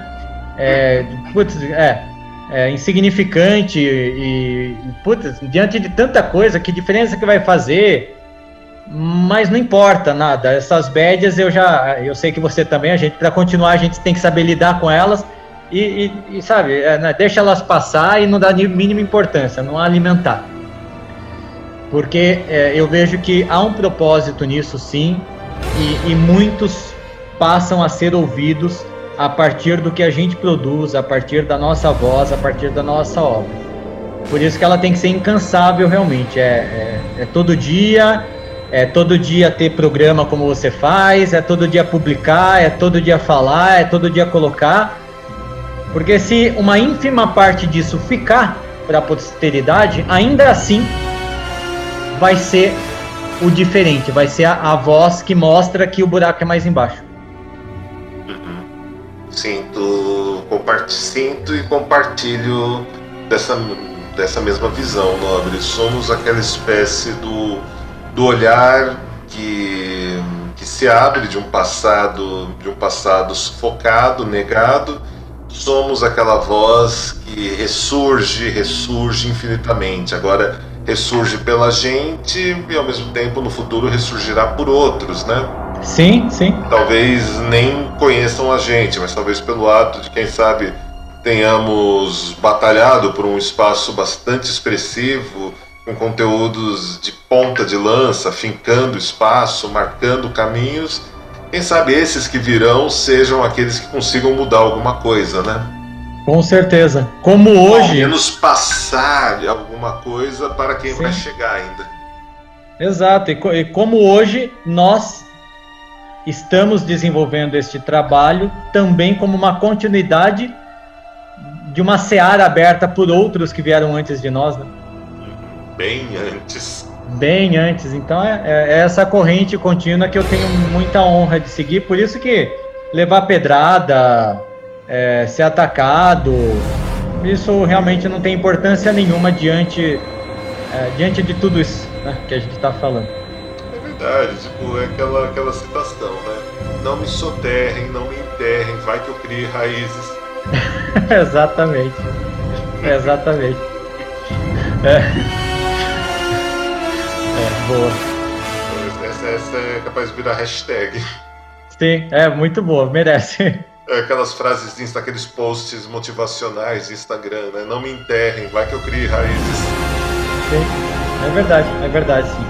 Insignificante e diante de tanta coisa, que diferença que vai fazer? Mas não importa nada, essas bads eu sei que você também, para continuar a gente tem que saber lidar com elas e sabe, deixa elas passar e não dá nem mínima importância, não alimentar. Porque eu vejo que há um propósito nisso, sim, e muitos passam a ser ouvidos a partir do que a gente produz, a partir da nossa voz, a partir da nossa obra. Por isso que ela tem que ser incansável, realmente. Todo dia ter programa como você faz, é todo dia publicar, é todo dia falar, é todo dia colocar. Porque se uma ínfima parte disso ficar para a posteridade, ainda assim vai ser o diferente, vai ser a voz que mostra que o buraco é mais embaixo. Sinto e compartilho dessa mesma visão, Nobre. Somos aquela espécie do olhar que se abre de um passado sufocado, negado. Somos aquela voz que ressurge infinitamente. Agora ressurge pela gente e ao mesmo tempo no futuro ressurgirá por outros, né? Sim, sim. Talvez nem conheçam a gente, mas talvez pelo ato de, quem sabe, tenhamos batalhado por um espaço bastante expressivo, com conteúdos de ponta de lança, fincando espaço, marcando caminhos. Quem sabe esses que virão sejam aqueles que consigam mudar alguma coisa, né? Com certeza. Como hoje... Ao menos passar alguma coisa para quem vai chegar ainda. Exato. E como hoje nós estamos desenvolvendo este trabalho também como uma continuidade de uma seara aberta por outros que vieram antes de nós, né? Bem antes. Então é essa corrente contínua que eu tenho muita honra de seguir. Por isso que levar pedrada, ser atacado, isso realmente não tem importância nenhuma diante de tudo isso, né, que a gente está falando. Verdade, é aquela citação, né? Não me soterrem, não me enterrem, vai que eu crie raízes. Exatamente. Boa. Essa é capaz de virar hashtag. Sim, muito boa, merece. Aquelas frases, aqueles posts motivacionais de Instagram, né? Não me enterrem, vai que eu crie raízes. Sim, é verdade, sim.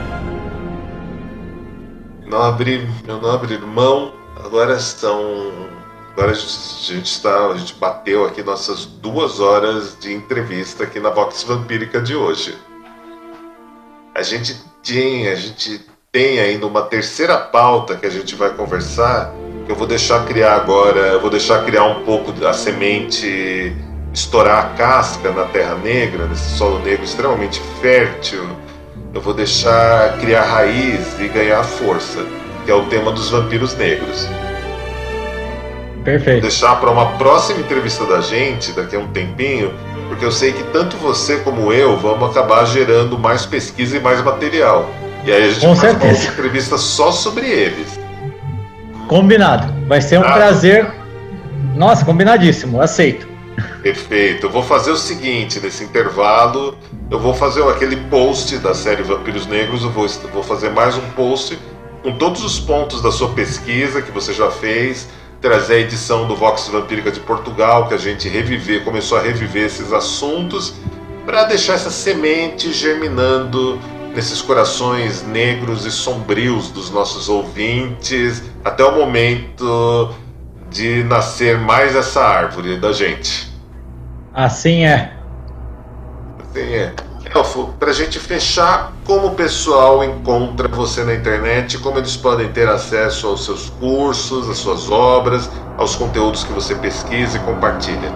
Meu nobre irmão, agora a gente bateu aqui nossas 2 horas de entrevista aqui na Vox Vampírica de hoje. A gente tem ainda uma terceira pauta que a gente vai conversar, que eu vou deixar criar agora, um pouco da semente, estourar a casca na Terra Negra, nesse solo negro extremamente fértil. Eu vou deixar criar raiz e ganhar força, que é o tema dos vampiros negros. Perfeito. Vou deixar para uma próxima entrevista da gente, daqui a um tempinho, porque eu sei que tanto você como eu vamos acabar gerando mais pesquisa e mais material. E aí a gente faz uma outra entrevista só sobre eles. Combinado. Vai ser um prazer. Nossa, combinadíssimo. Aceito. Perfeito. Eu vou fazer o seguinte, nesse intervalo, eu vou fazer aquele post da série Vampiros Negros, eu vou fazer mais um post com todos os pontos da sua pesquisa que você já fez, trazer a edição do Vox Vampírica de Portugal, que a gente começou a reviver esses assuntos, para deixar essa semente germinando nesses corações negros e sombrios dos nossos ouvintes, até o momento de nascer mais essa árvore da gente. Assim é. Elfo, pra gente fechar, como o pessoal encontra você na internet, como eles podem ter acesso aos seus cursos, às suas obras, aos conteúdos que você pesquisa e compartilha?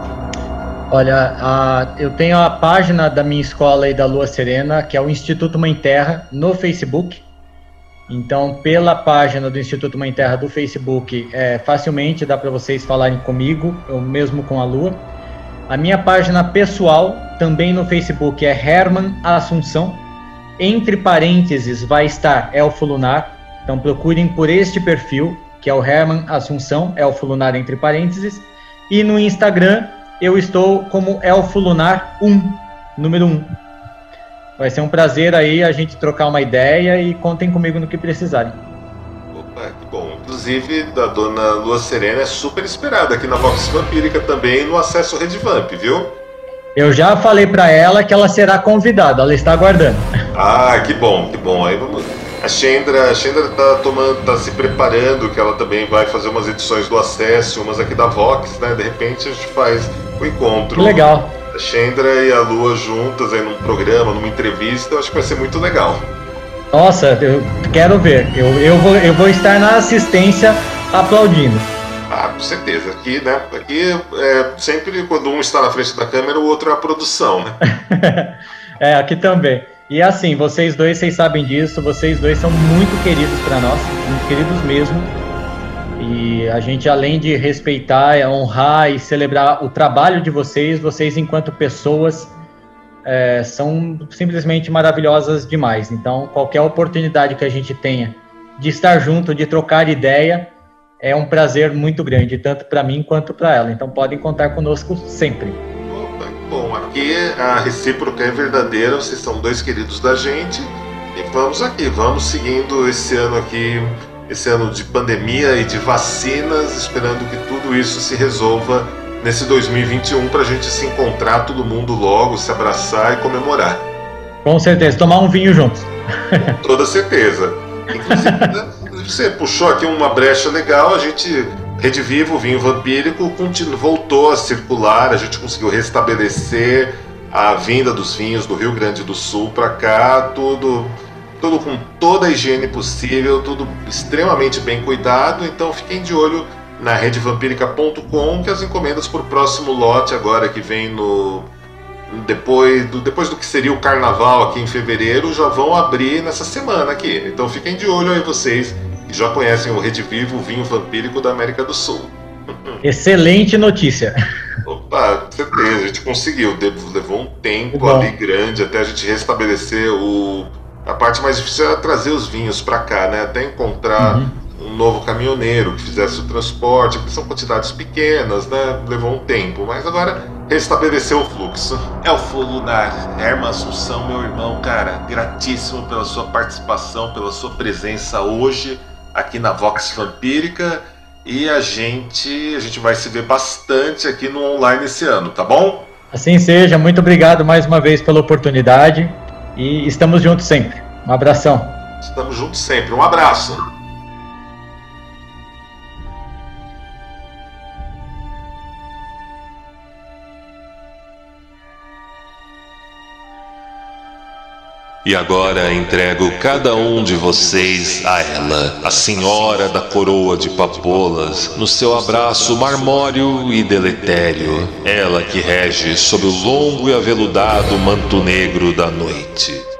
Olha, eu tenho a página da minha escola e da Lua Serena, que é o Instituto Mãe Terra, no Facebook. Então, pela página do Instituto Mãe Terra do Facebook, facilmente dá para vocês falarem comigo, ou mesmo com a Lua. A minha página pessoal, também no Facebook, é Herman Assunção. Entre parênteses vai estar Elfo Lunar. Então procurem por este perfil, que é o Herman Assunção, Elfo Lunar entre parênteses. E no Instagram eu estou como Elfo Lunar 1, número 1. Vai ser um prazer aí a gente trocar uma ideia e contem comigo no que precisarem. Opa, que bom. Inclusive, a dona Lua Serena é super esperada aqui na Vox Vampírica também, no Acesso Redvamp, viu? Eu já falei pra ela que ela será convidada, ela está aguardando. Ah, que bom, que bom. Aí vamos... A Chendra tá se preparando, que ela também vai fazer umas edições do Acesso, umas aqui da Vox, né? De repente a gente faz o encontro. Que legal. A Chendra e a Lua juntas aí num programa, numa entrevista, eu acho que vai ser muito legal. Nossa, eu quero ver. Eu vou estar na assistência aplaudindo. Ah, com certeza. Aqui, né? Aqui sempre quando um está na frente da câmera, o outro é a produção, né? Aqui também. E assim, vocês dois sabem disso, vocês dois são muito queridos para nós, muito queridos mesmo. E a gente, além de respeitar, honrar e celebrar o trabalho de vocês enquanto pessoas, são simplesmente maravilhosas demais. Então, qualquer oportunidade que a gente tenha de estar junto, de trocar ideia, é um prazer muito grande, tanto para mim quanto para ela. Então, podem contar conosco sempre. Opa, bom, aqui a recíproca é verdadeira, vocês são dois queridos da gente. E vamos seguindo esse ano aqui, esse ano de pandemia e de vacinas, esperando que tudo isso se resolva nesse 2021 para a gente se encontrar todo mundo logo, se abraçar e comemorar. Com certeza, tomar um vinho juntos. Com toda certeza. Inclusive, né, você puxou aqui uma brecha legal, a gente, Rede Viva, o vinho vampírico, voltou a circular, a gente conseguiu restabelecer a vinda dos vinhos do Rio Grande do Sul para cá, tudo com toda a higiene possível, tudo extremamente bem cuidado, então fiquem de olho na redvampirica.com, que as encomendas para o próximo lote agora que vem depois do que seria o carnaval aqui em fevereiro, já vão abrir nessa semana aqui. Então fiquem de olho aí vocês que já conhecem o Rede Vivo, o vinho vampírico da América do Sul. Excelente notícia. Opa, com certeza, a gente conseguiu. Levou um tempo ali grande até a gente restabelecer a parte mais difícil era trazer os vinhos para cá, né? Até encontrar um novo caminhoneiro que fizesse o transporte, porque são quantidades pequenas, né? Levou um tempo, mas agora restabeleceu o fluxo. Elfo Lunar, Herman Assunção, meu irmão, cara, gratíssimo pela sua participação, pela sua presença hoje aqui na Vox Vampírica, e a gente vai se ver bastante aqui no online esse ano, tá bom? Assim seja, muito obrigado mais uma vez pela oportunidade e estamos juntos sempre. Um abração. Estamos juntos sempre, um abraço. E agora entrego cada um de vocês a ela, a senhora da coroa de papoulas, no seu abraço marmório e deletério, ela que rege sob o longo e aveludado manto negro da noite.